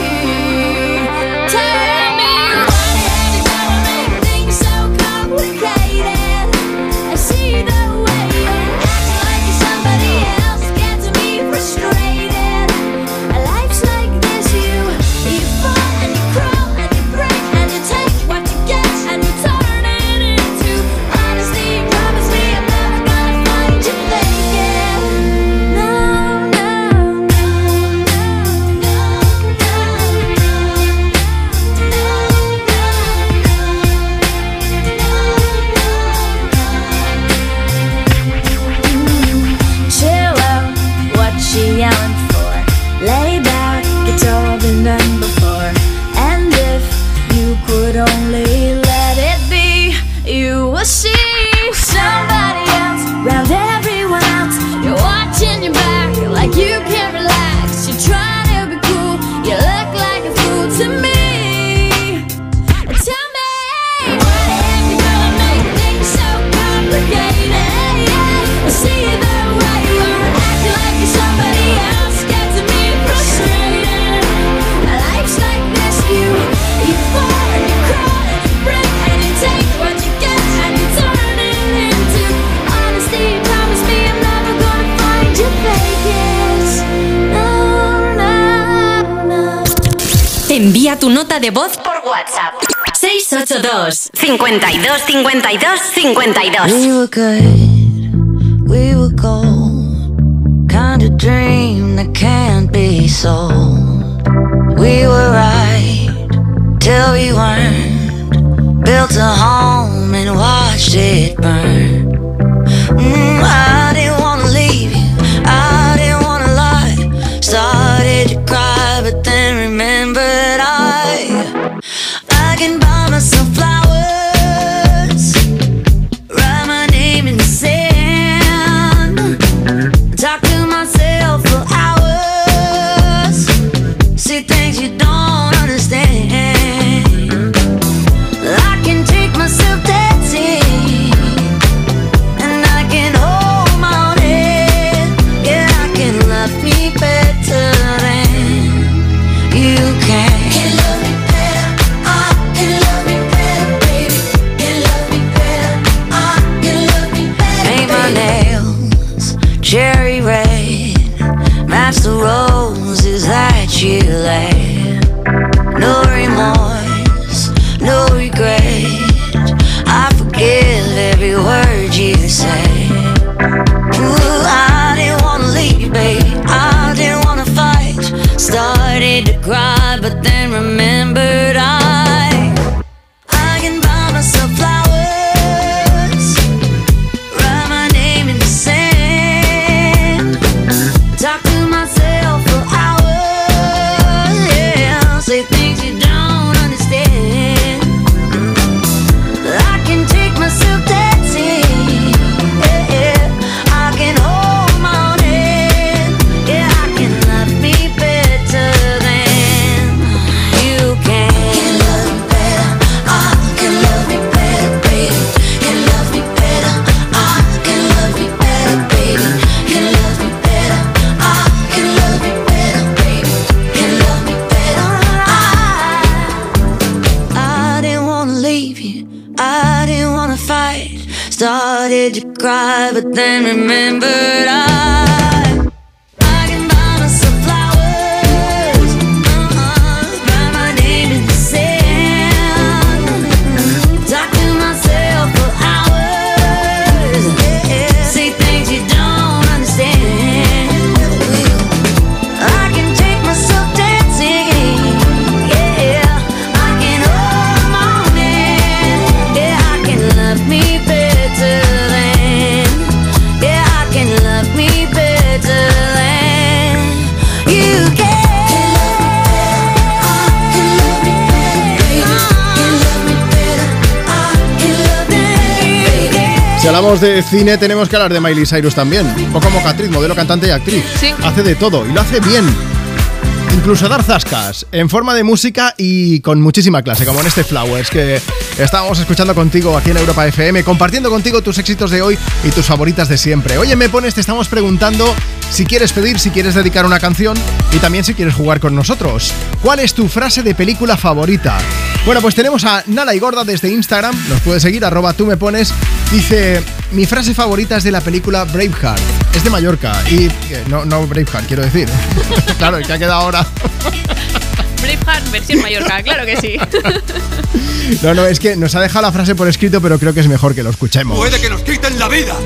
Tell me what is it gonna make things so complicated? I see the way you're acting like you're somebody else gets me frustrated. Life's like this, you fall and you crawl and you break and you take what you get and you turn it into honesty. Promise me I'm never gonna find you faking. No, no, no, chill out, what you yelling for? Lay back, it's all been done before. And if you could only let it be, you will see somebody else round everyone else. You're watching your back like you can't relax. You're trying to be cool, you look like a fool to me. Tell me what is it gonna make things so complicated? I see the way you're acting like you're somebody else gets me frustrated. Life's like this, you fall and you crawl and you break and you take what you get and you turn it into honesty. Promise me I'm never gonna find you faking. No, no, no. Envía tu nota de voz por WhatsApp. 682 52 52 52. We were good, we were gold, kind of dream that can't be sold. We were right till we weren't, built a home and watched it burn. I didn't wanna leave you, I didn't wanna lie. Started to cry but then remembered I can buy myself flowers, write my name in the sand, talk to myself for hours, see things you don't understand. I can take myself dancing, and I can hold my own head. Yeah, I can love me better than you can. Can love me better, can love me better, baby. Can love me better, can love me better. Paint my nails cherry red, match the roses that you laid. No remorse, no regret, I forgive every word you say. Ooh, I didn't wanna leave, babe, I didn't wanna fight. Started to cry, but then remembered I can buy myself flowers, write my name in the sand, talk to myself for hours, yeah, say things you don't understand. did you cry? But then remembered I can buy myself flowers, write my name in the sand, talk to myself for hours, say things you don't understand. I can take myself dancing, yeah, I can hold the morning, yeah, I can love me better than, yeah, I can love me better than you can. Si hablamos de cine, tenemos que hablar de Miley Cyrus también. Un poco mocatriz, modelo, cantante y actriz. Sí. Hace de todo y lo hace bien. Incluso dar zascas en forma de música y con muchísima clase, como en este Flowers que estábamos escuchando contigo aquí en Europa FM, compartiendo contigo tus éxitos de hoy y tus favoritas de siempre. Oye, Me Pones, te estamos preguntando si quieres pedir, si quieres dedicar una canción y también si quieres jugar con nosotros. ¿Cuál es tu frase de película favorita? Bueno, pues tenemos a Nala y Gorda desde Instagram, nos puedes seguir, @tú me pones. Dice, mi frase favorita es de la película Braveheart, es de Mallorca y... No Braveheart, quiero decir. Claro, el que ha quedado ahora. Braveheart versión Mallorca, claro que sí. No, es que nos ha dejado la frase por escrito, pero creo que es mejor que lo escuchemos. Puede que nos quiten la vida,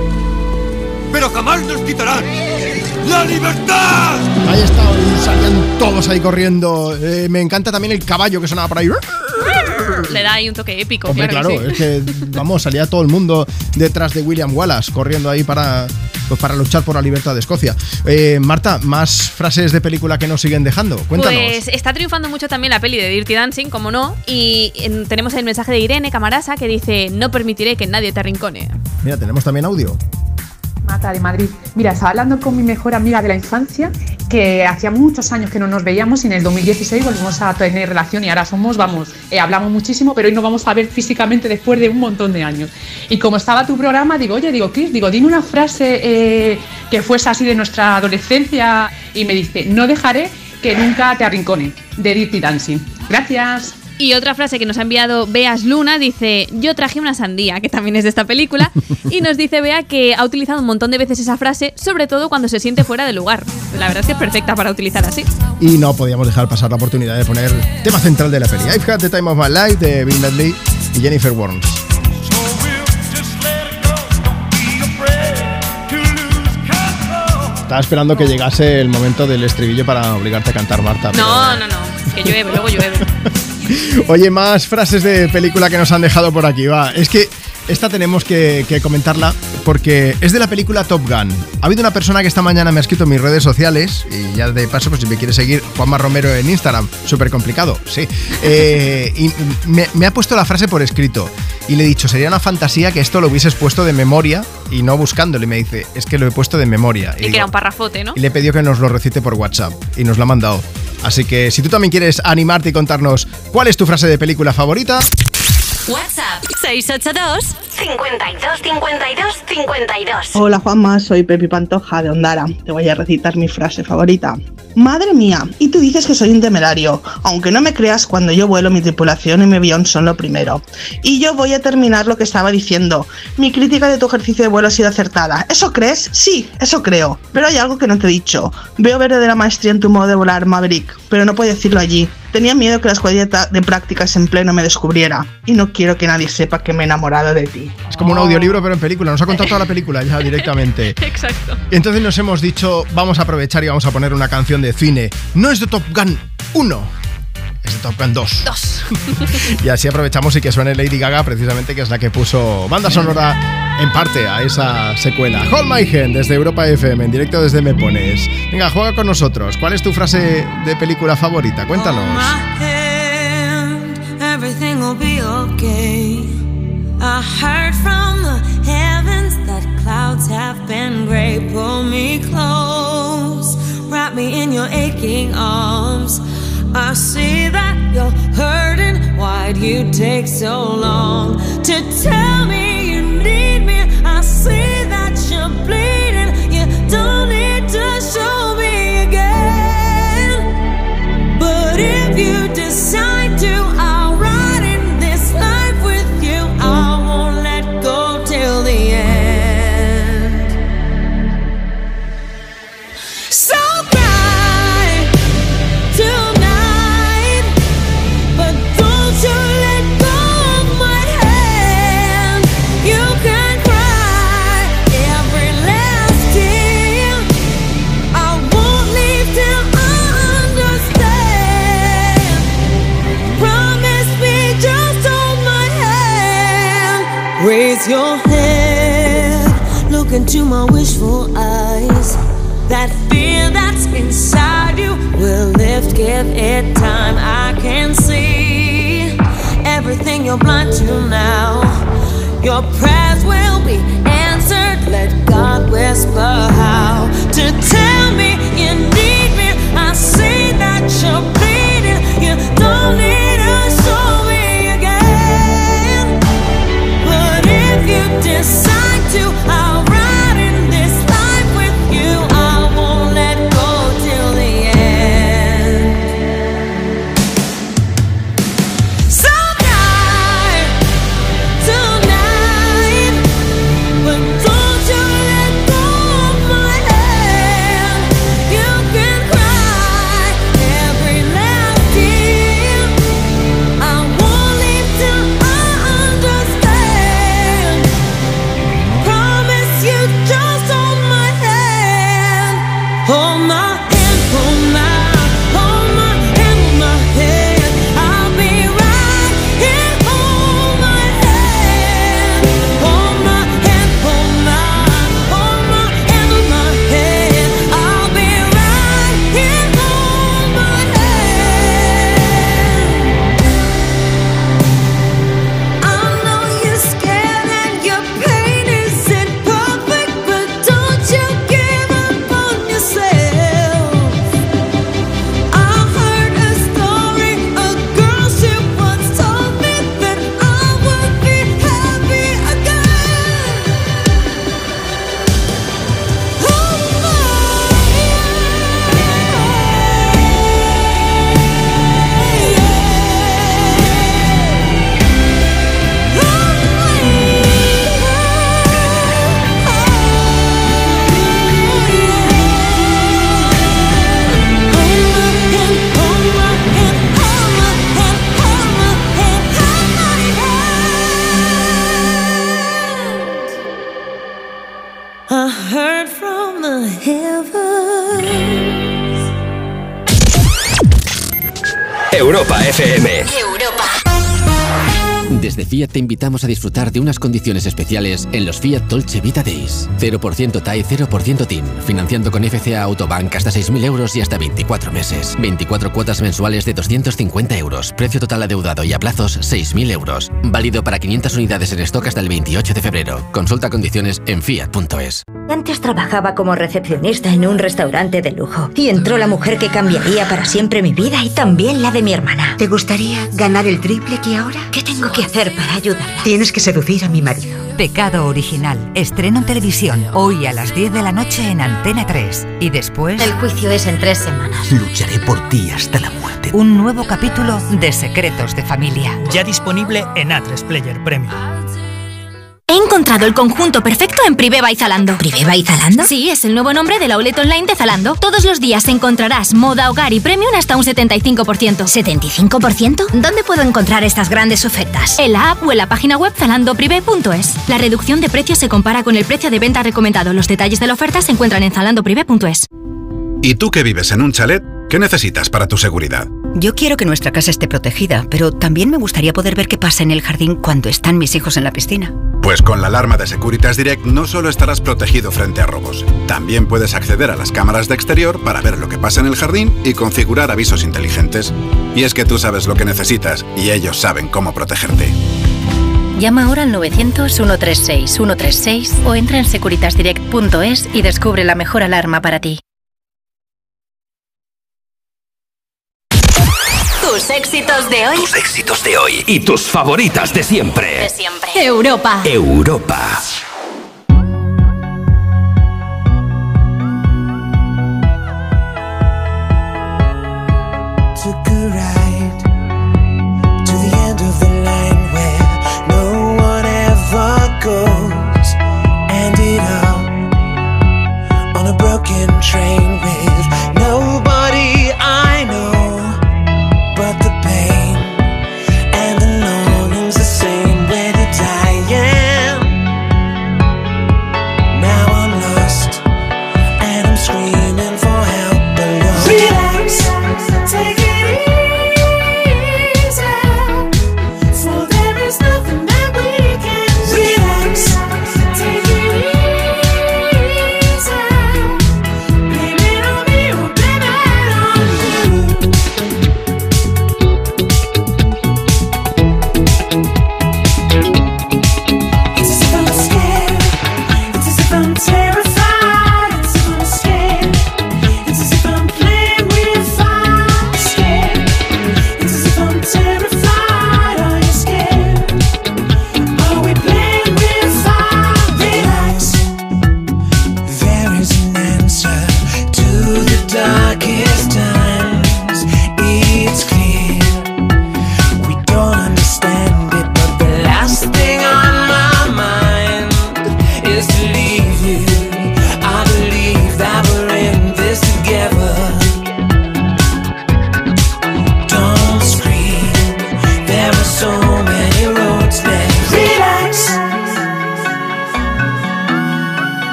pero jamás nos quitarán ¡la libertad! Ahí está, salían todos ahí corriendo. Me encanta también el caballo que sonaba por ahí. Le da ahí un toque épico. Hombre, claro, que sí. Es que, vamos, salía todo el mundo detrás de William Wallace, corriendo ahí para luchar por la libertad de Escocia. Marta, más frases de película que nos siguen dejando. Cuéntanos. Pues está triunfando mucho también la peli de Dirty Dancing, como no, y tenemos el mensaje de Irene Camarasa que dice: no permitiré que nadie te arrincone. Mira, tenemos también audio. Marta de Madrid. Mira, estaba hablando con mi mejor amiga de la infancia, que hacía muchos años que no nos veíamos y en el 2016 volvimos a tener relación y ahora somos, hablamos muchísimo, pero hoy nos vamos a ver físicamente después de un montón de años. Y como estaba tu programa, digo, Chris, dime una frase que fuese así de nuestra adolescencia, y me dice: no dejaré que nunca te arrincone, de Dirty Dancing. Gracias. Y otra frase que nos ha enviado Beas Luna dice: yo traje una sandía, que también es de esta película, y nos dice Bea que ha utilizado un montón de veces esa frase, sobre todo cuando se siente fuera de lugar. La verdad es que es perfecta para utilizar así. Y no podíamos dejar pasar la oportunidad de poner tema central de la peli, I've Had the Time of My Life, de Bill Medley y Jennifer Warnes. Estaba esperando que llegase el momento del estribillo para obligarte a cantar, Marta. No, es que llueve, luego llueve. Oye, más frases de película que nos han dejado por aquí, va. Es que esta tenemos que comentarla porque es de la película Top Gun. Ha habido una persona que esta mañana me ha escrito en mis redes sociales, y ya de paso, pues si me quiere seguir, Juanma Romero en Instagram. Súper complicado, sí. Y me ha puesto la frase por escrito y le he dicho, sería una fantasía que esto lo hubieses puesto de memoria y no buscándolo. Y me dice, es que lo he puesto de memoria. Y que era un parrafote, ¿no? Y le he pedido que nos lo recite por WhatsApp y nos lo ha mandado. Así que si tú también quieres animarte y contarnos cuál es tu frase de película favorita... WhatsApp 682 52 52 52. Hola Juanma, soy Pepi Pantoja de Ondara. Te voy a recitar mi frase favorita. Madre mía, y tú dices que soy un temerario. Aunque no me creas, cuando yo vuelo, mi tripulación y mi avión son lo primero. Y yo voy a terminar lo que estaba diciendo. Mi crítica de tu ejercicio de vuelo ha sido acertada. ¿Eso crees? Sí, eso creo. Pero hay algo que no te he dicho. Veo verdadera maestría en tu modo de volar, Maverick, pero no puedo decirlo allí. Tenía miedo que la escuadrilla de prácticas en pleno me descubriera. Y no quiero que nadie sepa que me he enamorado de ti. Es como un audiolibro, pero en película. Nos ha contado toda la película ya directamente. Exacto. Y entonces nos hemos dicho, vamos a aprovechar y vamos a poner una canción de cine. No es de Top Gun 1, es de Top Gun 2. Y así aprovechamos y que suene Lady Gaga, precisamente, que es la que puso banda sonora en parte a esa secuela. Hold My Hand desde Europa FM, en directo desde Me Pones. Venga, juega con nosotros. ¿Cuál es tu frase de película favorita? Cuéntanos. Everything will be okay. I heard from the heavens that clouds have been gray. Pull me close, wrap me in your aching arms. I see that you're hurting. Why'd you take so long to tell me you need me? I see that you're bleeding. You don't need to show me again. But if you decide to, I'll ride in this life with you. I won't let go till the end. Raise your head, look into my wishful eyes. That fear that's inside you will lift, give it time. I can see everything you're blind to now. Your prayers will be answered. Let God whisper how to tell me you need me. I see that you're bleeding. You don't need to show me again. But if you decide to, I'll ride in this life with you. I won't let go till the end. Sometime, tonight, but don't you let go of my hand. You can cry every last tear. I won't leave till I understand. Promise you, just hold my hand. Hold my hand, hold my, hold my hand, hold my hand. I'll be right here. Hold my hand, hold my hand, hold my, hold my hand, hold my hand. I'll be right here. Hold my hand. I know you're scared and your pain isn't perfect, but don't you give up on yourself. I heard a story, a girl, she once told me that I would be happy again. Hold my I heard from the heavens. Europa FM. Desde Fiat te invitamos a disfrutar de unas condiciones especiales en los Fiat Dolce Vita Days. 0% TAE, 0% TIN. Financiando con FCA Autobank hasta 6.000 euros y hasta 24 meses. 24 cuotas mensuales de 250 euros. Precio total adeudado y a plazos 6.000 euros. Válido para 500 unidades en stock hasta el 28 de febrero. Consulta condiciones en fiat.es. Antes trabajaba como recepcionista en un restaurante de lujo y entró la mujer que cambiaría para siempre mi vida y también la de mi hermana. ¿Te gustaría ganar el triple que ahora? ¿Qué tengo que hacer para ayudarla? Tienes que seducir a mi marido. Pecado original. Estreno en televisión hoy a las 10 de la noche en Antena 3. Y después... El juicio es en 3 semanas. Lucharé por ti hasta la muerte. Un nuevo capítulo de Secretos de Familia. Ya disponible en A3 Player Premium. He encontrado el conjunto perfecto en Privé by Zalando. ¿Privé by Zalando? Sí, es el nuevo nombre del outlet online de Zalando. Todos los días encontrarás moda, hogar y premium hasta un 75%. ¿75%? ¿Dónde puedo encontrar estas grandes ofertas? En la app o en la página web zalandoprivé.es. La reducción de precios se compara con el precio de venta recomendado. Los detalles de la oferta se encuentran en zalandoprivé.es. ¿Y tú que vives en un chalet? ¿Qué necesitas para tu seguridad? Yo quiero que nuestra casa esté protegida, pero también me gustaría poder ver qué pasa en el jardín cuando están mis hijos en la piscina. Pues con la alarma de Securitas Direct no solo estarás protegido frente a robos, también puedes acceder a las cámaras de exterior para ver lo que pasa en el jardín y configurar avisos inteligentes. Y es que tú sabes lo que necesitas y ellos saben cómo protegerte. Llama ahora al 900-136-136 o entra en securitasdirect.es y descubre la mejor alarma para ti. Tus éxitos de hoy. Tus éxitos de hoy y tus favoritas de siempre. De siempre. Europa. Europa. Took a ride to the end of the line where no one ever goes. Ended up on a broken train with nobody I know. But the pain and the longing's the same way that I am. Now I'm lost and I'm screaming for help alone. Relax, take it easy, for there is nothing that we can do. Relax,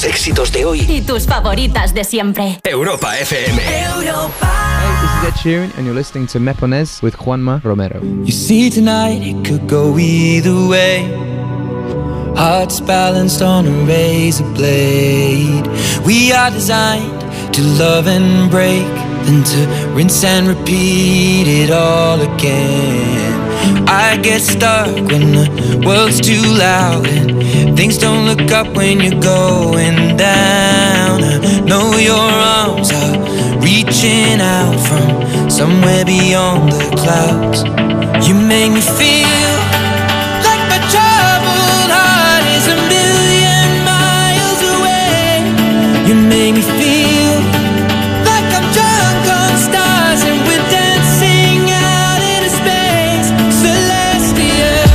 éxitos de hoy y tus favoritas de siempre. Europa FM. Hey, this is Ed Sheeran and you're listening to Me Pones with Juanma Romero. You see tonight it could go either way. Hearts balanced on a razor blade. We are designed to love and break, then to rinse and repeat it all again. I get stuck when the world's too loud and things don't look up when you're going down. I know your arms are reaching out from somewhere beyond the clouds. You make me feel like my troubled heart is a million miles away. You make me feel like I'm drunk on stars and we're dancing out into space, celestial.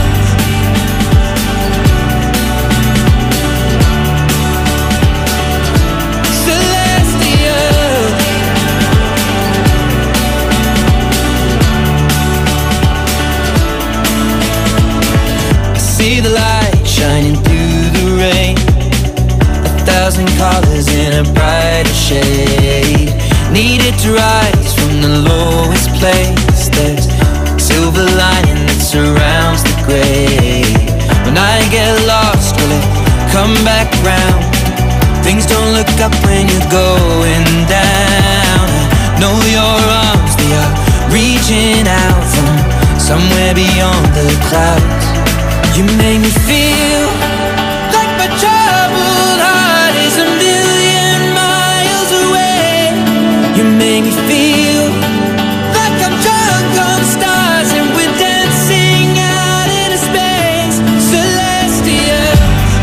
Celestial. I see the light shining through the rain, 1,000 colors in a brighter shade. Needed to rise from the lowest place. There's silver lining that surrounds the gray. When I get lost, will it come back round? Things don't look up when you're going down. I know your arms, they are reaching out from somewhere beyond the clouds. You make me feel like my troubled heart is a million miles away. You make me feel like I'm drunk on stars and we're dancing out into space, celestial.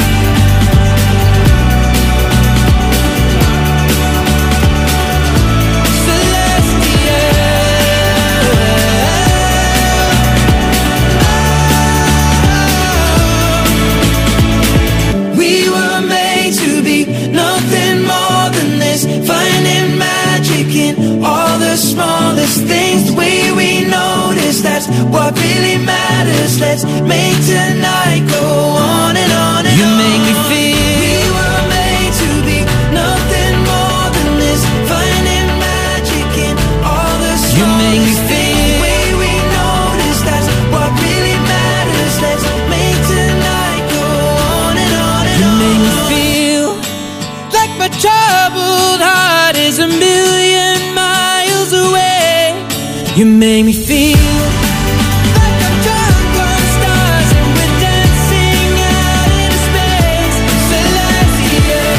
We were made to be nothing more than this, finding magic in all the smallest things. The way we notice, that's what really matters. Let's make tonight go on and on and on. You make me feel we were made to be nothing more than this, finding magic in all the smallest things. You make me feel the way we notice, that's what really matters. Let's make tonight go on and on and on. You make me feel like my troubled heart is a million miles away. You make me feel like I'm drunk on stars and we're dancing out into space, celestial.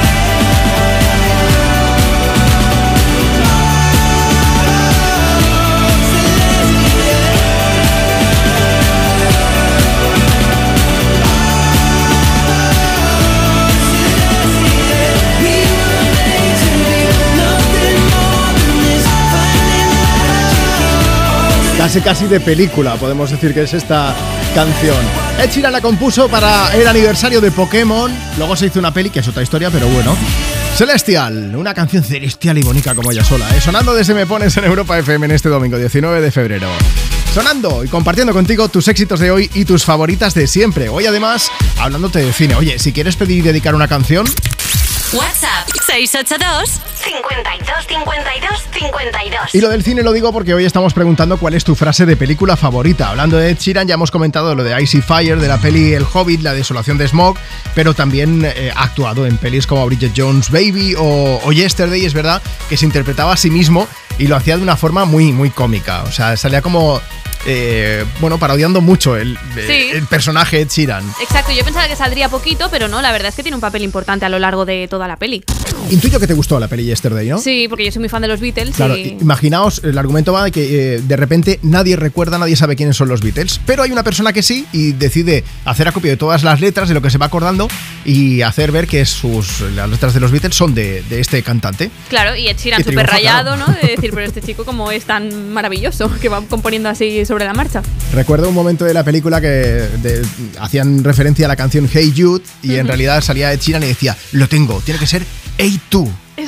We were made to be nothing more than this, finding magic in all the Casi de película, podemos decir que es esta canción. Ed Sheeran la compuso para el aniversario de Pokémon. Luego se hizo una peli, que es otra historia, pero bueno. Celestial, una canción celestial y bonita como ella sola, ¿eh? Sonando desde Me Pones en Europa FM en este domingo 19 de febrero. Sonando y compartiendo contigo tus éxitos de hoy y tus favoritas de siempre. Hoy además, hablándote de cine. Oye, si quieres pedir y dedicar una canción, WhatsApp 682 52 52 52. y lo del cine lo digo porque hoy estamos preguntando cuál es tu frase de película favorita. Hablando de Ed Sheeran, ya hemos comentado lo de Icy Fire, de la peli El Hobbit, La desolación de Smaug, pero también ha actuado en pelis como Bridget Jones' Baby o Yesterday. Es verdad que se interpretaba a sí mismo y lo hacía de una forma muy, muy cómica. O sea, salía como... parodiando mucho el personaje Ed Sheeran. Exacto, yo pensaba que saldría poquito, pero no, la verdad es que tiene un papel importante a lo largo de toda la peli. Intuyo que te gustó la peli Yesterday, ¿no? Sí, porque yo soy muy fan de los Beatles. Claro, imaginaos, el argumento va de que de repente nadie sabe quiénes son los Beatles, pero hay una persona que sí y decide hacer acopio de todas las letras de lo que se va acordando y hacer ver que las letras de los Beatles son de este cantante. Claro, y Ed Sheeran súper rayado, claro, ¿no? De decir, pero este chico como es tan maravilloso, que va componiendo así sobre la marcha. Recuerdo un momento de la película que hacían referencia a la canción Hey Jude y en realidad salía Ed Sheeran y decía, lo tengo, tiene que ser Hey tú.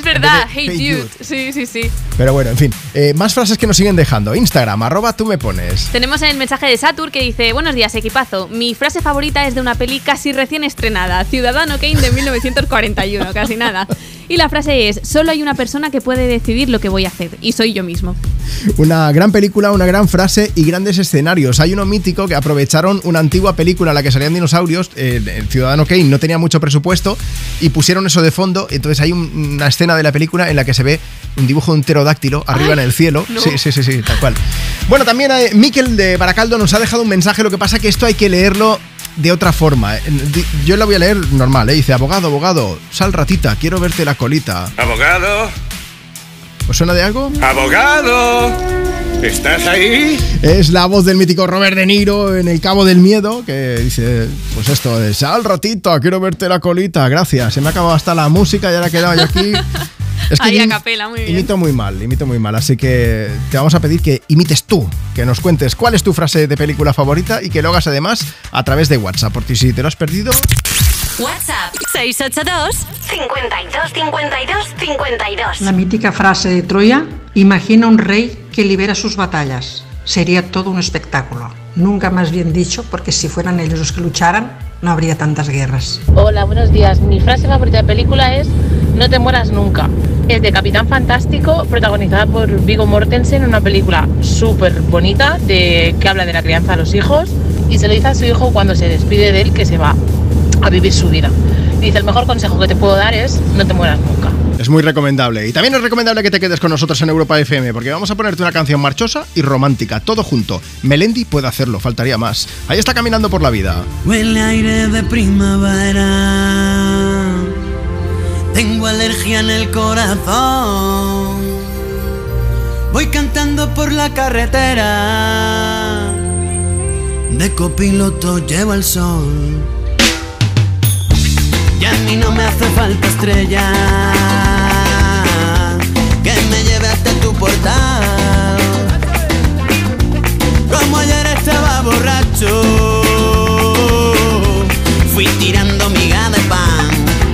Es verdad, Hey Hey Jude. Jude. Sí. Pero bueno, en fin, más frases que nos siguen dejando. Instagram, @tú me pones. Tenemos el mensaje de Satur que dice: buenos días, equipazo. Mi frase favorita es de una peli casi recién estrenada, Ciudadano Kane de 1941, casi nada. Y la frase es: solo hay una persona que puede decidir lo que voy a hacer, y soy yo mismo. Una gran película, una gran frase y grandes escenarios. Hay uno mítico que aprovecharon una antigua película en la que salían dinosaurios, el Ciudadano Kane no tenía mucho presupuesto y pusieron eso de fondo. Entonces hay una escena de la película en la que se ve un dibujo de un pterodáctilo arriba en el cielo. No. Sí, tal cual. Bueno, también Miquel de Baracaldo nos ha dejado un mensaje, lo que pasa que esto hay que leerlo de otra forma. Yo la voy a leer normal, dice: abogado, sal ratita, quiero verte la colita. Abogado. ¿Os suena de algo? Abogado. ¿Estás ahí? Es la voz del mítico Robert De Niro en El Cabo del Miedo, que dice, pues esto de: sal ratita, quiero verte la colita. Gracias, se me ha acabado hasta la música y ahora he quedado yo aquí. Es que ahí a capela, muy bien. Imito muy mal, así que te vamos a pedir que imites tú, que nos cuentes cuál es tu frase de película favorita y que lo hagas además a través de WhatsApp, porque si te lo has perdido... WhatsApp 682 52 52 52. La mítica frase de Troya: imagina un rey que libera sus batallas. Sería todo un espectáculo. Nunca más bien dicho, porque si fueran ellos los que lucharan, no habría tantas guerras. Hola, buenos días. Mi frase favorita de película es: no te mueras nunca. Es de Capitán Fantástico, protagonizada por Viggo Mortensen, una película súper bonita que habla de la crianza de los hijos, y se lo dice a su hijo cuando se despide de él, que se va a vivir su vida. Y dice: el mejor consejo que te puedo dar es: no te mueras nunca. Es muy recomendable. Y también es recomendable que te quedes con nosotros en Europa FM, porque vamos a ponerte una canción marchosa y romántica, todo junto. Melendi puede hacerlo, faltaría más. Ahí está Caminando por la vida. Huele aire de primavera, tengo alergia en el corazón, voy cantando por la carretera, de copiloto llevo el sol. Y a mí no me hace falta estrella que me lleve hasta tu portal. Como ayer estaba borracho, fui tirando miga de pan.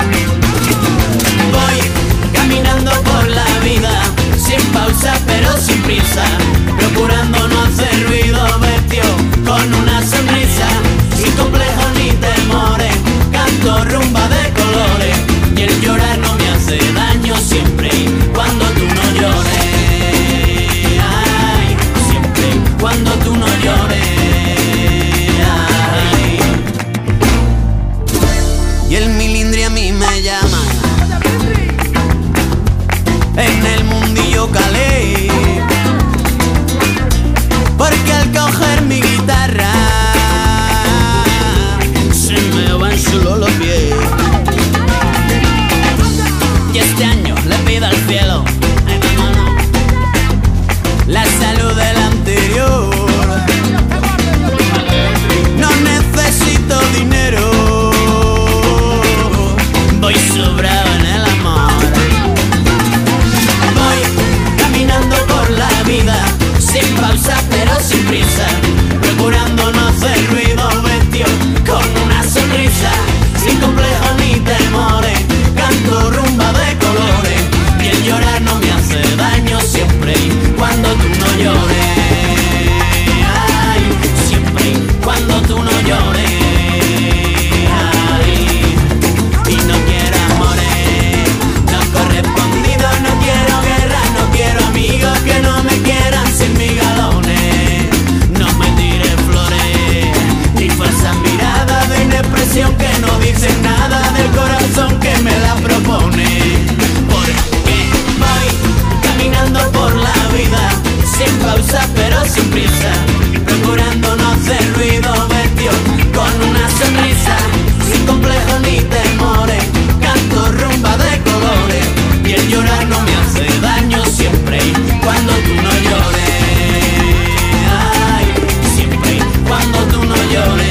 Voy caminando por la vida, sin pausa pero sin prisa, procurando no hacer ruido, vestido con una sonrisa, sin complejos ni temores, canto rumba de colores, y el llorar no me hace daño siempre cuando tú no llores. Ay, siempre cuando tú no llores. Ay. Y el milindri a mí me llama, en el mundillo calé, porque al coger mi guitarra se me van solo los pies. Y este año le pido al cielo, ay, vámonos, la salud del anterior. No necesito dinero, voy sobrado en el amor. Voy caminando por la vida, sin pausa pero sin prisa, procurando no hacer ruido, vestido con una sonrisa, sin complejos ni temores, canto rumba de colores, y el llorar no me hace daño siempre cuando tú no llores. Ay, siempre cuando tú no llores. Ay, y no quiero amores no correspondidos, no quiero guerra, no quiero amigos que no me quieran sin mis galones. No me tires flores ni falsas miradas de inexpresión que no dicen nada del corazón que me la propone. Porque voy caminando por la vida, sin pausa pero sin prisa, procurando no hacer ruido, vestido con una sonrisa, sin complejos ni temores, canto rumba de colores, y el llorar no me hace daño siempre cuando tú no llores. Ay, siempre cuando tú no llores.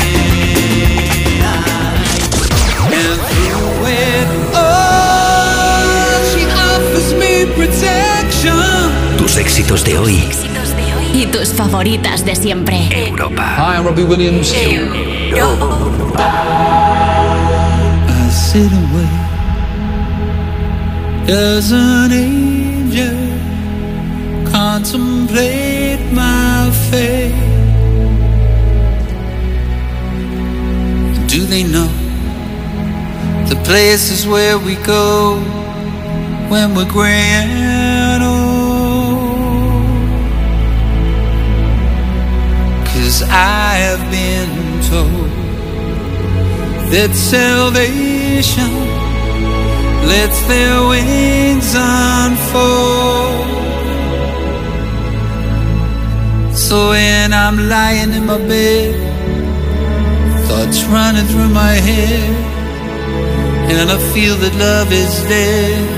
Tus éxitos de hoy. Y tus favoritas de siempre. Europa. Hi, I'm Robbie Williams. I sit away Does an angel contemplate my fate? Do they know the places where we go when we're gray and old? 'Cause I have been told that salvation lets their wings unfold. So when I'm lying in my bed, thoughts running through my head, and I feel that love is dead,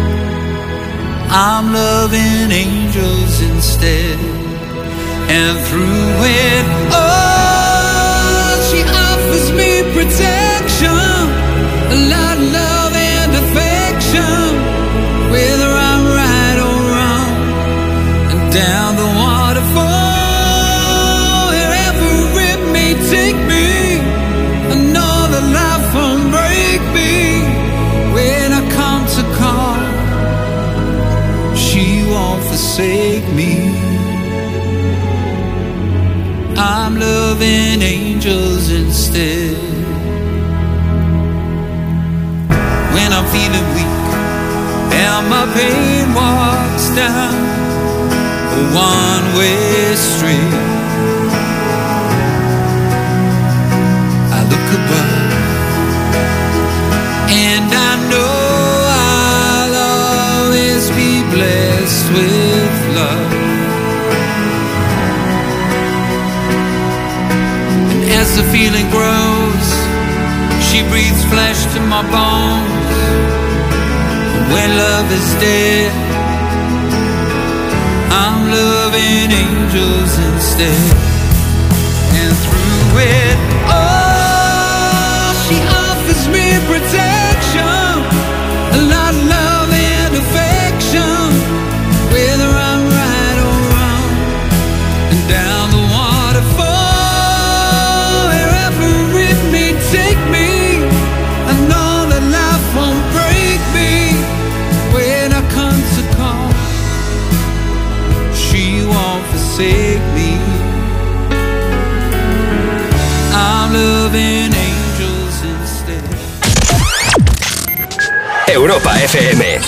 I'm loving angels instead. And through it all, she offers me protection, a lot of love and affection, whether I'm right or wrong. And down the waterfall, wherever it may take me, I know that life won't break me. When I come to call, she won't forsake me. I'm loving angels instead. When I'm feeling weak and my pain walks down a one-way street, I look above and I know I'll always be blessed with love. As the feeling grows, she breathes flesh to my bones. When love is dead, I'm loving angels instead. And through it all, she offers me protection, a lot of love and affection, whether I'm right or wrong. And down the waterfall, take me, I know that life won't break me. When I come to call, she won't forsake me. I'm loving angels instead. Europa FM.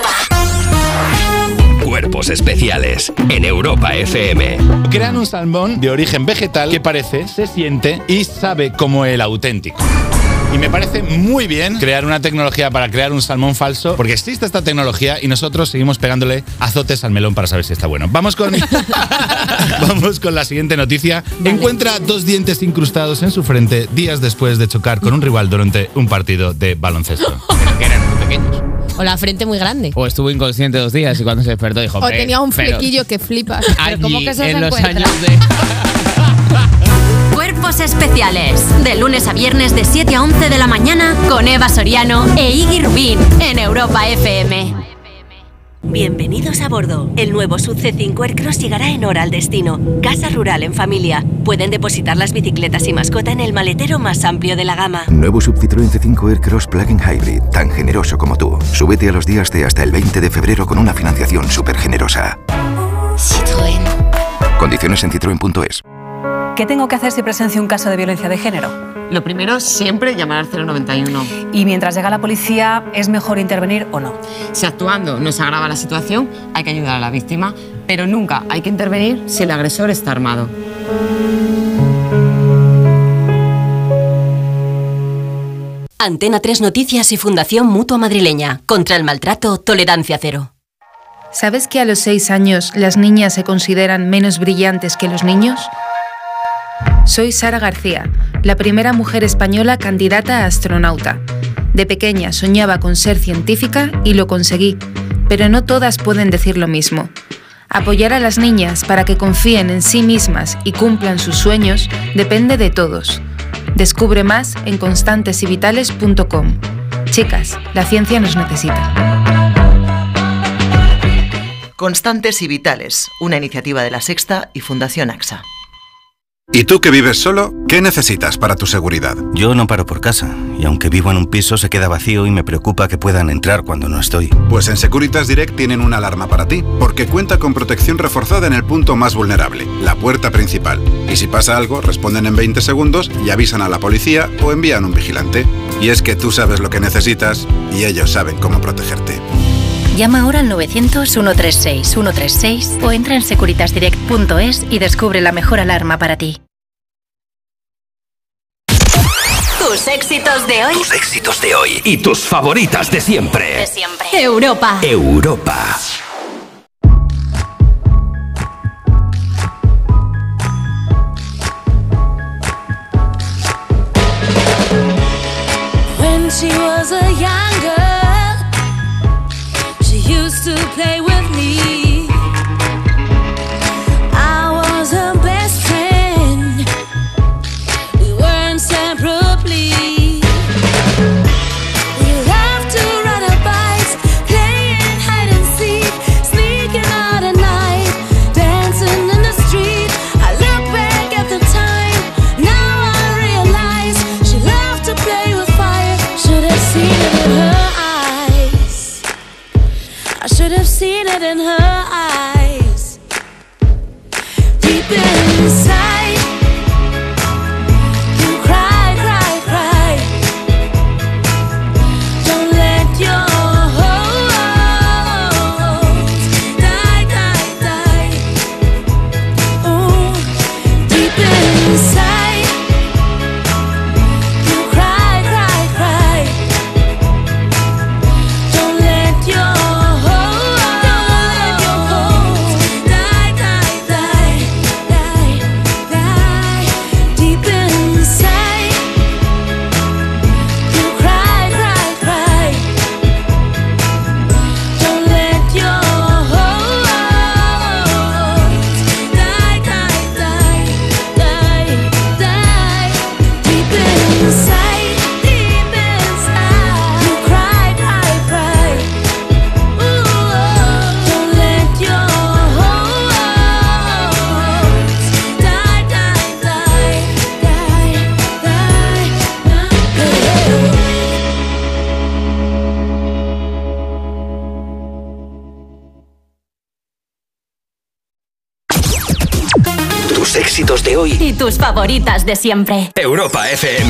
Cuerpos especiales en Europa FM. Crean un salmón de origen vegetal que parece, se siente y sabe como el auténtico. Y me parece muy bien crear una tecnología para crear un salmón falso, porque existe esta tecnología y nosotros seguimos pegándole azotes al melón para saber si está bueno. Vamos con la siguiente noticia. Vale. Encuentra 2 dientes incrustados en su frente días después de chocar con un rival durante un partido de baloncesto. Pero que eran muy pequeños. O la frente muy grande. O estuvo inconsciente 2 días y cuando se despertó dijo... O tenía un flequillo que flipas. Allí, ¿cómo que se en los encuentra? años de... Cuerpos especiales. De lunes a viernes de 7 a 11 de la mañana con Eva Soriano e Iggy Rubín en Europa FM. Bienvenidos a bordo. El nuevo SUV C5 Aircross llegará en hora al destino. Casa rural en familia. Pueden depositar las bicicletas y mascota en el maletero más amplio de la gama. Nuevo SUV Citroën C5 Aircross Plug-in Hybrid, tan generoso como tú. Súbete a los días de hasta el 20 de febrero con una financiación súper generosa. Citroën. Condiciones en citroen.es. ¿Qué tengo que hacer si presencio un caso de violencia de género? Lo primero, siempre llamar al 091. Y mientras llega la policía, ¿es mejor intervenir o no? Si actuando no se agrava la situación, hay que ayudar a la víctima, pero nunca hay que intervenir si el agresor está armado. Antena 3 Noticias y Fundación Mutua Madrileña. Contra el maltrato, tolerancia cero. ¿Sabes que a los 6 años las niñas se consideran menos brillantes que los niños? Soy Sara García, la primera mujer española candidata a astronauta. De pequeña soñaba con ser científica y lo conseguí, pero no todas pueden decir lo mismo. Apoyar a las niñas para que confíen en sí mismas y cumplan sus sueños depende de todos. Descubre más en constantesyvitales.com. Chicas, la ciencia nos necesita. Constantes y Vitales, una iniciativa de La Sexta y Fundación AXA. ¿Y tú que vives solo? ¿Qué necesitas para tu seguridad? Yo no paro por casa, y aunque vivo en un piso se queda vacío y me preocupa que puedan entrar cuando no estoy. Pues en Securitas Direct tienen una alarma para ti, porque cuenta con protección reforzada en el punto más vulnerable, la puerta principal. Y si pasa algo, responden en 20 segundos y avisan a la policía o envían un vigilante. Y es que tú sabes lo que necesitas y ellos saben cómo protegerte. Llama ahora al 900-136-136 o entra en securitasdirect.es y descubre la mejor alarma para ti. Tus éxitos de hoy. Tus éxitos de hoy y tus favoritas de siempre. De siempre. Europa. Europa. When she was a young girl, she used to play with me. I was her best friend. We were inseparably. We loved to ride our bikes, playing hide and seek, sneaking out at night, dancing in the street. I look back at the time, now I realize she loved to play with fire. Should have seen it in her eyes. I should have seen it in her eyes. Deep inside, you cry, cry, cry. Don't let your hopes die, die, die. Ooh, deep inside, you cry, cry, cry. Don't let your hopes die, die, die, die, die. Deep inside, you cry, cry, cry. Don't let your hopes die, die, die, die, die. Deep inside, you cry, cry, cry. Ooh, don't let your hopes die, die, die, die, Tus éxitos de hoy. Y tus favoritas de siempre. Europa FM.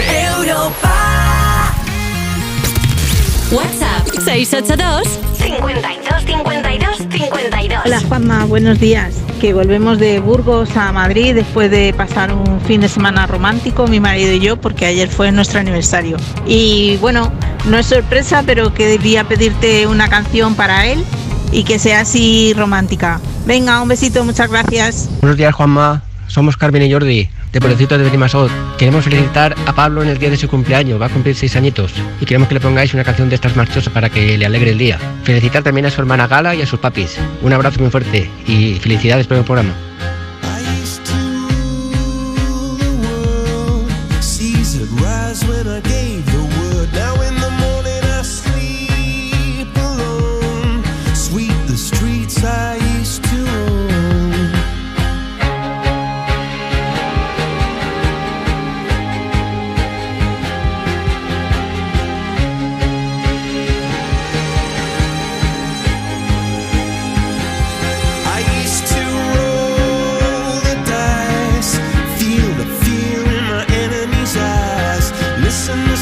WhatsApp 682 52 52 52. Hola Juanma, buenos días. Que volvemos de Burgos a Madrid después de pasar un fin de semana romántico, mi marido y yo, porque ayer fue nuestro aniversario. Y bueno, no es sorpresa, pero quería pedirte una canción para él y que sea así romántica. Venga, un besito, muchas gracias. Buenos días Juanma, somos Carmen y Jordi, de Pueblecitos de Benimassot. Queremos felicitar a Pablo en el día de su cumpleaños, va a cumplir 6 añitos. Y queremos que le pongáis una canción de estas marchosas para que le alegre el día. Felicitar también a su hermana Gala y a sus papis. Un abrazo muy fuerte y felicidades por el programa. Listen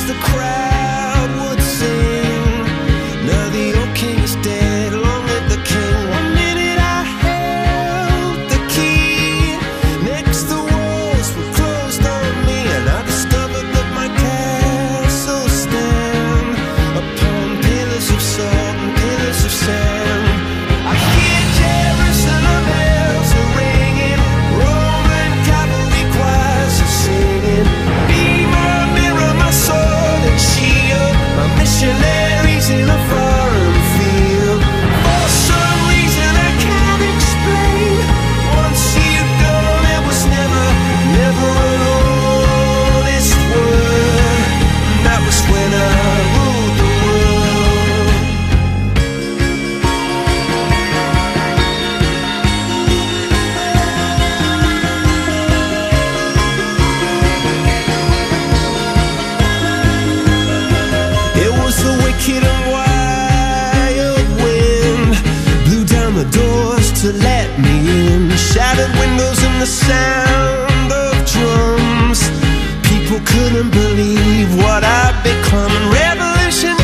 wicked and wild wind blew down the doors to let me in. Shattered windows and the sound of drums. People couldn't believe what I'd become. Revolutionaries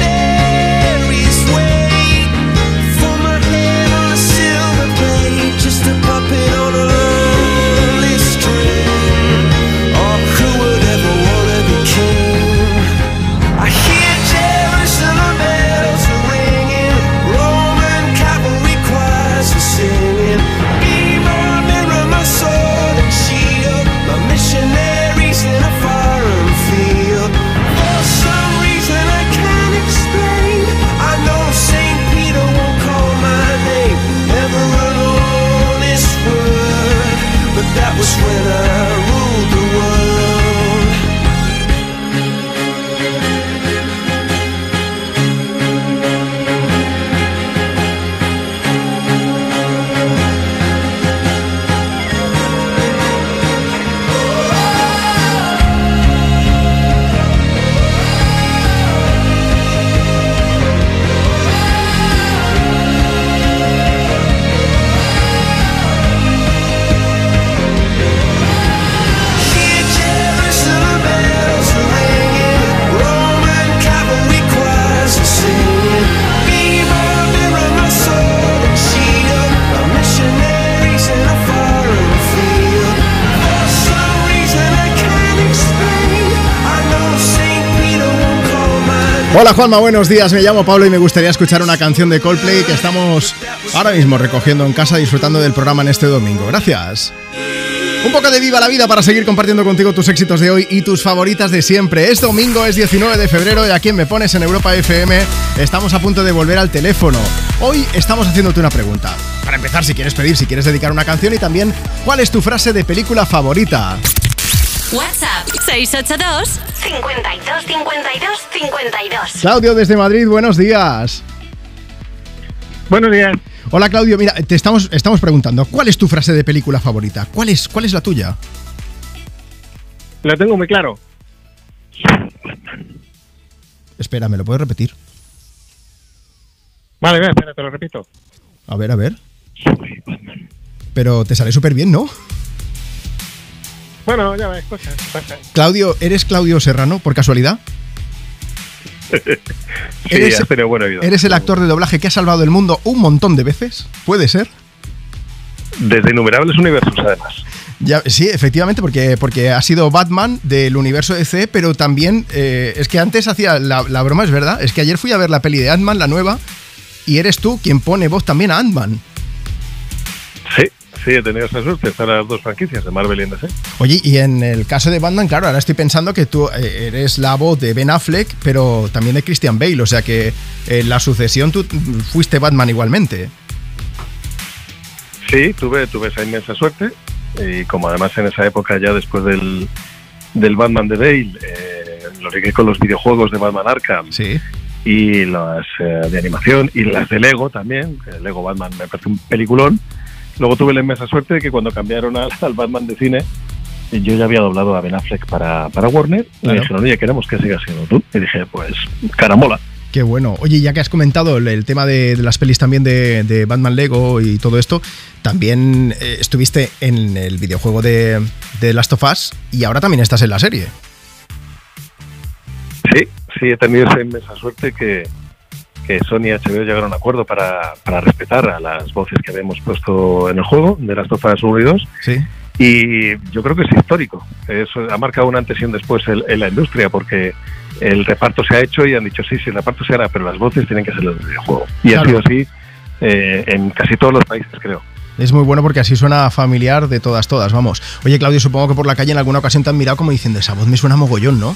wait for my head on a silver plate, just a puppet on a lonely string. Oh, who would ever wanna be king? I hear Jerusalem bells are ringing, Roman cavalry choirs are singing. Be my mirror, my sword and shield, my missionaries in a foreign field. For some reason I can't explain, I know St. Peter won't call my name ever alone this word, but that was when I ruled the world. Hear Jerusalem bells are ringing, Roman cavalry choirs are singing. Be my mirror, my sword and shield, my missionaries in a foreign field. For some reason I can't explain, I know St. Peter won't call my name. Hola Juanma, buenos días, me llamo Pablo y me gustaría escuchar una canción de Coldplay que estamos ahora mismo recogiendo en casa, disfrutando del programa en este domingo. Gracias. Un poco de Viva la Vida para seguir compartiendo contigo tus éxitos de hoy y tus favoritas de siempre. Es domingo, es 19 de febrero y aquí en Me Pones en Europa FM estamos a punto de volver al teléfono. Hoy estamos haciéndote una pregunta. Para empezar, si quieres pedir, si quieres dedicar una canción y también ¿cuál es tu frase de película favorita? WhatsApp 682 52 52 52. Claudio desde Madrid, buenos días. Buenos días. Hola Claudio, mira, te estamos preguntando, ¿cuál es tu frase de película favorita? ¿Cuál es la tuya? Lo tengo muy claro. Espera, ¿me lo puedes repetir? Vale, espera, te lo repito. A ver. Pero te sale súper bien, ¿no? Bueno, ya ves, cosas. Claudio, ¿eres Claudio Serrano, por casualidad? Sí, has tenido buen oído. ¿Eres el actor de doblaje que ha salvado el mundo un montón de veces? ¿Puede ser? Desde innumerables universos, además. Ya, sí, efectivamente, porque ha sido Batman del universo DC, pero también es que antes hacía la broma, es verdad, es que ayer fui a ver la peli de Ant-Man, la nueva, y eres tú quien pone voz también a Ant-Man. Sí, he tenido esa suerte de estar a las dos franquicias de Marvel y DC. Oye, y en el caso de Batman, claro, ahora estoy pensando que tú eres la voz de Ben Affleck, pero también de Christian Bale, o sea que en la sucesión tú fuiste Batman igualmente. Sí, tuve esa inmensa suerte, y como además en esa época ya después del Batman de Bale, lo ligué con los videojuegos de Batman Arkham. Sí. Y las de animación, y las de Lego también, que Lego Batman me parece un peliculón. Luego tuve la inmensa suerte de que cuando cambiaron al Batman de cine, yo ya había doblado a Ben Affleck para Warner. Claro. Y me dijeron, oye, queremos que sigas siendo tú. Y dije, pues, caramola. Qué bueno. Oye, ya que has comentado el tema de las pelis también de Batman Lego y todo esto, también estuviste en el videojuego de Last of Us y ahora también estás en la serie. Sí, he tenido esa inmensa suerte que Sony y HBO llegaron a un acuerdo para respetar a las voces que habíamos puesto en el juego de Last of Us 1 y 2. Sí. Y yo creo que es histórico. Eso ha marcado un antes y un después en la industria, porque el reparto se ha hecho y han dicho, sí, el reparto se hará, pero las voces tienen que ser las del videojuego. Y claro, ha sido así en casi todos los países, creo. Es muy bueno porque así suena familiar de todas, vamos. Oye, Claudio, supongo que por la calle en alguna ocasión te han mirado como diciendo, esa voz me suena mogollón, ¿no?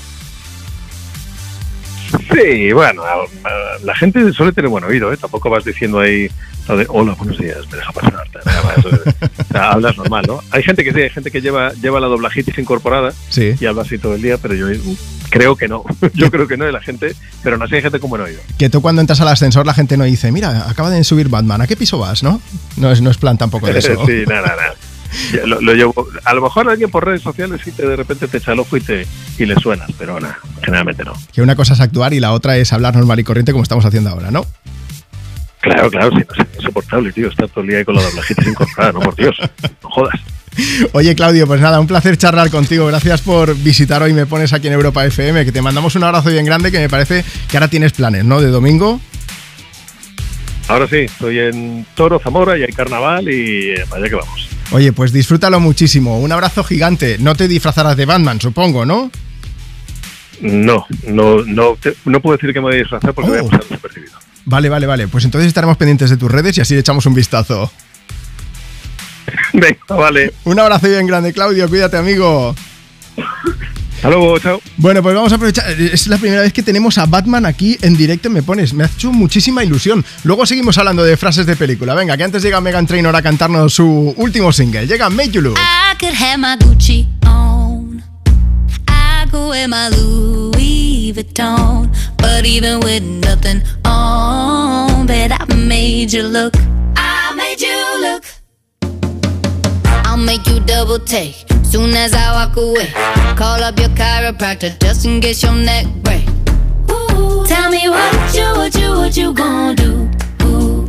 Sí, bueno, la gente suele tener buen oído, ¿eh? Tampoco vas diciendo ahí lo de, hola, buenos días, me deja pasar. O sea, hablas normal, ¿no? Hay gente que sí, hay gente que lleva la doblajitis incorporada, sí, y habla así todo el día, pero yo creo que no. Yo creo que no de la gente, pero no sé, hay gente con buen oído. Que tú cuando entras al ascensor la gente no dice, mira, acaba de subir Batman, ¿a qué piso vas, no? No es plan tampoco de eso. Sí, nada. Lo llevo. A lo mejor alguien por redes sociales sí de repente te echa el ojo y le suenas, pero nada, generalmente no. Que una cosa es actuar y la otra es hablar normal y corriente como estamos haciendo ahora, ¿no? Claro, sí, no es insoportable, tío. Estar todo el día ahí con la doblajitis incorporada, no, por Dios, no jodas. Oye, Claudio, pues nada, un placer charlar contigo. Gracias por visitar hoy Me Pones aquí en Europa FM, que te mandamos un abrazo bien grande, que me parece que ahora tienes planes, ¿no? De domingo. Ahora sí, estoy en Toro, Zamora y hay carnaval y para allá que vamos. Oye, pues disfrútalo muchísimo. Un abrazo gigante. No te disfrazarás de Batman, supongo, ¿no? No puedo decir que me voy a disfrazar porque voy a pasar desapercibido. Vale. Pues entonces estaremos pendientes de tus redes y así le echamos un vistazo. Venga, vale. Un abrazo bien grande, Claudio. Cuídate, amigo. Hasta luego, chao. Bueno, pues vamos a aprovechar. Es la primera vez que tenemos a Batman aquí en directo en Me Pones. Me ha hecho muchísima ilusión. Luego seguimos hablando de frases de película. Venga, que antes llega Meghan Trainor a cantarnos su último single. Llega Make You Look. I could have my Gucci on. I could wear my Louis Vuitton. But even with nothing on, bet I made you look. I made you look. I'll make you double take soon as I walk away. Call up your chiropractor just in case your neck break. Ooh, tell me what you gonna do? Ooh.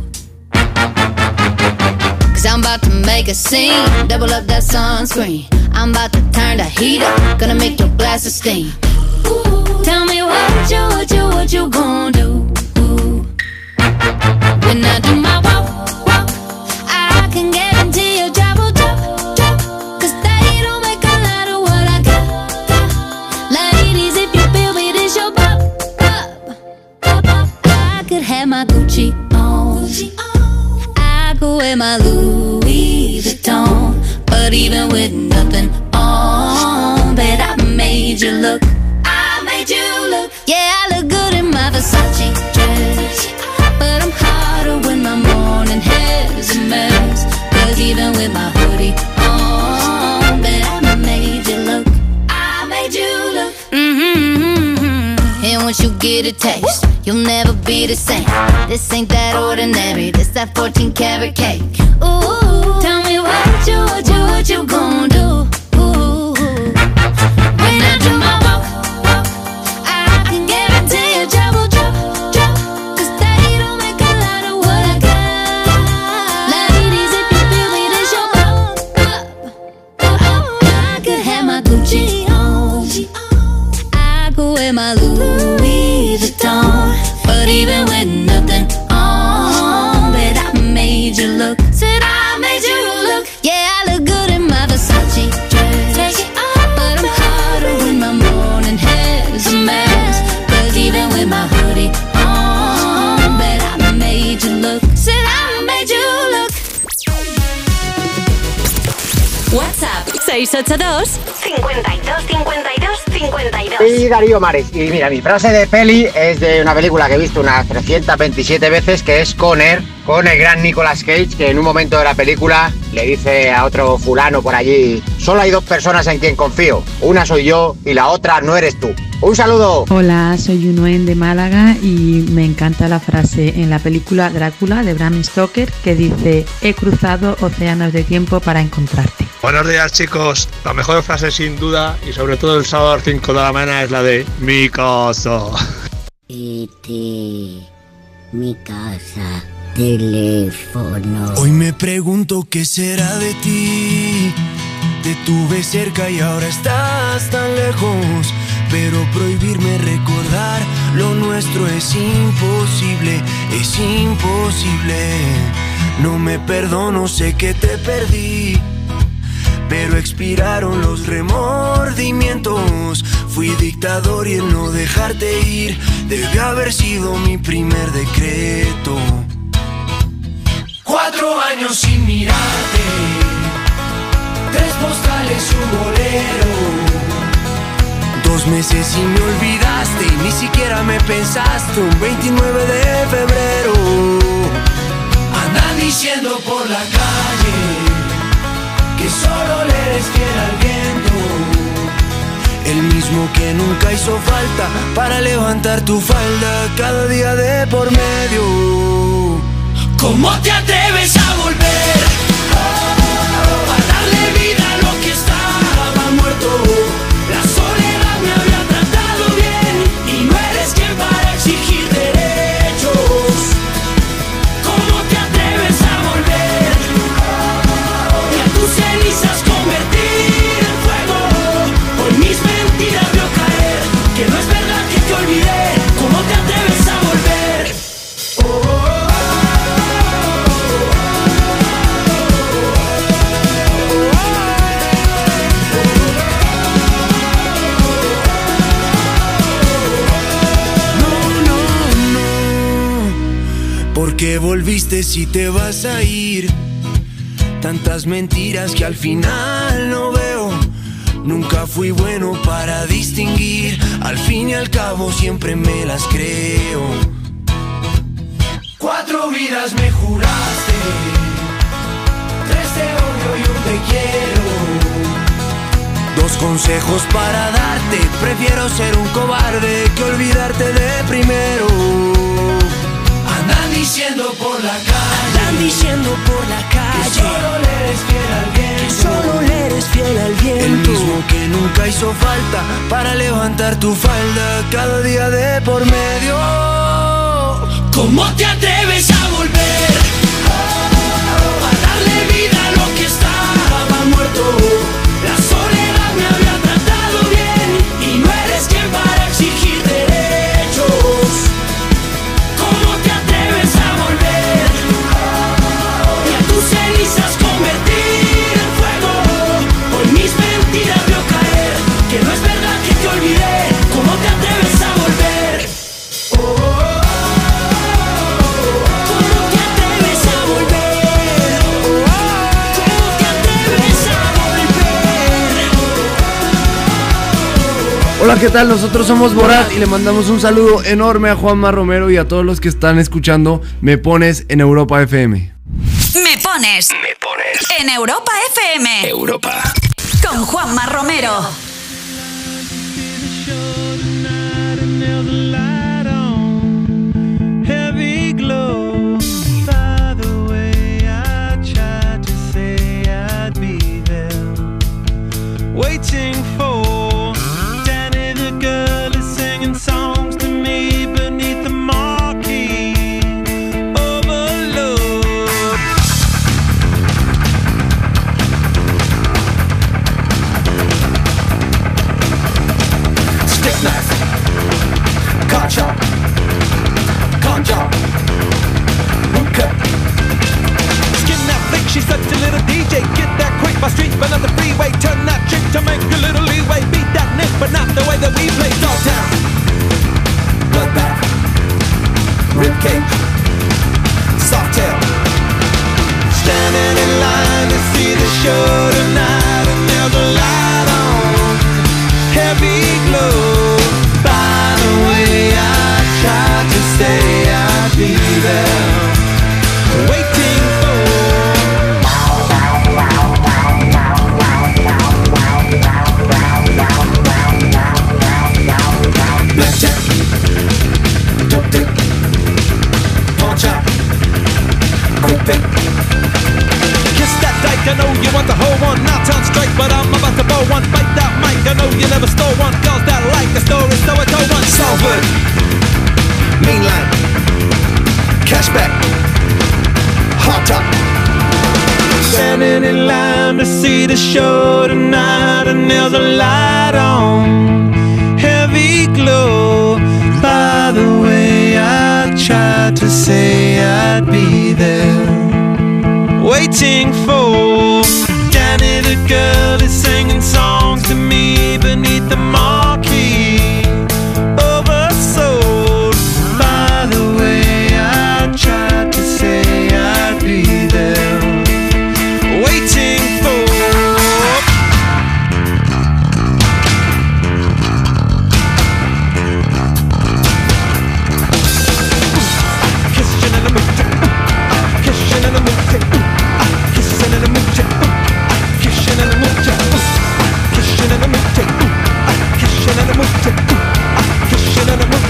Cause I'm about to make a scene, double up that sunscreen. I'm about to turn the heat up, gonna make your glasses steam. Ooh, tell me what you gonna do? Ooh. When I do my walk, I can guarantee you drop. Cause they don't make a lot of what I got. Ladies, if you feel me, this your pop. I could have my Gucci on. I could wear my Louis Vuitton. But even with nothing on, bet I made you look. I made you look. Yeah, I look good in my Versace dress. But I'm hotter when my morning hair's a mess. Cause even with my hoodie on, bet I made you look. I made you look. And once you get a taste, you'll never be the same. This ain't that ordinary, this that 14 karat cake. Ooh, tell me what you gonna do? Ooh, when I do my walk, I can guarantee you trouble. Cause they don't make a lot of what I got. Ladies, if you feel me, this your I could have my Gucci on. I could wear my Louis Vuitton. But even with nothing on, bet I made you look. Said I made you look. Yeah, I look good in my Versace dress. Take it off, but I'm hotter when my morning hair's a mess. Cause even with my hoodie on, bet I made you look. Said I made you look. WhatsApp 682 52 52 52. Soy Darío Mares y mira, mi frase de peli es de una película que he visto unas 327 veces, que es con el gran Nicolas Cage, que en un momento de la película le dice a otro fulano por allí: solo hay dos personas en quien confío, una soy yo y la otra no eres tú. ¡Un saludo! Hola, soy Yunuen de Málaga y me encanta la frase en la película Drácula de Bram Stoker que dice: he cruzado océanos de tiempo para encontrarte. Buenos días, chicos. La mejor frase sin duda, y sobre todo el sábado a las 5 de la mañana, es la de mi casa. Mi casa, teléfono. Hoy me pregunto qué será de ti. Te tuve cerca y ahora estás tan lejos. Pero prohibirme recordar lo nuestro es imposible, es imposible. No me perdono, sé que te perdí, pero expiraron los remordimientos. Fui dictador y el no dejarte ir debe haber sido mi primer decreto. 4 años sin mirarte, 3 postales y un bolero. 2 meses y me olvidaste y ni siquiera me pensaste. Un 29 de febrero andan diciendo por la calle que solo le eres fiel al viento, el mismo que nunca hizo falta para levantar tu falda cada día de por medio. ¿Cómo te atreves a volver a darle ¿Por qué volviste si te vas a ir? Tantas mentiras que al final no veo. Nunca fui bueno para distinguir. Al fin y al cabo siempre me las creo. 4 vidas me juraste, 3 te odio y 1 te quiero. 2 consejos para darte. Prefiero ser un cobarde que olvidarte de primero. Andan diciendo por la calle, andan diciendo por la calle que solo le eres fiel al viento, que solo le eres fiel al viento. El mismo que nunca hizo falta para levantar tu falda cada día de por medio. ¿Cómo te atreves a volver? A darle vida a lo que estaba muerto. La soledad me había tratado bien y no eres quien para exigir derechos. ¿Cómo te atreves a volver? Y a tus cenizas convertir en fuego. Hoy mis mentiras veo caer, que no es verdad que te olvidé. ¿Cómo te atreves a volver? ¿Cómo te atreves a volver? ¿Cómo te atreves a volver? Hola, ¿qué tal? Nosotros somos Borat y le mandamos un saludo enorme a Juanma Romero y a todos los que están escuchando Me Pones en Europa FM. Me pones en Europa FM. Europa. Con Juanma Romero. Heavy glow. By the way, I tried to say I'd be there, waiting for Danny the girl is singing songs to me beneath the marquee. Overload. Stick knife, car chop, con job, boot cut. Skin that flick, she's such a little DJ. Get that quick by street, but not the freeway. Turn that trick to make a little leeway. Beat that nick, but not the way that we play. Dogtown, bloodbath, ribcage, soft tail. Standing in line to see the show tonight, and there's a light on, heavy glow. By the way, I tried to say I'd be there, waiting for. Blackjack, dope dick, pawn shop, quick pick. Kiss that dyke, I know you want the whole one. Now turn straight, but I'm about to blow one. Bite that mic, I know you never stole one. Girls that like the story, so I told one. Salford, mainline, cashback, hot top. Standing in line to see the show tonight, and there's a light on, heavy glow. By the way, I tried to say I'd be there, waiting for Danny the girl is singing songs to me beneath the marquee. Oversold. By the way, I tried to say I'd be there, waiting for. Kissing in the mood, kissing in the mood, kissing in the mood, kissing in the mood, kissing in the mood, kissing in the mood, kissing in the mood.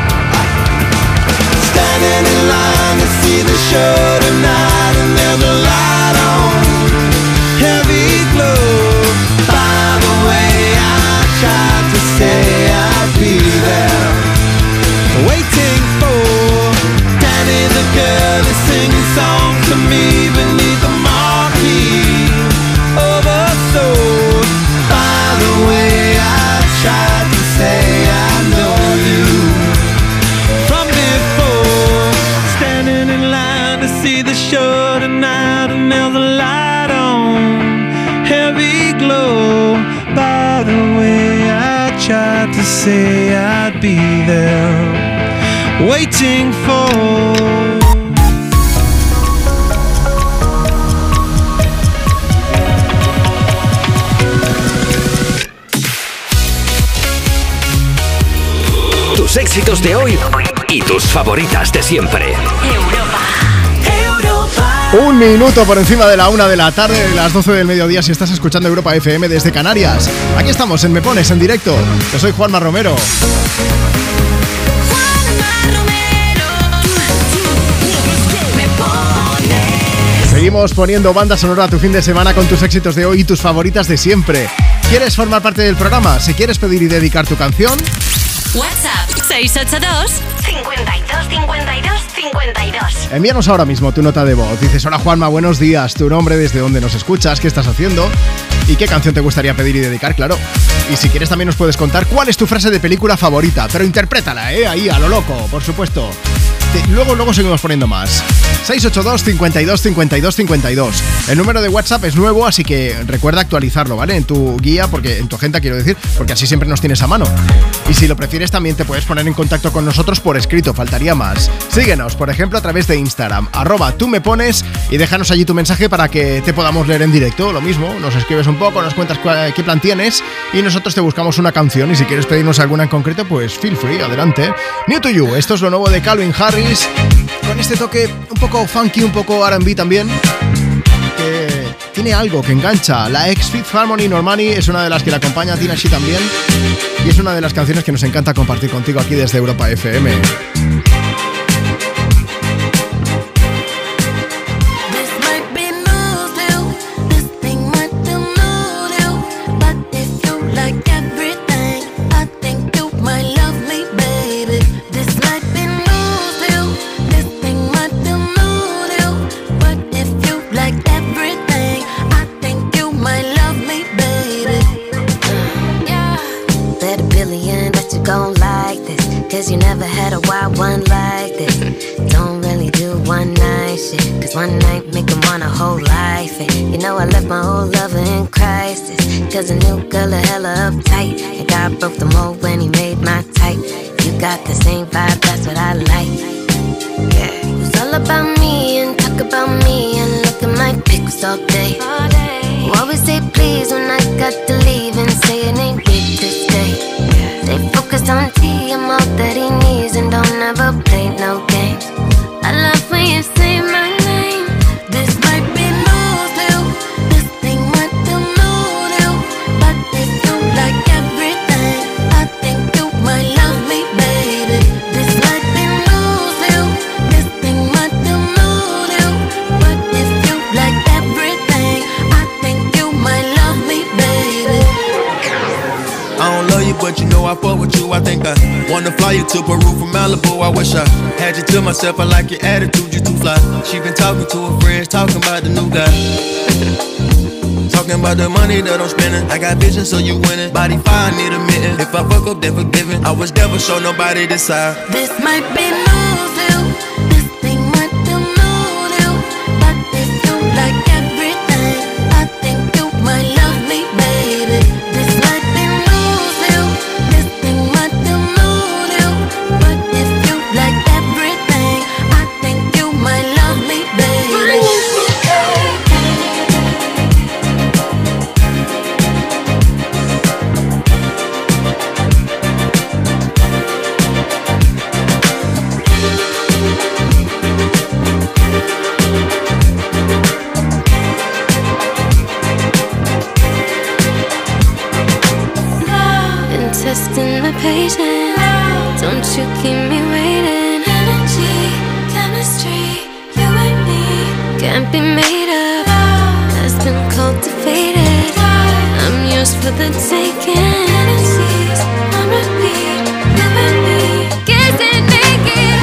Standing in line to see the show tonight, and there's a light on, heavy glow. By the way, I tried to say I'd be there, waiting for Danny the girl is singing songs to me beneath the marquee. Oversold. By the way, I tried to say I know you from before. Standing in line to see the show tonight, and there's a light on, heavy glow. By the way, I tried to say I'd be there, waiting for. éxitos de hoy y tus favoritas de siempre. Un minuto por encima de la 1 de la tarde, de las 12 del mediodía, si estás escuchando Europa FM desde Canarias. Aquí estamos en Me Pones en directo. Yo soy Juanma Romero. Seguimos poniendo banda sonora a tu fin de semana con tus éxitos de hoy y tus favoritas de siempre. ¿Quieres formar parte del programa? Si quieres pedir y dedicar tu canción, WhatsApp 682 52 52 52. envíanos ahora mismo tu nota de voz. Dices: hola Juanma, buenos días, tu nombre, desde dónde nos escuchas, qué estás haciendo y qué canción te gustaría pedir y dedicar, claro. Y si quieres también nos puedes contar cuál es tu frase de película favorita, pero interprétala, ahí a lo loco, por supuesto. Luego seguimos poniendo más. 682 52 52 52. El número de WhatsApp es nuevo, así que recuerda actualizarlo, ¿vale? En tu guía, porque en tu agenda quiero decir, porque así siempre nos tienes a mano. Y si lo prefieres también te puedes poner en contacto con nosotros por escrito, faltaría más. Síguenos, por ejemplo, a través de Instagram, @tumepones, y déjanos allí tu mensaje para que te podamos leer en directo. Lo mismo, nos escribes un poco, nos cuentas qué plan tienes y nosotros te buscamos una canción, y si quieres pedirnos alguna en concreto, pues feel free, adelante. New to You, esto es lo nuevo de Calvin Harris, con este toque un poco funky, un poco R&B también, que tiene algo que engancha. La ex Fifth Harmony Normani es una de las que la acompaña, Tina She también, y es una de las canciones que nos encanta compartir contigo aquí desde Europa FM. You never had a wild one like this. Don't really do one night shit, cause one night make him want a whole life. And you know I left my old lover in crisis, cause a new girl a hella uptight. And God broke the mold when he made my type. You got the same vibe, that's what I like. Yeah, it's all about me and talk about me and look at my pics all day. You always say please when I got to leave and say it ain't big to stay. Stay focused on T, I'm all that he needs and don't ever play no games. I love when you say my name. This might be new still, this thing might be new still, but if you like everything, I think you might love me, baby. This might be new still, this thing might be new still, but if you like everything, I think you might love me, baby. I don't love you, but you know I fuck with you. I think I wanna fly you to Peru from Malibu. I wish I had you to myself. I like your attitude, you too fly. She been talking to her friends, talking about the new guy. Talking about the money that I'm spending. I got vision, so you winning. Body fire, need a mitten. If I fuck up, then forgiven. I was never show nobody this side. This might be new still, this thing might be new still, but if you like everything, I think you might love me, baby. This might be new still, this thing might be new still, but if you like everything, I think you might love me, baby. Been testing my patience, don't you keep me waiting. Energy, chemistry, you and me can't be made up, has been cultivated. I'm yours for the taking. Fantasies on repeat, you and me kissing naked.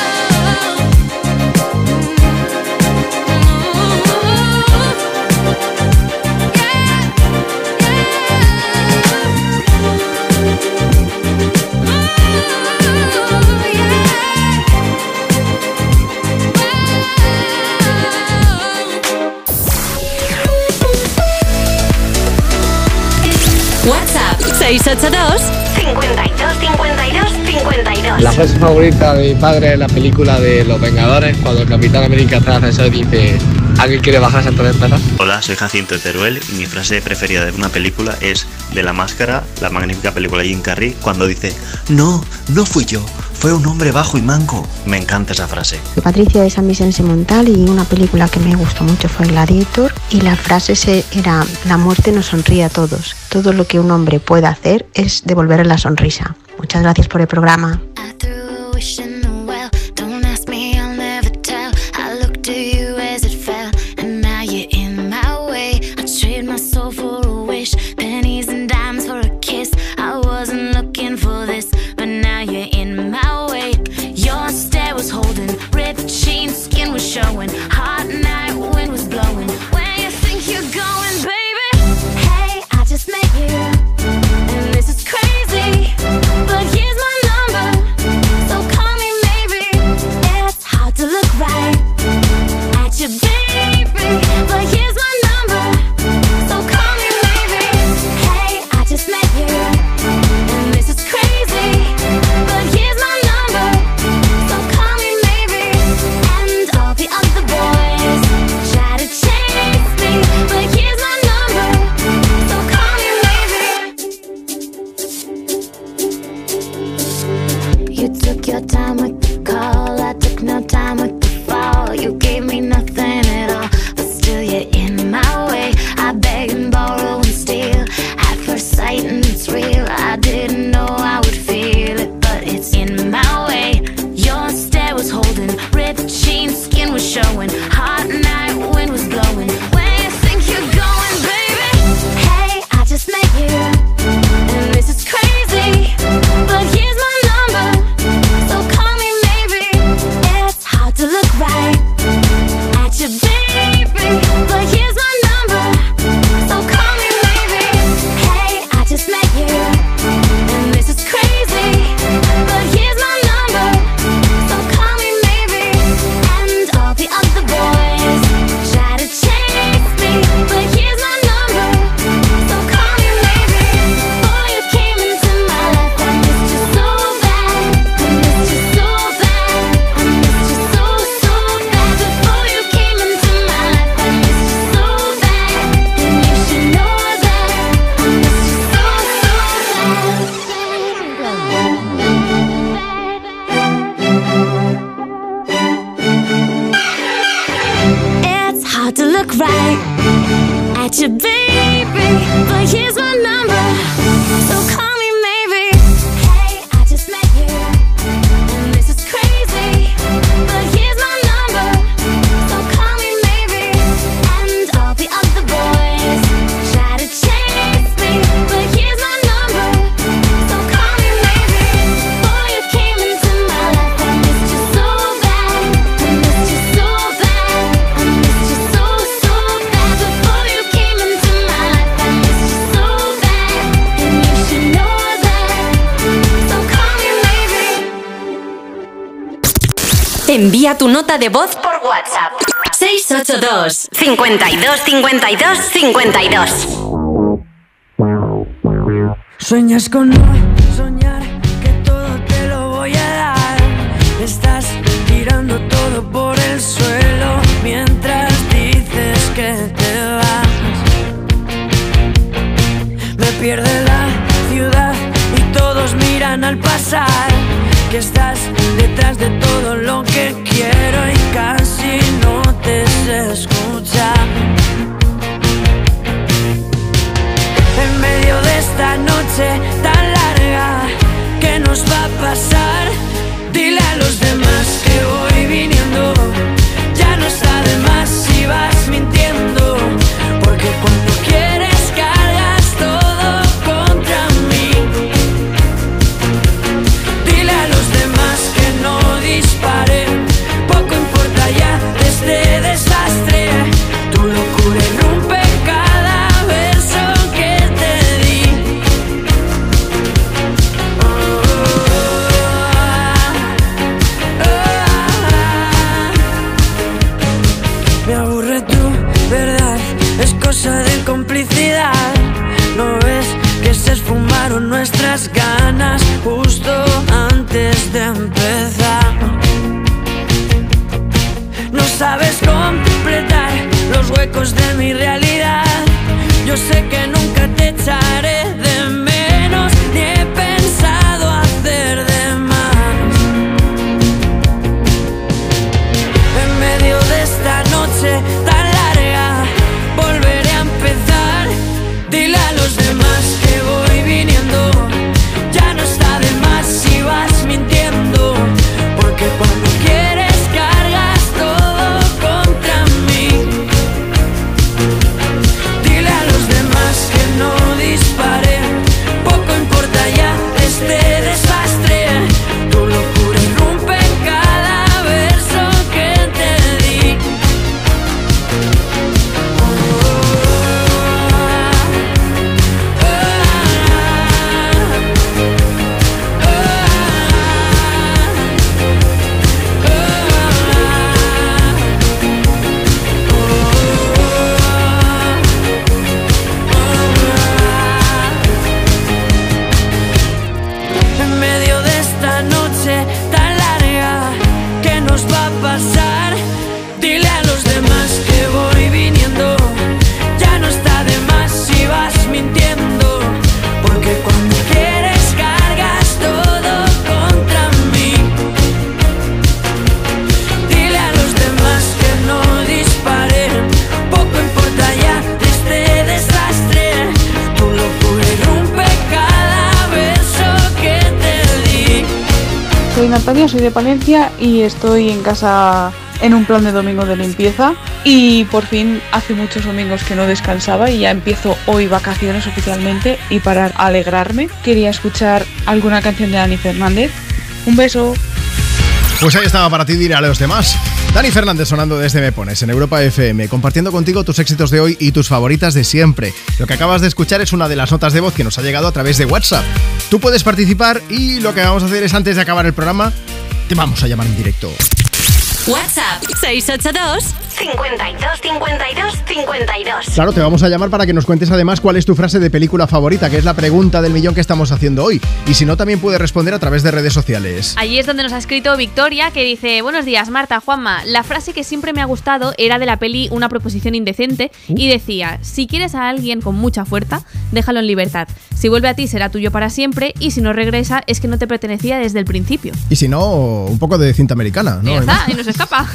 WhatsApp 682 52 52 52. La frase favorita de mi padre es la película de Los Vengadores, cuando el Capitán América está en ascensor y dice: ¿Alguien quiere bajarse antes de empezar? Hola, soy Jacinto de Teruel y mi frase preferida de una película es de La Máscara, la magnífica película de Jim Carrey, cuando dice: no, no fui yo, fue un hombre bajo y manco. Me encanta esa frase. Soy Patricia de San Vicente Montal y una película que me gustó mucho fue Gladiator y la frase era: la muerte nos sonríe a todos. Todo lo que un hombre puede hacer es devolverle la sonrisa. Muchas gracias por el programa. Showing hot night wind was blowing. Where you think you're going, baby? Hey, I just met you, and this is crazy. But here's my number, so call me maybe. It's hard to look right at you, baby. But here's my number, so call me maybe. Hey, I just met you, and this is crazy. But here's my number, so call me maybe. And all the other boys try to chase me, but here's my number, so call me maybe. You took your time with the call, I took no time with the fall. You gave me nothing at all, but still you're in my way. I beg and borrow and steal at first sight, and it's real. I didn't know I would feel it, but it's in my way. Your stare was holding, ripped jeans, skin was showing, hot night wind was blowing. Where you think you're going, baby? Hey, I just met you, and this is crazy. But here's my number, so call me maybe. It's hard to look right at you, baby. But here's my number, so call me maybe. Hey, I just met you, and this is crazy. But here's my number, so call me maybe. And all the other boys try to chase me, but here's my number, so call me maybe. Before you came into my life, I missed you so bad. I missed you so bad. I missed you so, so bad. Before you came into my life, I missed you so bad. And you should know that I missed you so, it's hard to look right at you, baby. But here's my number, so call me maybe. Hey, I just met you, and this is crazy. But here's my number, so call me maybe. And all the other boys try to chase me, but here's my number, so call me maybe. Before you came into my life, I missed you so bad. I missed you so bad. I missed you so, so bad. Before you came into my life, I missed you so bad. And you should know that, so call me maybe. Envía tu nota de voz por WhatsApp. 682 52 52 52. Sueñas con no soñar, que todo te lo voy a dar. Estás tirando todo por el suelo mientras dices que te vas. Me pierde la ciudad y todos miran al pasar, que estás detrás de todo lo que quiero y casi no te sé escuchar. En medio de esta noche tan larga, ¿qué nos va a pasar? Dile a los demás que voy viniendo, ya no está de más si vas mintiendo, porque cuando quieres cargas todo contra mí. Dile a los demás que no disparen, poco importa ya de este desastre, tu locura irrumpe cada verso que te di. Me aburre tu verdad, es cosa de complicidad. ¿No ves que se esfumaron nuestras ganas justo antes de empezar? No sabes completar los huecos de mi realidad. Yo sé que nunca te echaré de menos, ni he pensado hacer de más. En medio de esta noche tan larga, volveré a empezar. Dile a los demás que voy viniendo, ya no está de más si vas mintiendo, porque cuando quieres cargas todo contra mí. Dile a los demás que no disparé, poco importa ya este desastre. Tu locura irrumpe en cada verso que te di. En medio de esta noche tan larga, ¿qué nos va a pasar? Dile a los demás que voy viniendo, ya no está de más si vas mintiendo, porque cuando quieres cargas todo contra mí. Dile a los demás que no disparé, poco importa ya este desastre. Tu locura irrumpe cada verso que te di. Soy Natalia, soy de Palencia y estoy en casa en un plan de domingo de limpieza y por fin hace muchos domingos que no descansaba y ya empiezo hoy vacaciones oficialmente, y para alegrarme quería escuchar alguna canción de Dani Fernández. Un beso. Pues ahí estaba para ti, diré a los demás. Dani Fernández sonando desde Me Pones en Europa FM, compartiendo contigo tus éxitos de hoy y tus favoritas de siempre. Lo que acabas de escuchar es una de las notas de voz que nos ha llegado a través de WhatsApp. Tú puedes participar y lo que vamos a hacer es, antes de acabar el programa, te vamos a llamar en directo. WhatsApp 682 52 52 52. Claro, te vamos a llamar para que nos cuentes además cuál es tu frase de película favorita, que es la pregunta del millón que estamos haciendo hoy. Y si no, también puedes responder a través de redes sociales. Allí es donde nos ha escrito Victoria, que dice: buenos días, Marta, Juanma. La frase que siempre me ha gustado era de la peli Una proposición indecente y decía: si quieres a alguien con mucha fuerza, déjalo en libertad. Si vuelve a ti será tuyo para siempre, y si no regresa es que no te pertenecía desde el principio. Y si no, un poco de cinta americana, ¿no? Y ya está, y nos escapa.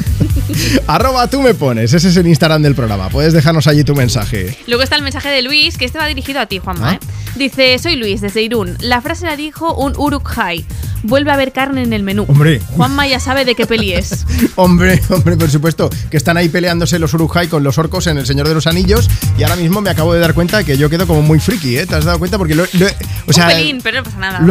@ tú me pones, ese es el Instagram del programa. Puedes dejarnos allí tu mensaje. Luego está el mensaje de Luis, que este va dirigido a ti, Juanma. Dice: soy Luis, desde Irún. La frase la dijo un Uruk-hai: vuelve a haber carne en el menú. Hombre. Juanma ya sabe de qué peli es. hombre, por supuesto. Que están ahí peleándose los Uruk-hai con los orcos en El Señor de los Anillos. Y ahora mismo me acabo de dar cuenta que yo quedo como muy friki, ¿eh? ¿Te has dado cuenta? Porque o sea, un pelín, pero no pasa nada.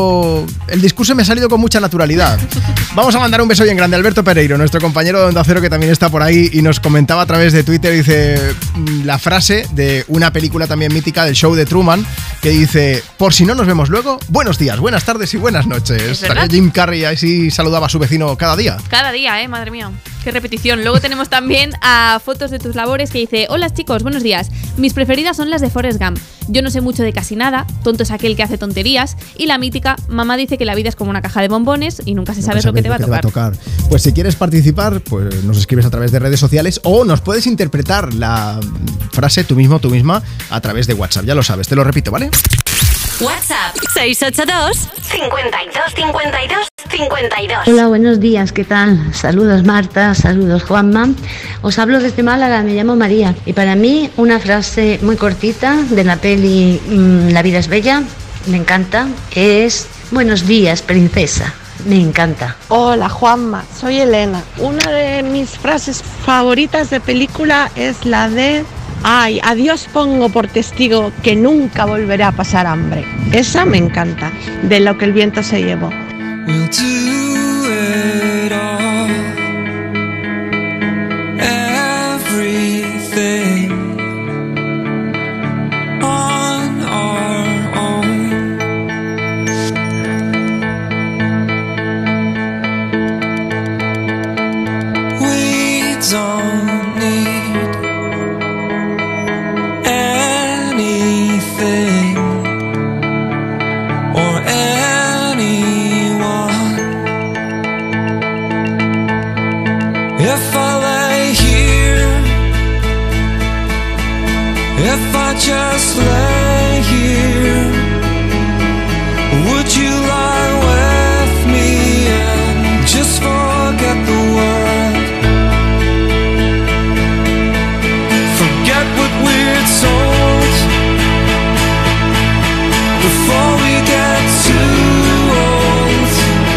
El discurso me ha salido con mucha naturalidad. Vamos a mandar un beso bien grande a Alberto Pereiro, nuestro compañero de Onda Cero, que también está por ahí y nos comentaba a través de Twitter, dice la frase de una película también mítica, del Show de Truman, que dice: por si no nos vemos luego, buenos días, buenas tardes y buenas noches. Salía Jim Carrey así, saludaba a su vecino cada día. Cada día, madre mía. Qué repetición. Luego tenemos también a Fotos de tus labores, que dice: hola chicos, buenos días. Mis preferidas son las de Forrest Gump. Yo no sé mucho de casi nada, tonto es aquel que hace tonterías, y la mítica: mamá dice que la vida es como una caja de bombones y nunca se sabe lo que te va a tocar. Pues si quieres participar, pues nos escribes a través de redes sociales o nos puedes interpretar la frase tú mismo, tú misma, a través de WhatsApp. Ya lo sabes, te lo repito, ¿vale? WhatsApp 682 52 52 52. Hola, buenos días, ¿qué tal? Saludos Marta, saludos Juanma. Os hablo desde Málaga, me llamo María. Y para mí una frase muy cortita de la peli La vida es bella, me encanta, es: buenos días, princesa. Me encanta. Hola Juanma, soy Elena. Una de mis frases favoritas de película es la de: ay, a Dios pongo por testigo que nunca volveré a pasar hambre. Esa me encanta, de Lo que el viento se llevó. We'll do it all, everything on our own. We don't need anything or anyone. If I lay here just lay here, would you lie with me and just forget the world? Forget what we're told before we get too old.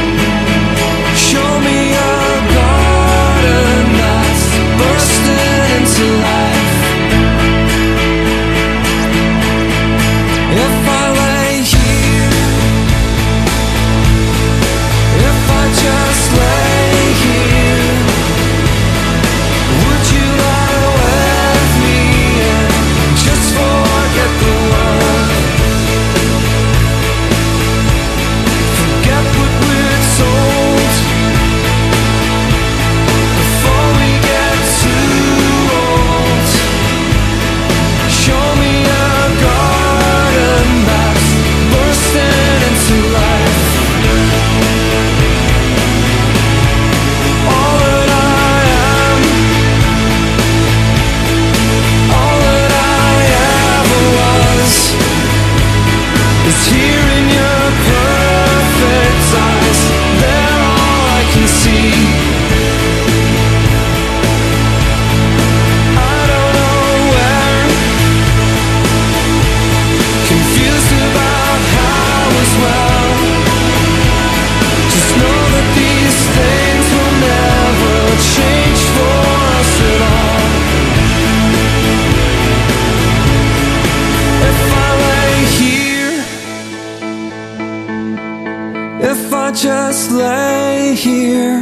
Show me a garden that's bursting into life. If I lay here, if I just lay here, would you lie with me and just forget the world? Forget what we're told before we get too old. Show me a garden that's bursting into life. All that I am, all that I ever was, is here in your perfect eyes. They're all I can see. I don't know where, confused about how as well. Just know that these things will never change for us at all. If I lay here, if I just lay here,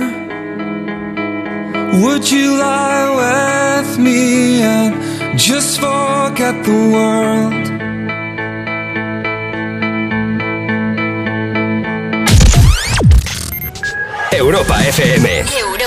would you lie with me and just forget the world? Europa FM.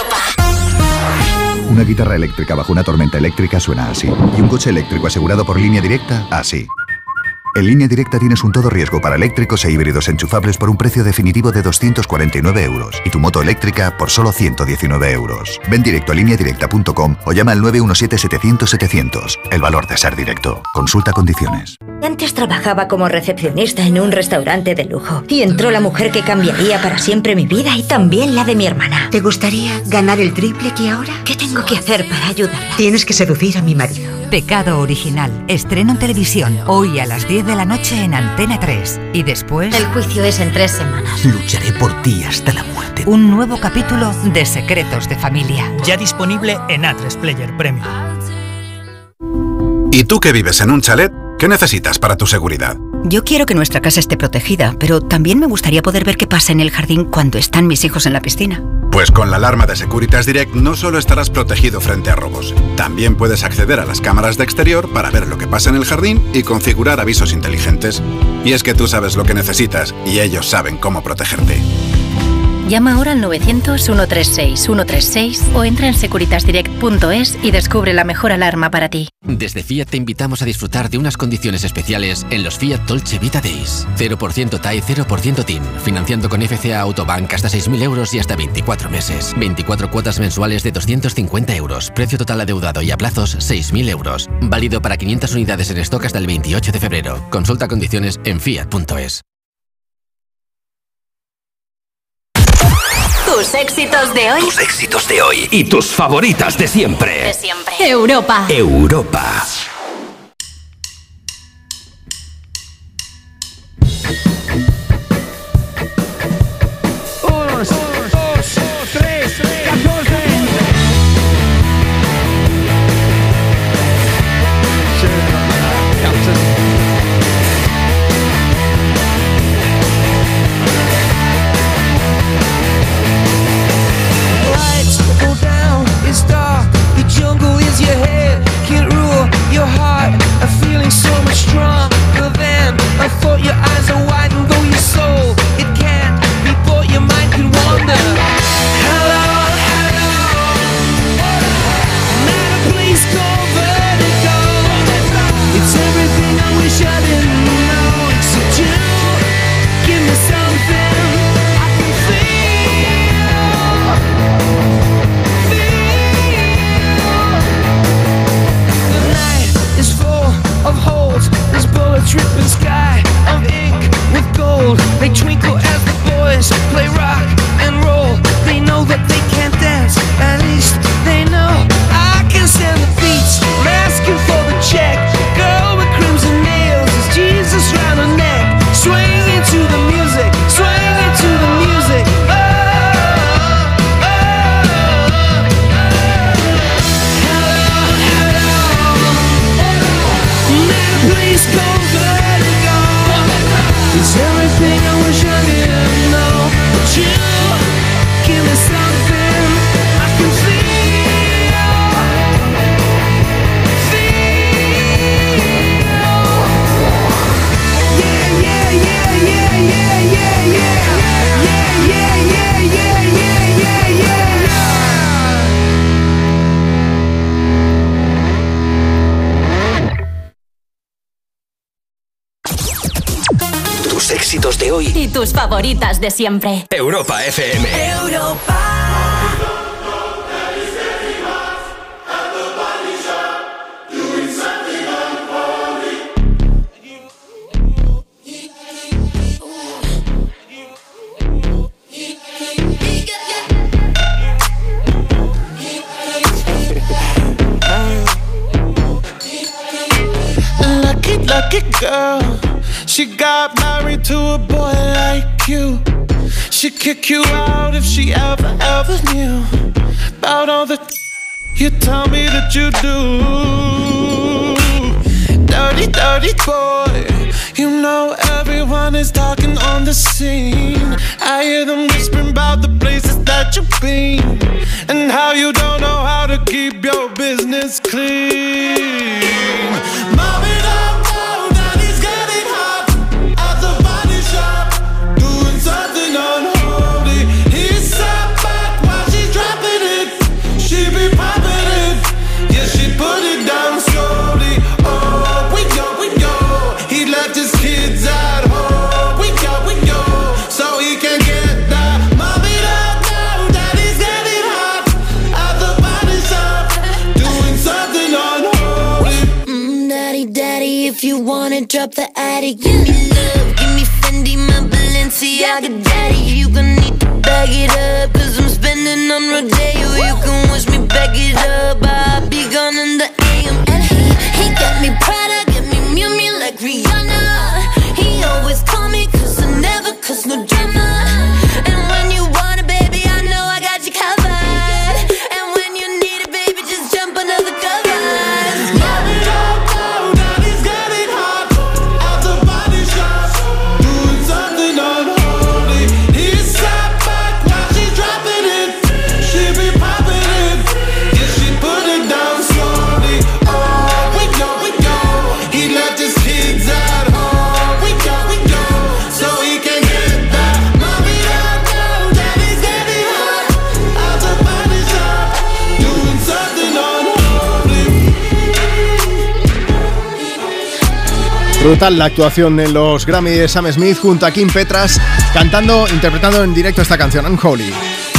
Una guitarra eléctrica bajo una tormenta eléctrica suena así. Y un coche eléctrico asegurado por Línea Directa, así. En Línea Directa tienes un todo riesgo para eléctricos e híbridos enchufables por un precio definitivo de 249 euros. Y tu moto eléctrica por solo 119 euros. Ven directo a lineadirecta.com o llama al 917-700-700. El valor de ser directo. Consulta condiciones. Antes trabajaba como recepcionista en un restaurante de lujo y entró la mujer que cambiaría para siempre mi vida y también la de mi hermana. ¿Te gustaría ganar el triple que ahora? ¿Qué tengo que hacer para ayudarla? Tienes que seducir a mi marido. Pecado original. Estreno en televisión hoy a las 10 de la noche en Antena 3. Y después... El juicio es en 3 semanas. Lucharé por ti hasta la muerte. Un nuevo capítulo de Secretos de Familia. Ya disponible en A3 Player Premium. ¿Y tú que vives en un chalet? ¿Qué necesitas para tu seguridad? Yo quiero que nuestra casa esté protegida, pero también me gustaría poder ver qué pasa en el jardín cuando están mis hijos en la piscina. Pues con la alarma de Securitas Direct no solo estarás protegido frente a robos, también puedes acceder a las cámaras de exterior para ver lo que pasa en el jardín y configurar avisos inteligentes. Y es que tú sabes lo que necesitas y ellos saben cómo protegerte. Llama ahora al 900-136-136 o entra en securitasdirect.es y descubre la mejor alarma para ti. Desde Fiat te invitamos a disfrutar de unas condiciones especiales en los Fiat Dolce Vita Days. 0% TAE, 0% TIN. Financiando con FCA Autobank hasta 6.000 euros y hasta 24 meses. 24 cuotas mensuales de 250 euros. Precio total adeudado y a plazos 6.000 euros. Válido para 500 unidades en stock hasta el 28 de febrero. Consulta condiciones en fiat.es. Tus éxitos de hoy. Tus éxitos de hoy y tus favoritas de siempre. De siempre. Europa. Europa. It's dark, the jungle is your head, can't rule your éxitos de hoy y tus favoritas de siempre. Europa FM. Europa. Lucky girl, she got married to a boy like you. She'd kick you out if she ever knew about all the you tell me that you do. Dirty, dirty boy, you know everyone is talking on the scene. I hear them whispering about the places that you've been and how you don't know how to keep your business clean. Mommy, if you wanna drop the attic, give me love, give me Fendi, my Balenciaga daddy. You gon' need to bag it up, cause I'm spending on Rodeo. You can wish me back it up, I'll be gone in the AM. And he got me Prada, got me Miu Miu like Rihanna. He always call me cause I never cause no drama. And when you want it, baby, I know I got you covered. And when you need it, baby, just jump under the covers. Brutal la actuación en los Grammy de Sam Smith junto a Kim Petras interpretando en directo esta canción, Unholy.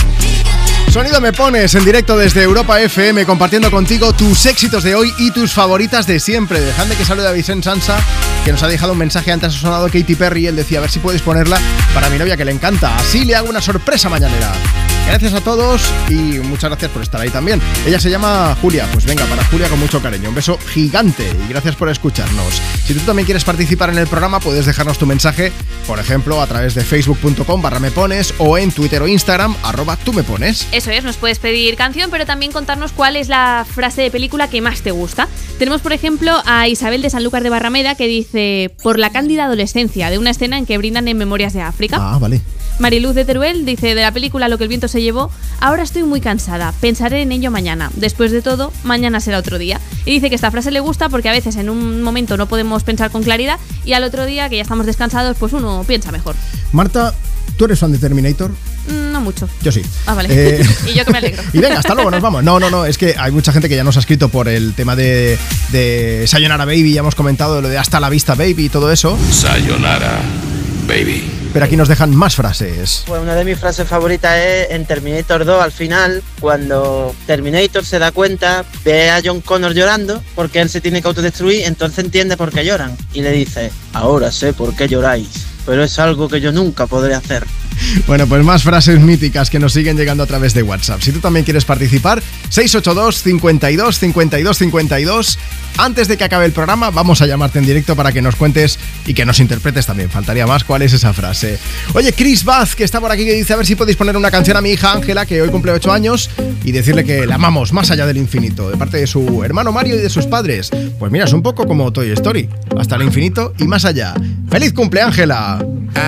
Sonido Me Pones en directo desde Europa FM, compartiendo contigo tus éxitos de hoy y tus favoritas de siempre. Dejadme que salude a Vicente Sansa, que nos ha dejado un mensaje. Antes ha sonado Katy Perry y él decía a ver si puedes ponerla para mi novia que le encanta. Así le hago una sorpresa mañanera. Gracias a todos y muchas gracias por estar ahí también. Ella se llama Julia, pues venga, para Julia con mucho cariño. Un beso gigante y gracias por escucharnos. Si tú también quieres participar en el programa, puedes dejarnos tu mensaje, por ejemplo, a través de facebook.com/mepones o en Twitter o Instagram @tumepones. Eso es, nos puedes pedir canción, pero también contarnos cuál es la frase de película que más te gusta. Tenemos, por ejemplo, a Isabel de Sanlúcar de Barrameda que dice: por la cándida adolescencia, de una escena en que brindan en Memorias de África. Ah, vale. Mariluz de Teruel dice de la película Lo que el viento se llevó: ahora estoy muy cansada, pensaré en ello mañana. Después de todo, mañana será otro día. Y dice que esta frase le gusta porque a veces en un momento no podemos pensar con claridad y al otro día, que ya estamos descansados, pues uno piensa mejor. Marta, ¿tú eres fan de Terminator? No mucho. Yo sí. Ah, vale. Y yo que me alegro. Y venga, hasta luego, nos vamos. No, es que hay mucha gente que ya nos ha escrito por el tema de Sayonara Baby, ya hemos comentado lo de Hasta la Vista Baby y todo eso. Sayonara Baby. Pero aquí nos dejan más frases. Pues una de mis frases favoritas es en Terminator 2, al final, cuando Terminator se da cuenta, ve a John Connor llorando porque él se tiene que autodestruir, entonces entiende por qué lloran. Y le dice: ahora sé por qué lloráis, pero es algo que yo nunca podré hacer. Bueno, pues más frases míticas que nos siguen llegando a través de WhatsApp. Si tú también quieres participar, 682 52 52 52. Antes de que acabe el programa, vamos a llamarte en directo para que nos cuentes y que nos interpretes también. Faltaría más cuál es esa frase. Oye, Chris Bath, que está por aquí, que dice: a ver si podéis poner una canción a mi hija Ángela, que hoy cumple 8 años, y decirle que la amamos más allá del infinito, de parte de su hermano Mario y de sus padres. Pues mira, es un poco como Toy Story, hasta el infinito y más allá. ¡Feliz cumple, Ángela!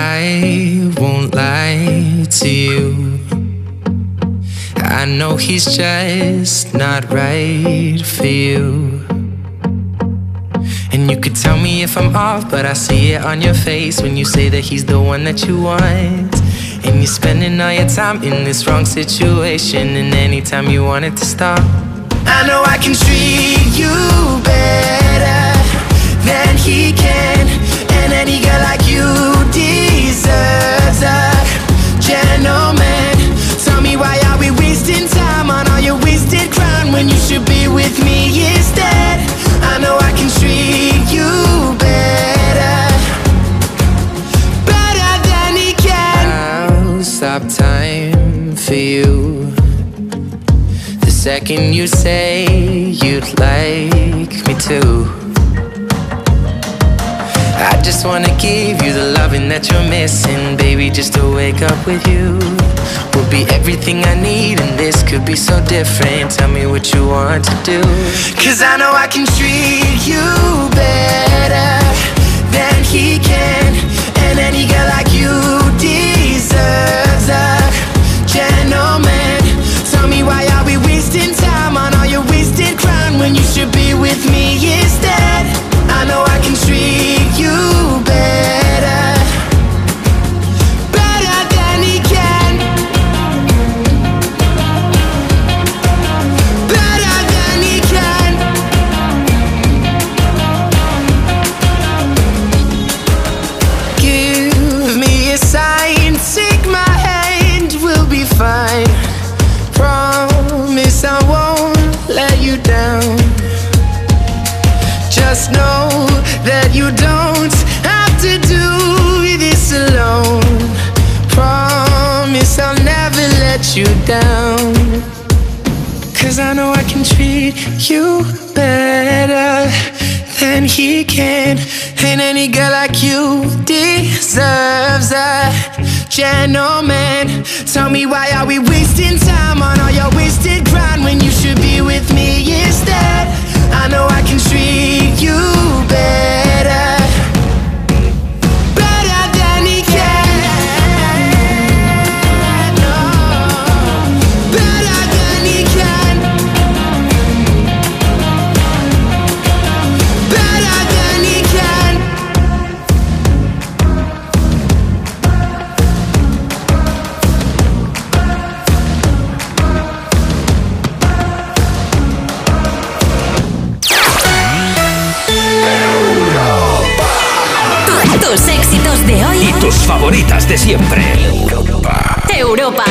I won't lie to you. I know he's just not right for you. And you could tell me if I'm off, but I see it on your face when you say that he's the one that you want. And you're spending all your time in this wrong situation, and anytime you want it to stop, I know I can treat you better than he can. And any girl like you deserves a gentleman. Tell me why are we wasting time on all your wasted crown when you should be with me instead. I know I can treat you better, better than he can. I'll stop time for you the second you say you'd like me to. I just wanna give you the loving that you're missing, baby. Just to wake up with you will be everything I need, and this could be so different. Tell me what you want to do, 'cause I know I can treat you better than he can. And any girl like you deserves a gentleman. Tell me why are we wasting time on all your wasted crown when you should be with me instead. I know I can treat you better, better than he can, better than he can. Give me a sign, take my hand, we'll be fine. Promise I won't let you down. Just know that you don't have to do this alone. Promise I'll never let you down, 'cause I know I can treat you better than he can. And any girl like you deserves a gentleman. Tell me why are we wasting time on all your wasted grind when you should be with me instead. I know I can treat you better, better than he can. No, better than he can, better than he can. Tus éxitos de hoy y tus favoritas de siempre. Europa. Europa.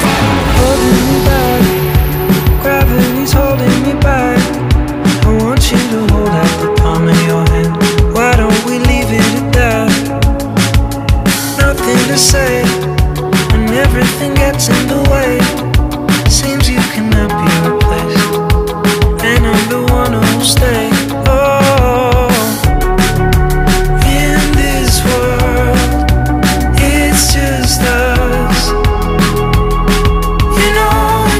Gravity's holding me back. I want you to hold out the palm of your hand. Why don't we leave it at that? Nothing to say, and everything gets in the way. Seems you cannot be replaced, and I'm the one who'll stay. Oh, in this world, it's just us. You know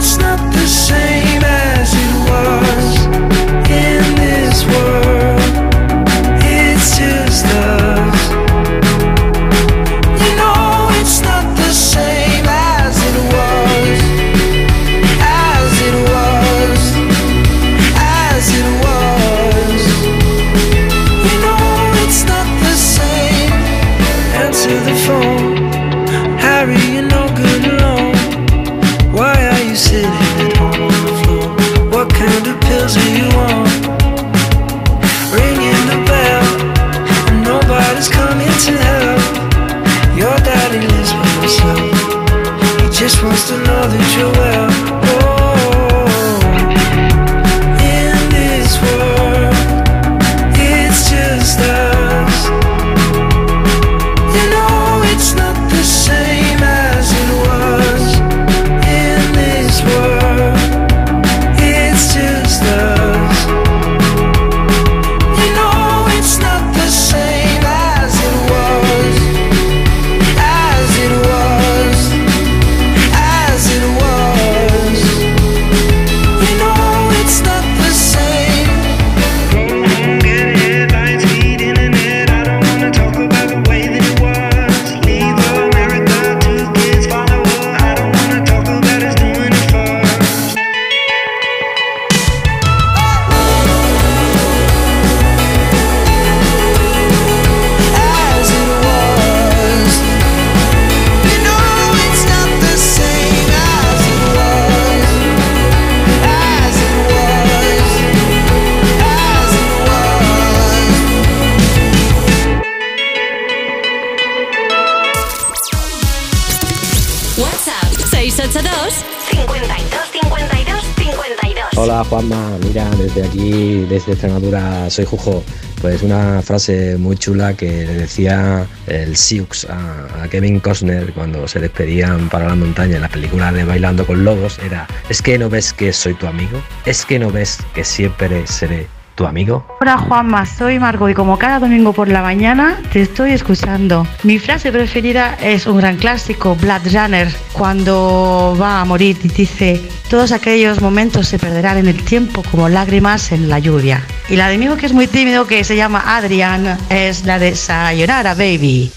Hola Juanma, mira, desde aquí, desde Extremadura, soy Jujo. Pues una frase muy chula que le decía el Siux a Kevin Costner cuando se despedían para la montaña en las películas de Bailando con Lobos era: ¿es que no ves que soy tu amigo? ¿Es que no ves que siempre seré tu amigo? Hola Juanma, soy Margot y como cada domingo por la mañana te estoy escuchando. Mi frase preferida es un gran clásico, Blade Runner, cuando va a morir y dice: todos aquellos momentos se perderán en el tiempo como lágrimas en la lluvia. Y la de mi hijo, que es muy tímido, que se llama Adrian, es la de Sayonara Baby.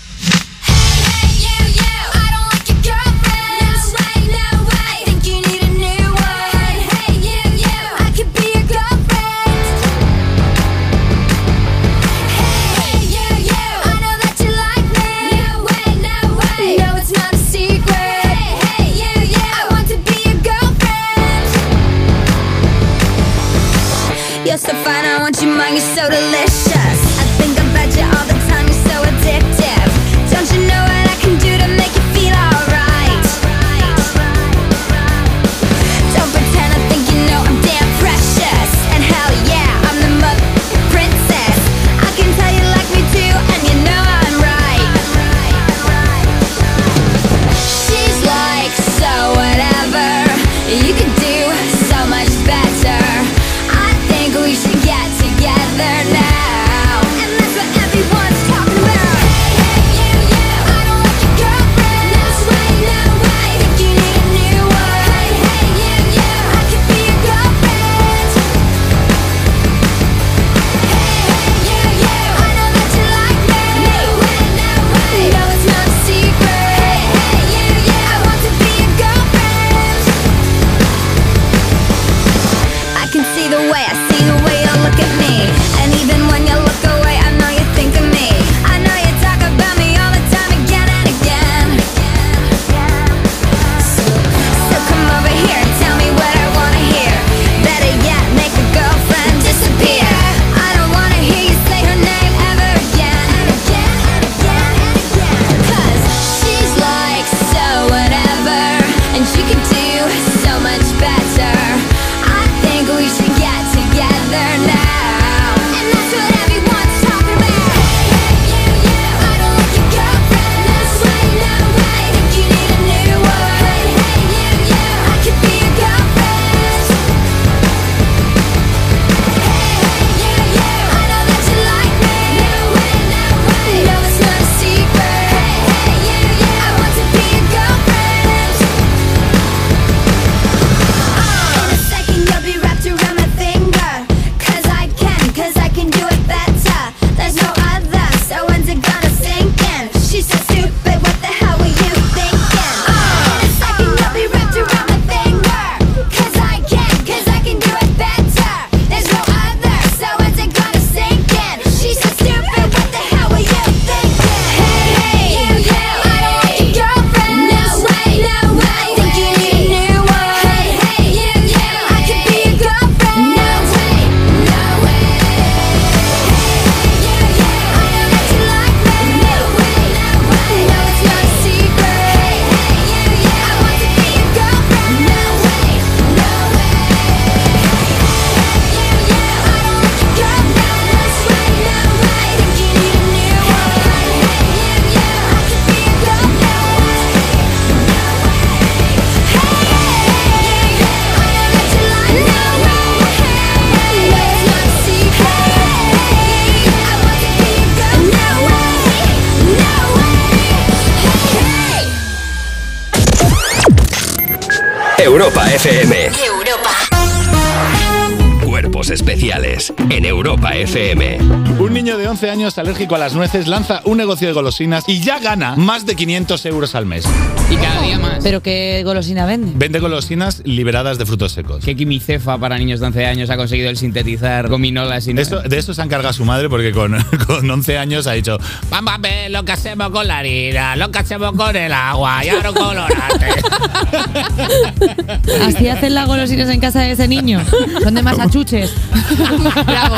You're so fine, I want your mind, you're so delicious. I think about you all the time, you're so addictive. Don't you know what I can do to make you feel alright? Don't pretend I think you know I'm damn precious. And hell yeah, I'm the mother princess. I can tell you like me too, and you know I'm right. She's like, so whatever, you could do so much better. We should get together now, and that's what everyone's talking about. Hey, I don't like your girlfriend. No way, think you need a new one. Hey, I could be your girlfriend. Hey, I know that you like me. No way, no, it's not a secret. Hey, I want to be your girlfriend. I can see the way the way you look at me, and even when you look away, I know you think of me. I know you talk about me all the time, again and again. So come over here and tell me what I wanna hear. Better yet, make a girlfriend disappear. I don't wanna hear you say her name ever again. Cause she's like, so whatever, and she could do so much better. I think we should get together now, and that's what everyone's talking about. Hey, I don't like your girlfriend. No way, think you need a new one. Hey, I could be your girlfriend. Hey, I know that you like me. No, it's not a secret. Hey, I want to be your girlfriend. In a second you'll be wrapped around my finger. Cause I can do it better. There's no other, so when's it gonna sink in? She's so stupid, what the hell were you thinking? In a second you'll be wrapped around my finger. Cause I can do it better. There's no other, so when's it gonna sink in? She's so stupid, what the hell were you thinking? Hey, I don't like your girlfriend. No way, think you need a new one. Hey, I could be your girlfriend. No way. Europa FM. Cuerpos especiales en Europa FM. Un niño de 11 años alérgico a las nueces lanza un negocio de golosinas y ya gana más de 500 euros al mes. Y cada día más. ¿Pero qué golosina vende? Vende golosinas liberadas de frutos secos. ¿Qué quimicefa para niños de 11 años ha conseguido el sintetizar gominolas? Y de eso se ha encargado su madre porque con 11 años ha dicho: vamos a ver lo que hacemos con la harina, lo que hacemos con el agua y ahora colorante. ¿Así hacen las golosinas en casa de ese niño? Son de Massachusetts. Bravo.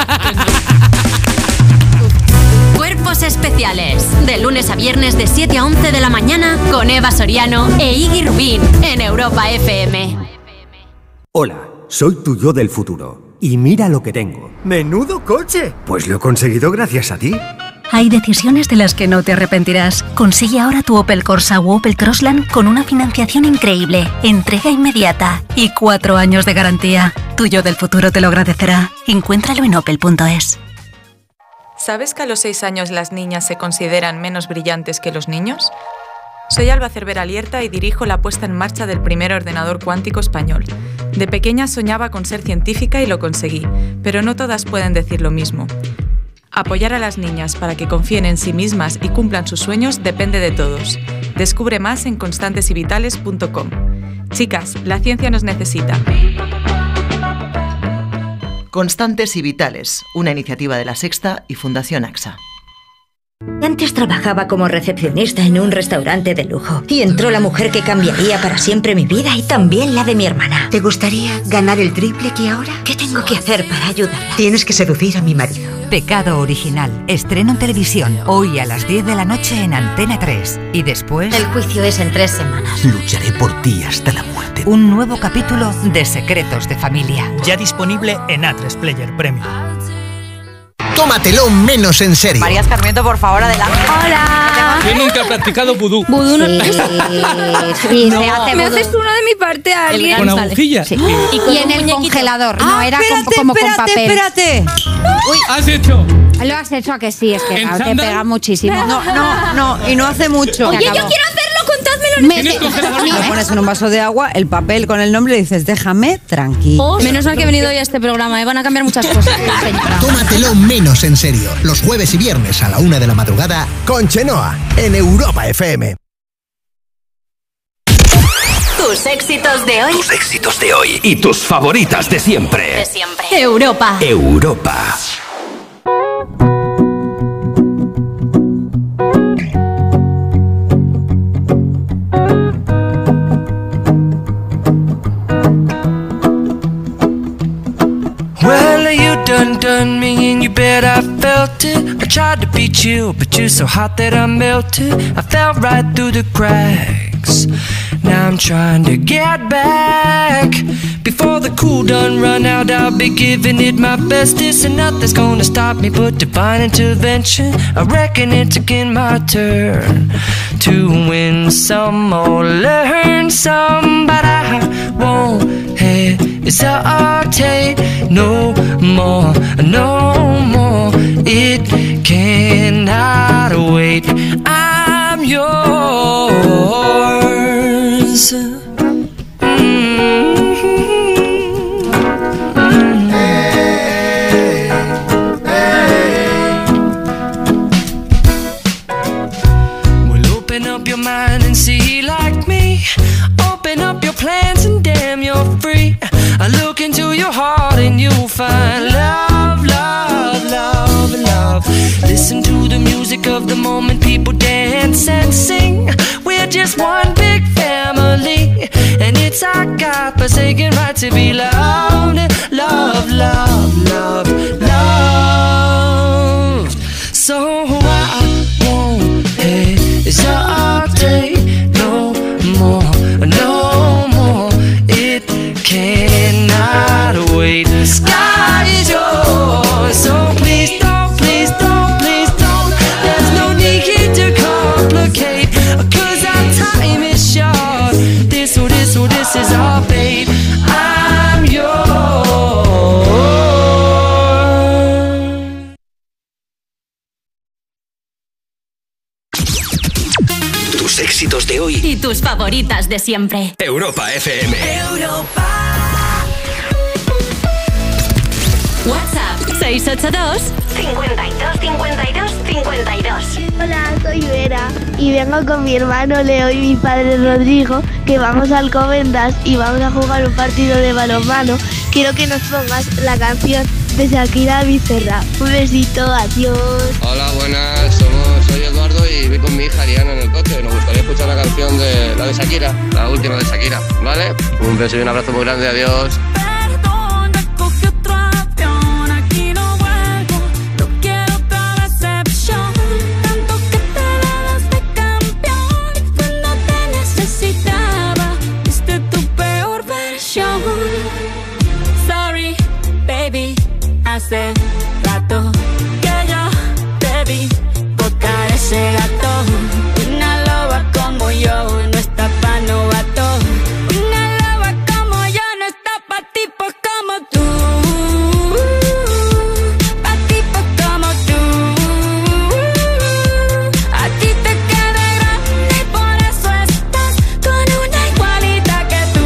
Cuerpos especiales. De lunes a viernes de 7 a 11 de la mañana con Eva Soriano e Iggy Rubín en Europa FM. Hola, soy tu yo del futuro. Y mira lo que tengo. ¡Menudo coche! Pues lo he conseguido gracias a ti. Hay decisiones de las que no te arrepentirás. Consigue ahora tu Opel Corsa u Opel Crossland con una financiación increíble, entrega inmediata y 4 años de garantía. Tu yo del futuro te lo agradecerá. Encuéntralo en opel.es. ¿Sabes que a los 6 años las niñas se consideran menos brillantes que los niños? Soy Alba Cervera Lierta y dirijo la puesta en marcha del primer ordenador cuántico español. De pequeña soñaba con ser científica y lo conseguí, pero no todas pueden decir lo mismo. Apoyar a las niñas para que confíen en sí mismas y cumplan sus sueños depende de todos. Descubre más en constantesyvitales.com. Chicas, la ciencia nos necesita. Constantes y Vitales, una iniciativa de La Sexta y Fundación AXA. Antes trabajaba como recepcionista en un restaurante de lujo y entró la mujer que cambiaría para siempre mi vida y también la de mi hermana. ¿Te gustaría ganar el triple que ahora? ¿Qué tengo que hacer para ayudarla? Tienes que seducir a mi marido. Pecado Original. Estreno en televisión hoy a las 10 de la noche en Antena 3. Y después... El juicio es en 3 semanas. Lucharé por ti hasta la muerte. Un nuevo capítulo de Secretos de Familia. Ya disponible en A3 Player Premium. Tómatelo menos en serio. María Escarmiento, por favor, adelante. Hola. Yo nunca he practicado vudú. Vudú no. Sí, no. se hace ¿Me vudú. haces uno de mi parte a alguien? Con agujilla. Sí. Y en el congelador, no era como con papel. Espérate. Uy. ¿Has hecho? Lo has hecho a que sí, es que ¿En te chándal? pega muchísimo. No, y no hace mucho. Oye, yo quiero hacerlo, contádmelo. ¿Tienes congelador? Le pones en un vaso de agua el papel con el nombre y dices, déjame tranquilo. Menos mal que he venido hoy a este programa, van a cambiar muchas cosas. Tómatelo menos en serio. Los jueves y viernes a la 1 de la madrugada con Chenoa en Europa FM. Tus éxitos de hoy. Tus éxitos de hoy y tus favoritas de siempre. De siempre. Europa. Europa. Well, you done me and you bet I felt it. I tried to beat you, but you're so hot that I melted. I fell right through the cracks. Now I'm trying to get back. Before the cool done run out, I'll be giving it my bestest. And nothing's gonna stop me but divine intervention. I reckon it's again my turn to win some or learn some. But I won't hesitate no more, no more. It cannot wait. I'm yours. Well, open up your mind and see like me. Open up your plans and damn, you're free. I look into your heart and you'll find love, love, love, love. Listen to the music of the moment, people dance and sing. We're just one big family, and it's our God-forsaken right to be loved, love, love, love, love. So I won't hesitate no more, no more. It cannot wait. The sky is yours, so please don't, please don't, please don't. There's no need to complicate, 'cause our time is short. This is our fate. I'm yours. Tus éxitos de hoy Y tus favoritas de siempre. Europa FM. Europa. WhatsApp 682 52 52 52. Hola, soy Vera y vengo con mi hermano Leo y mi padre Rodrigo, que vamos al Alcobendas y vamos a jugar un partido de balonmano. Quiero que nos pongas la canción de Shakira Becerra. Un besito, adiós. Hola, buenas, soy Eduardo y voy con mi hija Ariana en el coche. Nos gustaría escuchar la canción de la de Shakira, la última de Shakira, ¿vale? Un beso y un abrazo muy grande, adiós. hace rato que yo te vi tocar ese gato. Una loba como yo no está pa' novato. Una loba como yo no está pa' tipos como tú. Pa' tipos como tú. A ti te queda grande y por eso estás con una igualita que tú.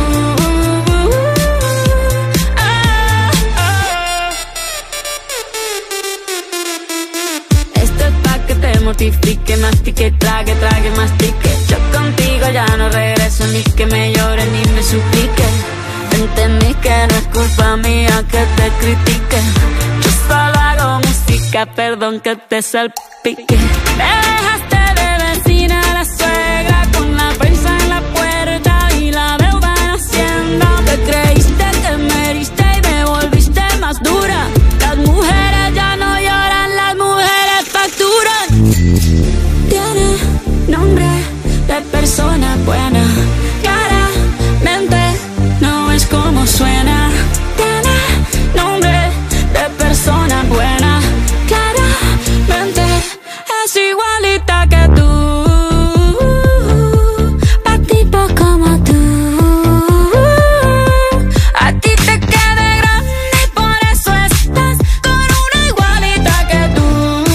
Esto es pa' que te mortifique, mastique, trague, trague, mastique. Yo contigo ya no regreso, ni que me llore ni me suplique. Entendí que no es culpa mía que te critique. Yo solo hago música, perdón que te salpique. Me dejaste de vecina a la suegra con la prensa en la puerta y la deuda en Hacienda. Te creíste que me heriste y me volviste más dura. Las mujeres ya no lloran, las mujeres facturan. Tiene nombre de persona buena, claramente no es como suena. Tiene nombre de persona buena, claramente es igualita que tú. Pa' tipos como tú. A ti te queda grande y por eso estás con una igualita que tú.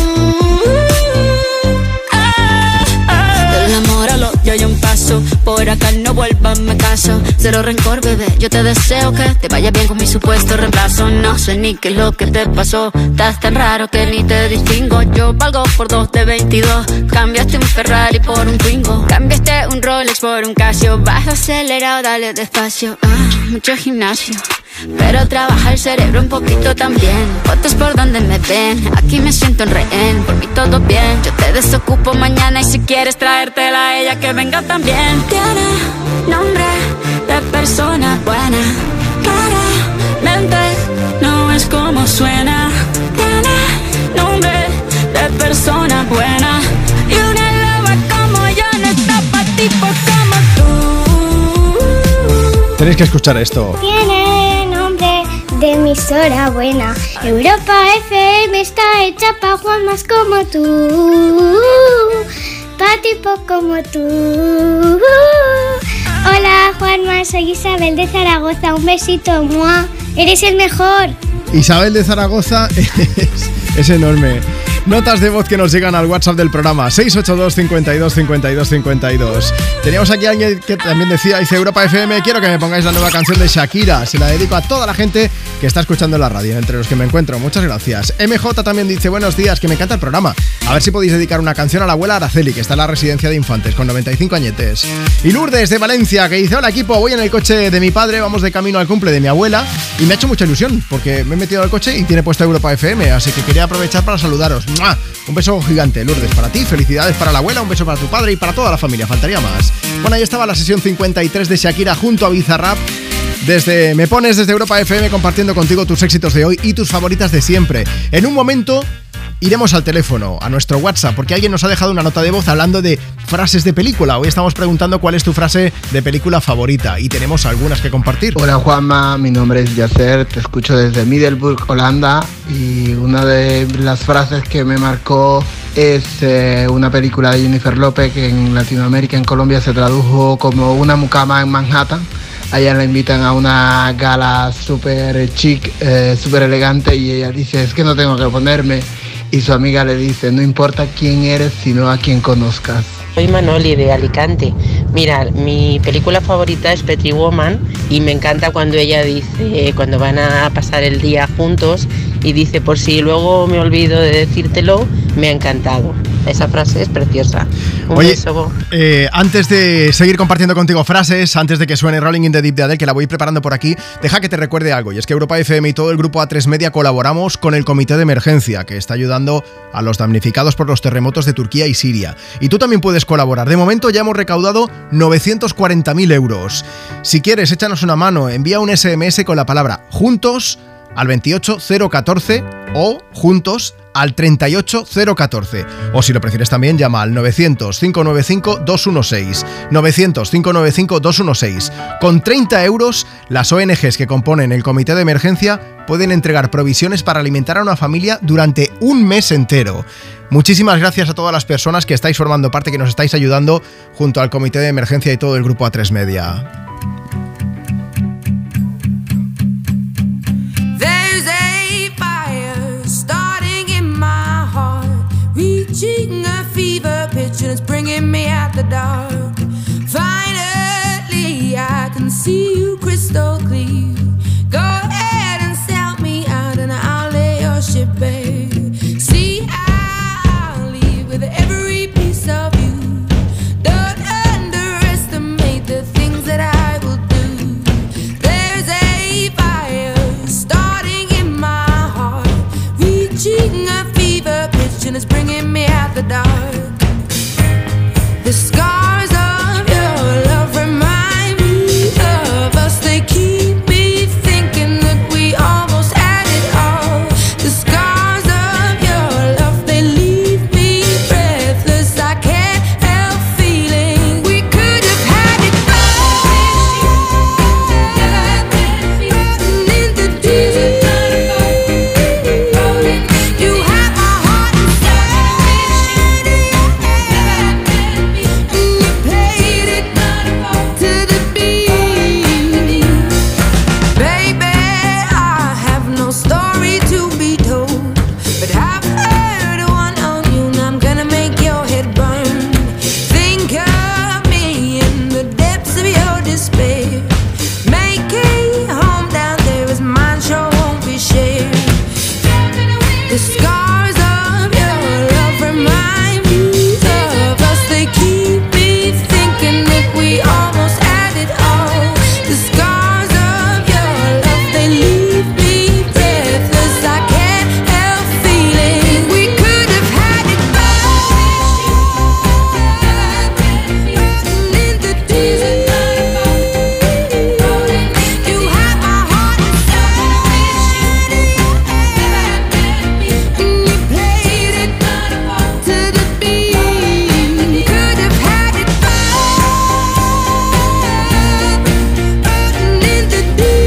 Del amor al odio hay un paso, por acá no vuelvas, me caso. Cero rencor, bebé, yo te deseo que te vaya bien con mi supuesto reemplazo. No sé ni qué es lo que te pasó, estás tan raro que ni te distingo. Yo valgo por 2 de 22, cambiaste un Ferrari por un Twingo. Cambiaste un Rolex por un Casio, vas acelerado, dale despacio. Mucho gimnasio, pero trabaja el cerebro un poquito también. Fotos por donde me ven, aquí me siento en rehén. Por mí todo bien, yo te desocupo mañana y si quieres traértela a ella que venga también. Tiene nombre de persona buena, claramente no es como suena. Tiene nombre de persona buena y una loba como yo no está pa' tipos como tú. Tenéis que escuchar esto. Tiene nombre de emisora buena. Europa FM está hecha pa' Juan más como tú. Pa' tipo como tú. Hola Juanma, soy Isabel de Zaragoza. Un besito, ¡mua! Eres el mejor. Isabel de Zaragoza es enorme. Notas de voz que nos llegan al WhatsApp del programa 682 52 52 52. Teníamos aquí a alguien que también decía, dice Europa FM, quiero que me pongáis la nueva canción de Shakira. Se la dedico a toda la gente que está escuchando la radio, entre los que me encuentro. Muchas gracias. MJ también dice, buenos días, que me encanta el programa. A ver si podéis dedicar una canción a la abuela Araceli, que está en la residencia de infantes con 95 añetes. Y Lourdes de Valencia, que dice, hola equipo, voy en el coche de mi padre, vamos de camino al cumple de mi abuela y me ha hecho mucha ilusión porque me he metido al coche y tiene puesto Europa FM, así que quería aprovechar para saludaros. ¡Mua! Un beso gigante, Lourdes, para ti, felicidades para la abuela, un beso para tu padre y para toda la familia, faltaría más. Bueno, ahí estaba la sesión 53 de Shakira junto a Bizarrap. Me pones desde Europa FM compartiendo contigo tus éxitos de hoy y tus favoritas de siempre. En un momento iremos al teléfono, a nuestro WhatsApp, porque alguien nos ha dejado una nota de voz hablando de frases de película. Hoy estamos preguntando cuál es tu frase de película favorita y tenemos algunas que compartir. Hola Juanma, mi nombre es Yasser, te escucho desde Middelburg, Holanda, y una de las frases que me marcó es una película de Jennifer López que en Latinoamérica, en Colombia, se tradujo como Una mucama en Manhattan. Allá la invitan a una gala súper chic, súper elegante, y ella dice, es que no tengo que ponerme. Y su amiga le dice, no importa quién eres, sino a quién conozcas. Soy Manoli de Alicante. Mira, mi película favorita es Pretty Woman y me encanta cuando ella dice, cuando van a pasar el día juntos y dice, por si luego me olvido de decírtelo, me ha encantado. Esa frase es preciosa. Oye, antes de seguir compartiendo contigo frases, antes de que suene Rolling in the Deep de Adele, que la voy preparando por aquí, deja que te recuerde algo, y es que Europa FM y todo el grupo A3 Media colaboramos con el Comité de Emergencia, que está ayudando a los damnificados por los terremotos de Turquía y Siria. Y tú también puedes colaborar. De momento ya hemos recaudado 940.000 euros. Si quieres, échanos una mano, envía un SMS con la palabra JUNTOS al 28014 o juntos al 38014. O si lo prefieres también, llama al 900-595-216. 900-595-216. Con 30 euros, las ONGs que componen el comité de emergencia pueden entregar provisiones para alimentar a una familia durante un mes entero. Muchísimas gracias a todas las personas que estáis formando parte, que nos estáis ayudando junto al comité de emergencia y todo el grupo A3 Media. There's a fire starting in my heart, reaching a fever pitch and it's bringing me out the dark. Finally, I can see you crystal clear. Go ahead and sell me out and I'll lay your ship bare. See, I'll leave with every piece of you. Don't underestimate the things that I will do. There's a fire starting in my heart, reaching a fever pitch and it's bringing me out the dark. The scars of your love remind me of us. They keep me thinking that we almost had it all. The scars of your love, they leave me breathless. I can't help feeling we could have had it all. Rotten in the deep. You have my heart inside. And you played it to the beat. Baby, I have no story to be told, but I've heard one on you and I'm gonna make your head burn. Think of me in the depths of your despair. Make a home down there as mine sure won't be shared. The scars of your love remind me of us. They keep me thinking that we almost had it all. The scars of your love, they leave me breathless. I can't help feeling we could have had it all. Rotten in the deep. You have my heart inside. And you played it to the beat. Could have had it all. Rotten in the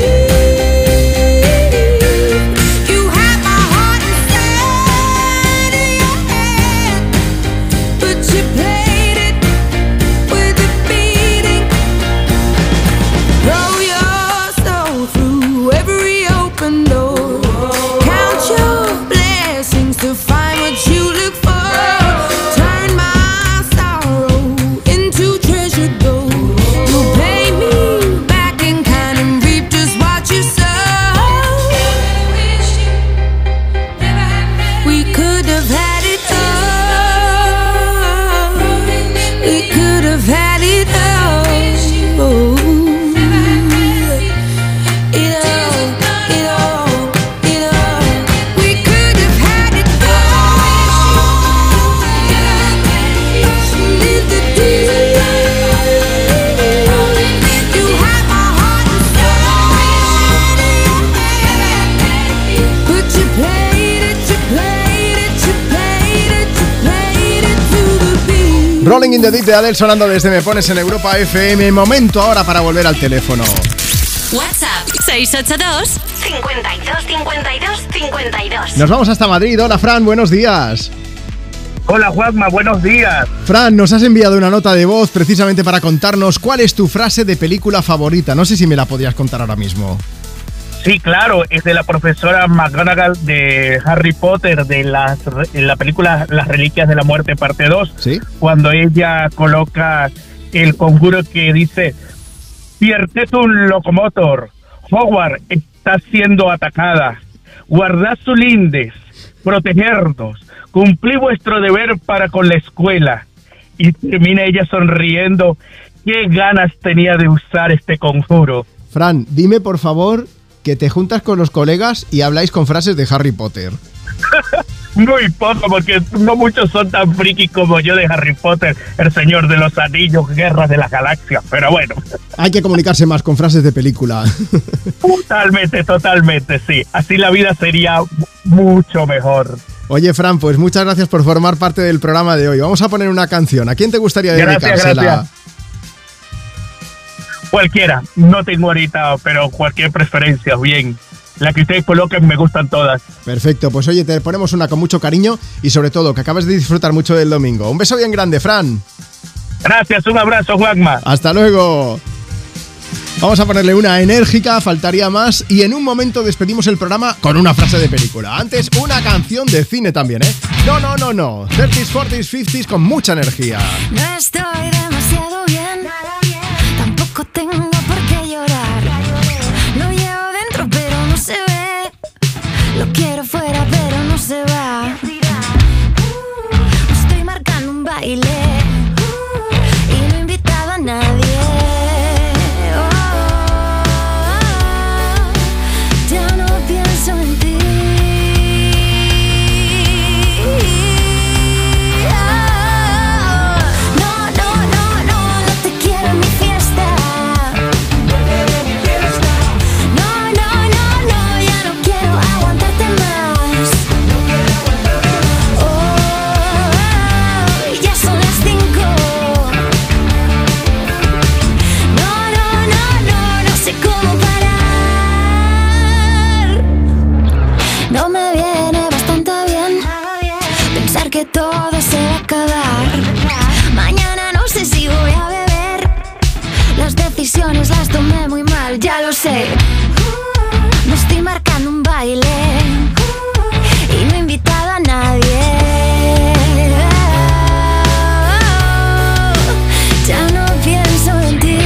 deep. You have my heart inside of your hand, but you played it with a beating. Throw your soul through every open door. Count your blessings to find what you look for. Turn my sorrow into treasure gold. You'll pay me back in kind and reap just what you sow. We could have had it all. We could have had it all. It all. We could have had it all. In the deep. You have my heart inside. But you played it to the beat. Rolling in the Deep de Adele sonando desde Me Pones en Europa FM. Momento ahora para volver al teléfono. WhatsApp 682 52 52 52. Nos vamos hasta Madrid. Hola, Fran, buenos días. Hola, Juanma, buenos días. Fran, nos has enviado una nota de voz precisamente para contarnos cuál es tu frase de película favorita. No sé si me la podrías contar ahora mismo. Sí, claro, es de la profesora McGonagall de Harry Potter, en la película Las Reliquias de la Muerte, parte 2. ¿Sí? Cuando ella coloca el conjuro que dice: Perpetuum locomotor, Hogwarts está siendo atacada. Guardad su lindes, protegernos, cumplí vuestro deber para con la escuela. Y termina ella sonriendo. Qué ganas tenía de usar este conjuro. Fran, dime por favor que te juntas con los colegas y habláis con frases de Harry Potter. Muy poco, porque no muchos son tan frikis como yo de Harry Potter, El Señor de los Anillos, Guerras de las Galaxias, pero bueno. Hay que comunicarse más con frases de película. Totalmente, sí. Así la vida sería mucho mejor. Oye, Fran, pues muchas gracias por formar parte del programa de hoy. Vamos a poner una canción. ¿A quién te gustaría dedicársela? Gracias. Cualquiera, no tengo ahorita, pero cualquier preferencia, bien. La que ustedes coloquen me gustan todas. Perfecto, pues oye, te ponemos una con mucho cariño y sobre todo que acabes de disfrutar mucho del domingo. Un beso bien grande, Fran. Gracias, un abrazo, Juanma. Hasta luego. Vamos a ponerle una enérgica, faltaría más, y en un momento despedimos el programa con una frase de película. Antes, una canción de cine también, ¿eh? No. 30s, 40s, 50s con mucha energía. No estoy demasiado bien, tampoco tengo por qué llorar. Lo llevo dentro pero no se ve, lo quiero fuera pero no se va. Estoy marcando un baile y no he invitado a nadie. Ya no pienso en ti. Que todo se va a acabar. Mañana no sé si voy a beber. Las decisiones las tomé muy mal, ya lo sé. Me estoy marcando un baile y no he invitado a nadie. Ya no pienso en ti.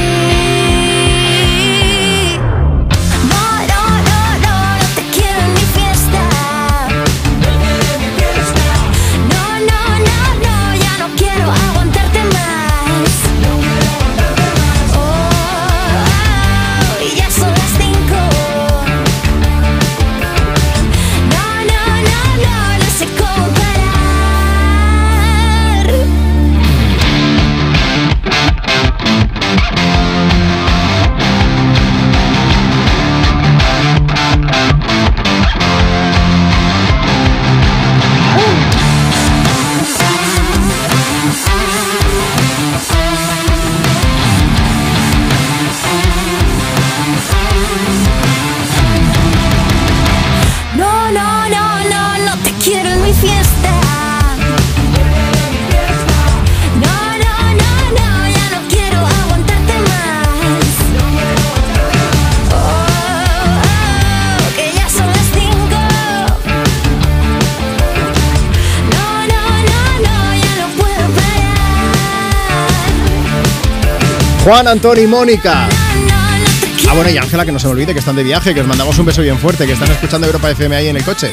Juan, Antoni y Mónica. Ah, bueno, y Ángela, que no se me olvide que están de viaje, que os mandamos un beso bien fuerte, que están escuchando Europa FM ahí en el coche.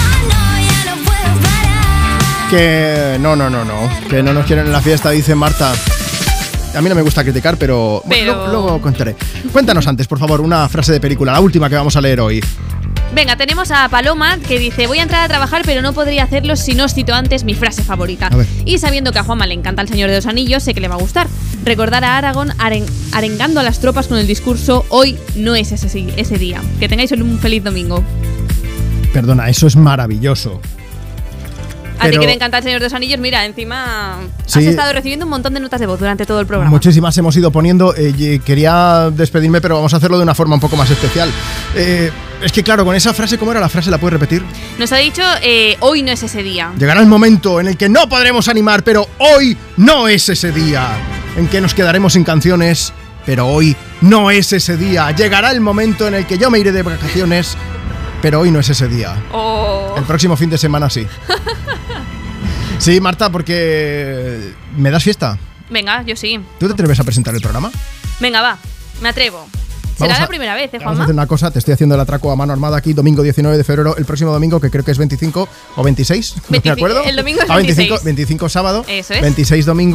Que no, que no nos quieren en la fiesta, dice Marta. A mí no me gusta criticar, pero... Bueno, luego contaré. Cuéntanos antes, por favor, una frase de película, la última que vamos a leer hoy. Venga, tenemos a Paloma que dice: voy a entrar a trabajar pero no podría hacerlo si no os cito antes mi frase favorita. Y sabiendo que a Juanma le encanta El Señor de los Anillos, sé que le va a gustar. Recordar a Aragorn arengando a las tropas con el discurso: hoy no es ese día. Que tengáis un feliz domingo. Perdona, eso es maravilloso. A ti que te encanta El Señor de los Anillos, mira, encima sí, has estado recibiendo un montón de notas de voz durante todo el programa. Muchísimas hemos ido poniendo. Quería despedirme, pero vamos a hacerlo de una forma un poco más especial. Es que claro, con esa frase, ¿cómo era la frase? ¿La puedes repetir? Nos ha dicho, hoy no es ese día. Llegará el momento en el que no podremos animar, pero hoy no es ese día. En que nos quedaremos sin canciones, pero hoy no es ese día. Llegará el momento en el que yo me iré de vacaciones, pero hoy no es ese día. El próximo fin de semana sí. Sí, Marta, porque ¿me das fiesta? Venga, yo sí. ¿Tú te atreves a presentar el programa? Venga, va, me atrevo. Será la primera vez, Juanma. Vamos a hacer una cosa, te estoy haciendo el atraco a mano armada aquí, domingo 19 de febrero, el próximo domingo, que creo que es 25 o 26, no me acuerdo. El domingo es 26. 25 sábado, Eso es. 26 domingo.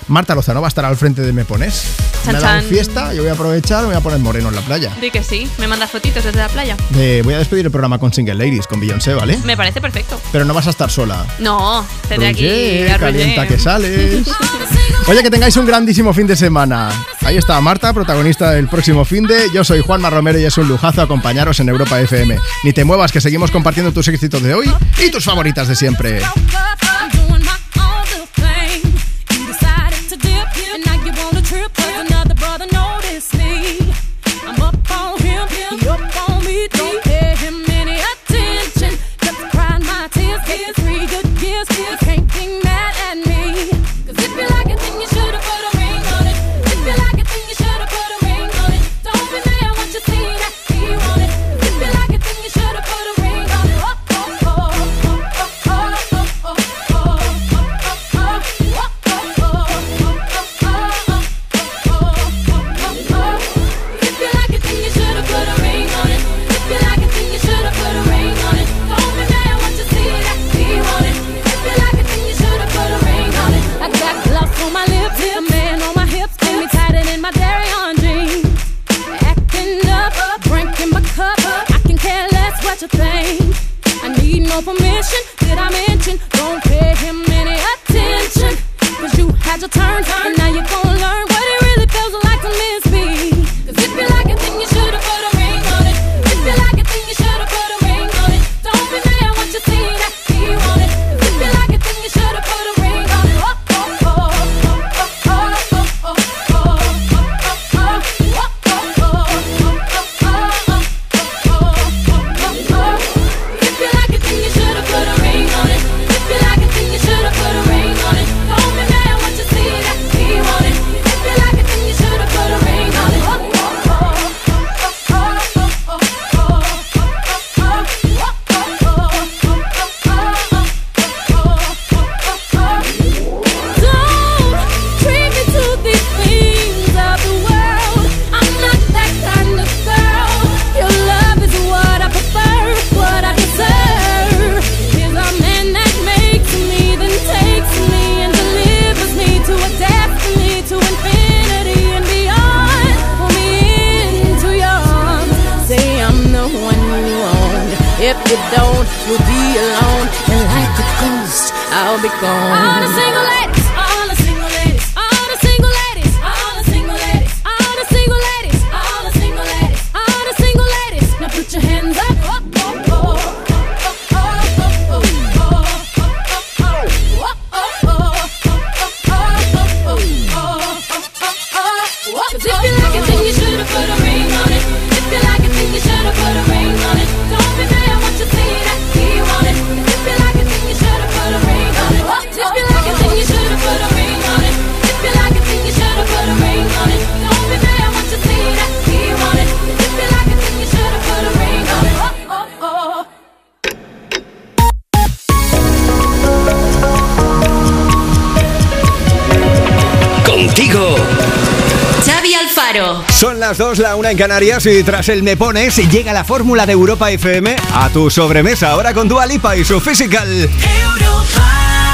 Marta Lozano va a estar al frente de Me Pones. Chan, Me ha dado chan. fiesta, yo voy a aprovechar, me voy a poner moreno en la playa. Di que sí, me mandas fotitos desde la playa. Voy a despedir el programa con Single Ladies, con Beyoncé, ¿vale? Me parece perfecto. Pero no vas a estar sola. No, tendré aquí Roger, a calienta Roger. que sales. Oye, que tengáis un grandísimo fin de semana. Ahí está Marta, protagonista del próximo finde. Yo soy Juanma Romero y es un lujazo acompañaros en Europa FM. Ni te muevas, que seguimos compartiendo tus éxitos de hoy y tus favoritas de siempre. I'm doing my own little thing. You decided to dip, and now you want a trip, 'cause another brother noticed me. I'm up on him, he up on me. Don't pay him any attention. Just crying my tears, getting 3 good years. You can't be mad at me. 'Cause if you like it, then you should've put a ring on it. If you like it, then you should've put a ring on it. Don't be mad once you see that he want it. If you like it, then you should've put a ring on it. Oh, oh, oh, oh, oh, oh, oh, oh, If you like it, then you should've put a ring on it. If you like it, then you should've put a ring on it. Don't be mad once you see that he want it. If you like it, then you should've put a ring on it. I got gloves on my lips, a man on my hips, get me tighter than my dairy on jeans. Acting up, drinking my cup, I can care less what you think. I need no permission, did I mention? Don't pay him any attention. 'Cause you had your turn, and now you're gonna learn what it really feels like to miss me. 'Cause if you like it, then you should've put a ring on it. If you like it, then you should've put a ring on it. Don't be mad once you see that he want it. 'Cause if you like it, then you should've put a ring on it. Oh, oh, oh, oh, oh, oh, oh, oh, If you like it, then you should've put a ring on it. If you like it, then you should've put a ring on it. Don't be mad once you see that he want it. If you like it, then you should've put a ring on it. Don't treat me to these things of the world. I'm not that kind of girl. Your love is what I prefer, what I deserve. Here's a man that makes me, then takes me and delivers me to a destiny, to infinity and beyond. Pull me into your arms, say I'm the one you want. If you don't, you'll be alone, and like a ghost, I'll be gone. All the single ladies, all the single ladies, all the single ladies, all the single ladies, all the single ladies, all the single ladies, all the single ladies. Now put your hands up. Cause if you like it, then you should've put a ring on it. If you like it, then you should've put a ring on it. Don't be mad once you see that he want it. If you like it, then you should've put a ring on it. If you like it, then you should've put a ring on it. If you like it, then you should've put a ring on it. Don't be mad once you see that he want it. If you like it, then you should've put a ring on it. Contigo. Xavi Alfaro. Son las 2, la 1 en Canarias y tras el Me Pones llega la fórmula de Europa FM a tu sobremesa, ahora con Dua Lipa y su Physical. Europa.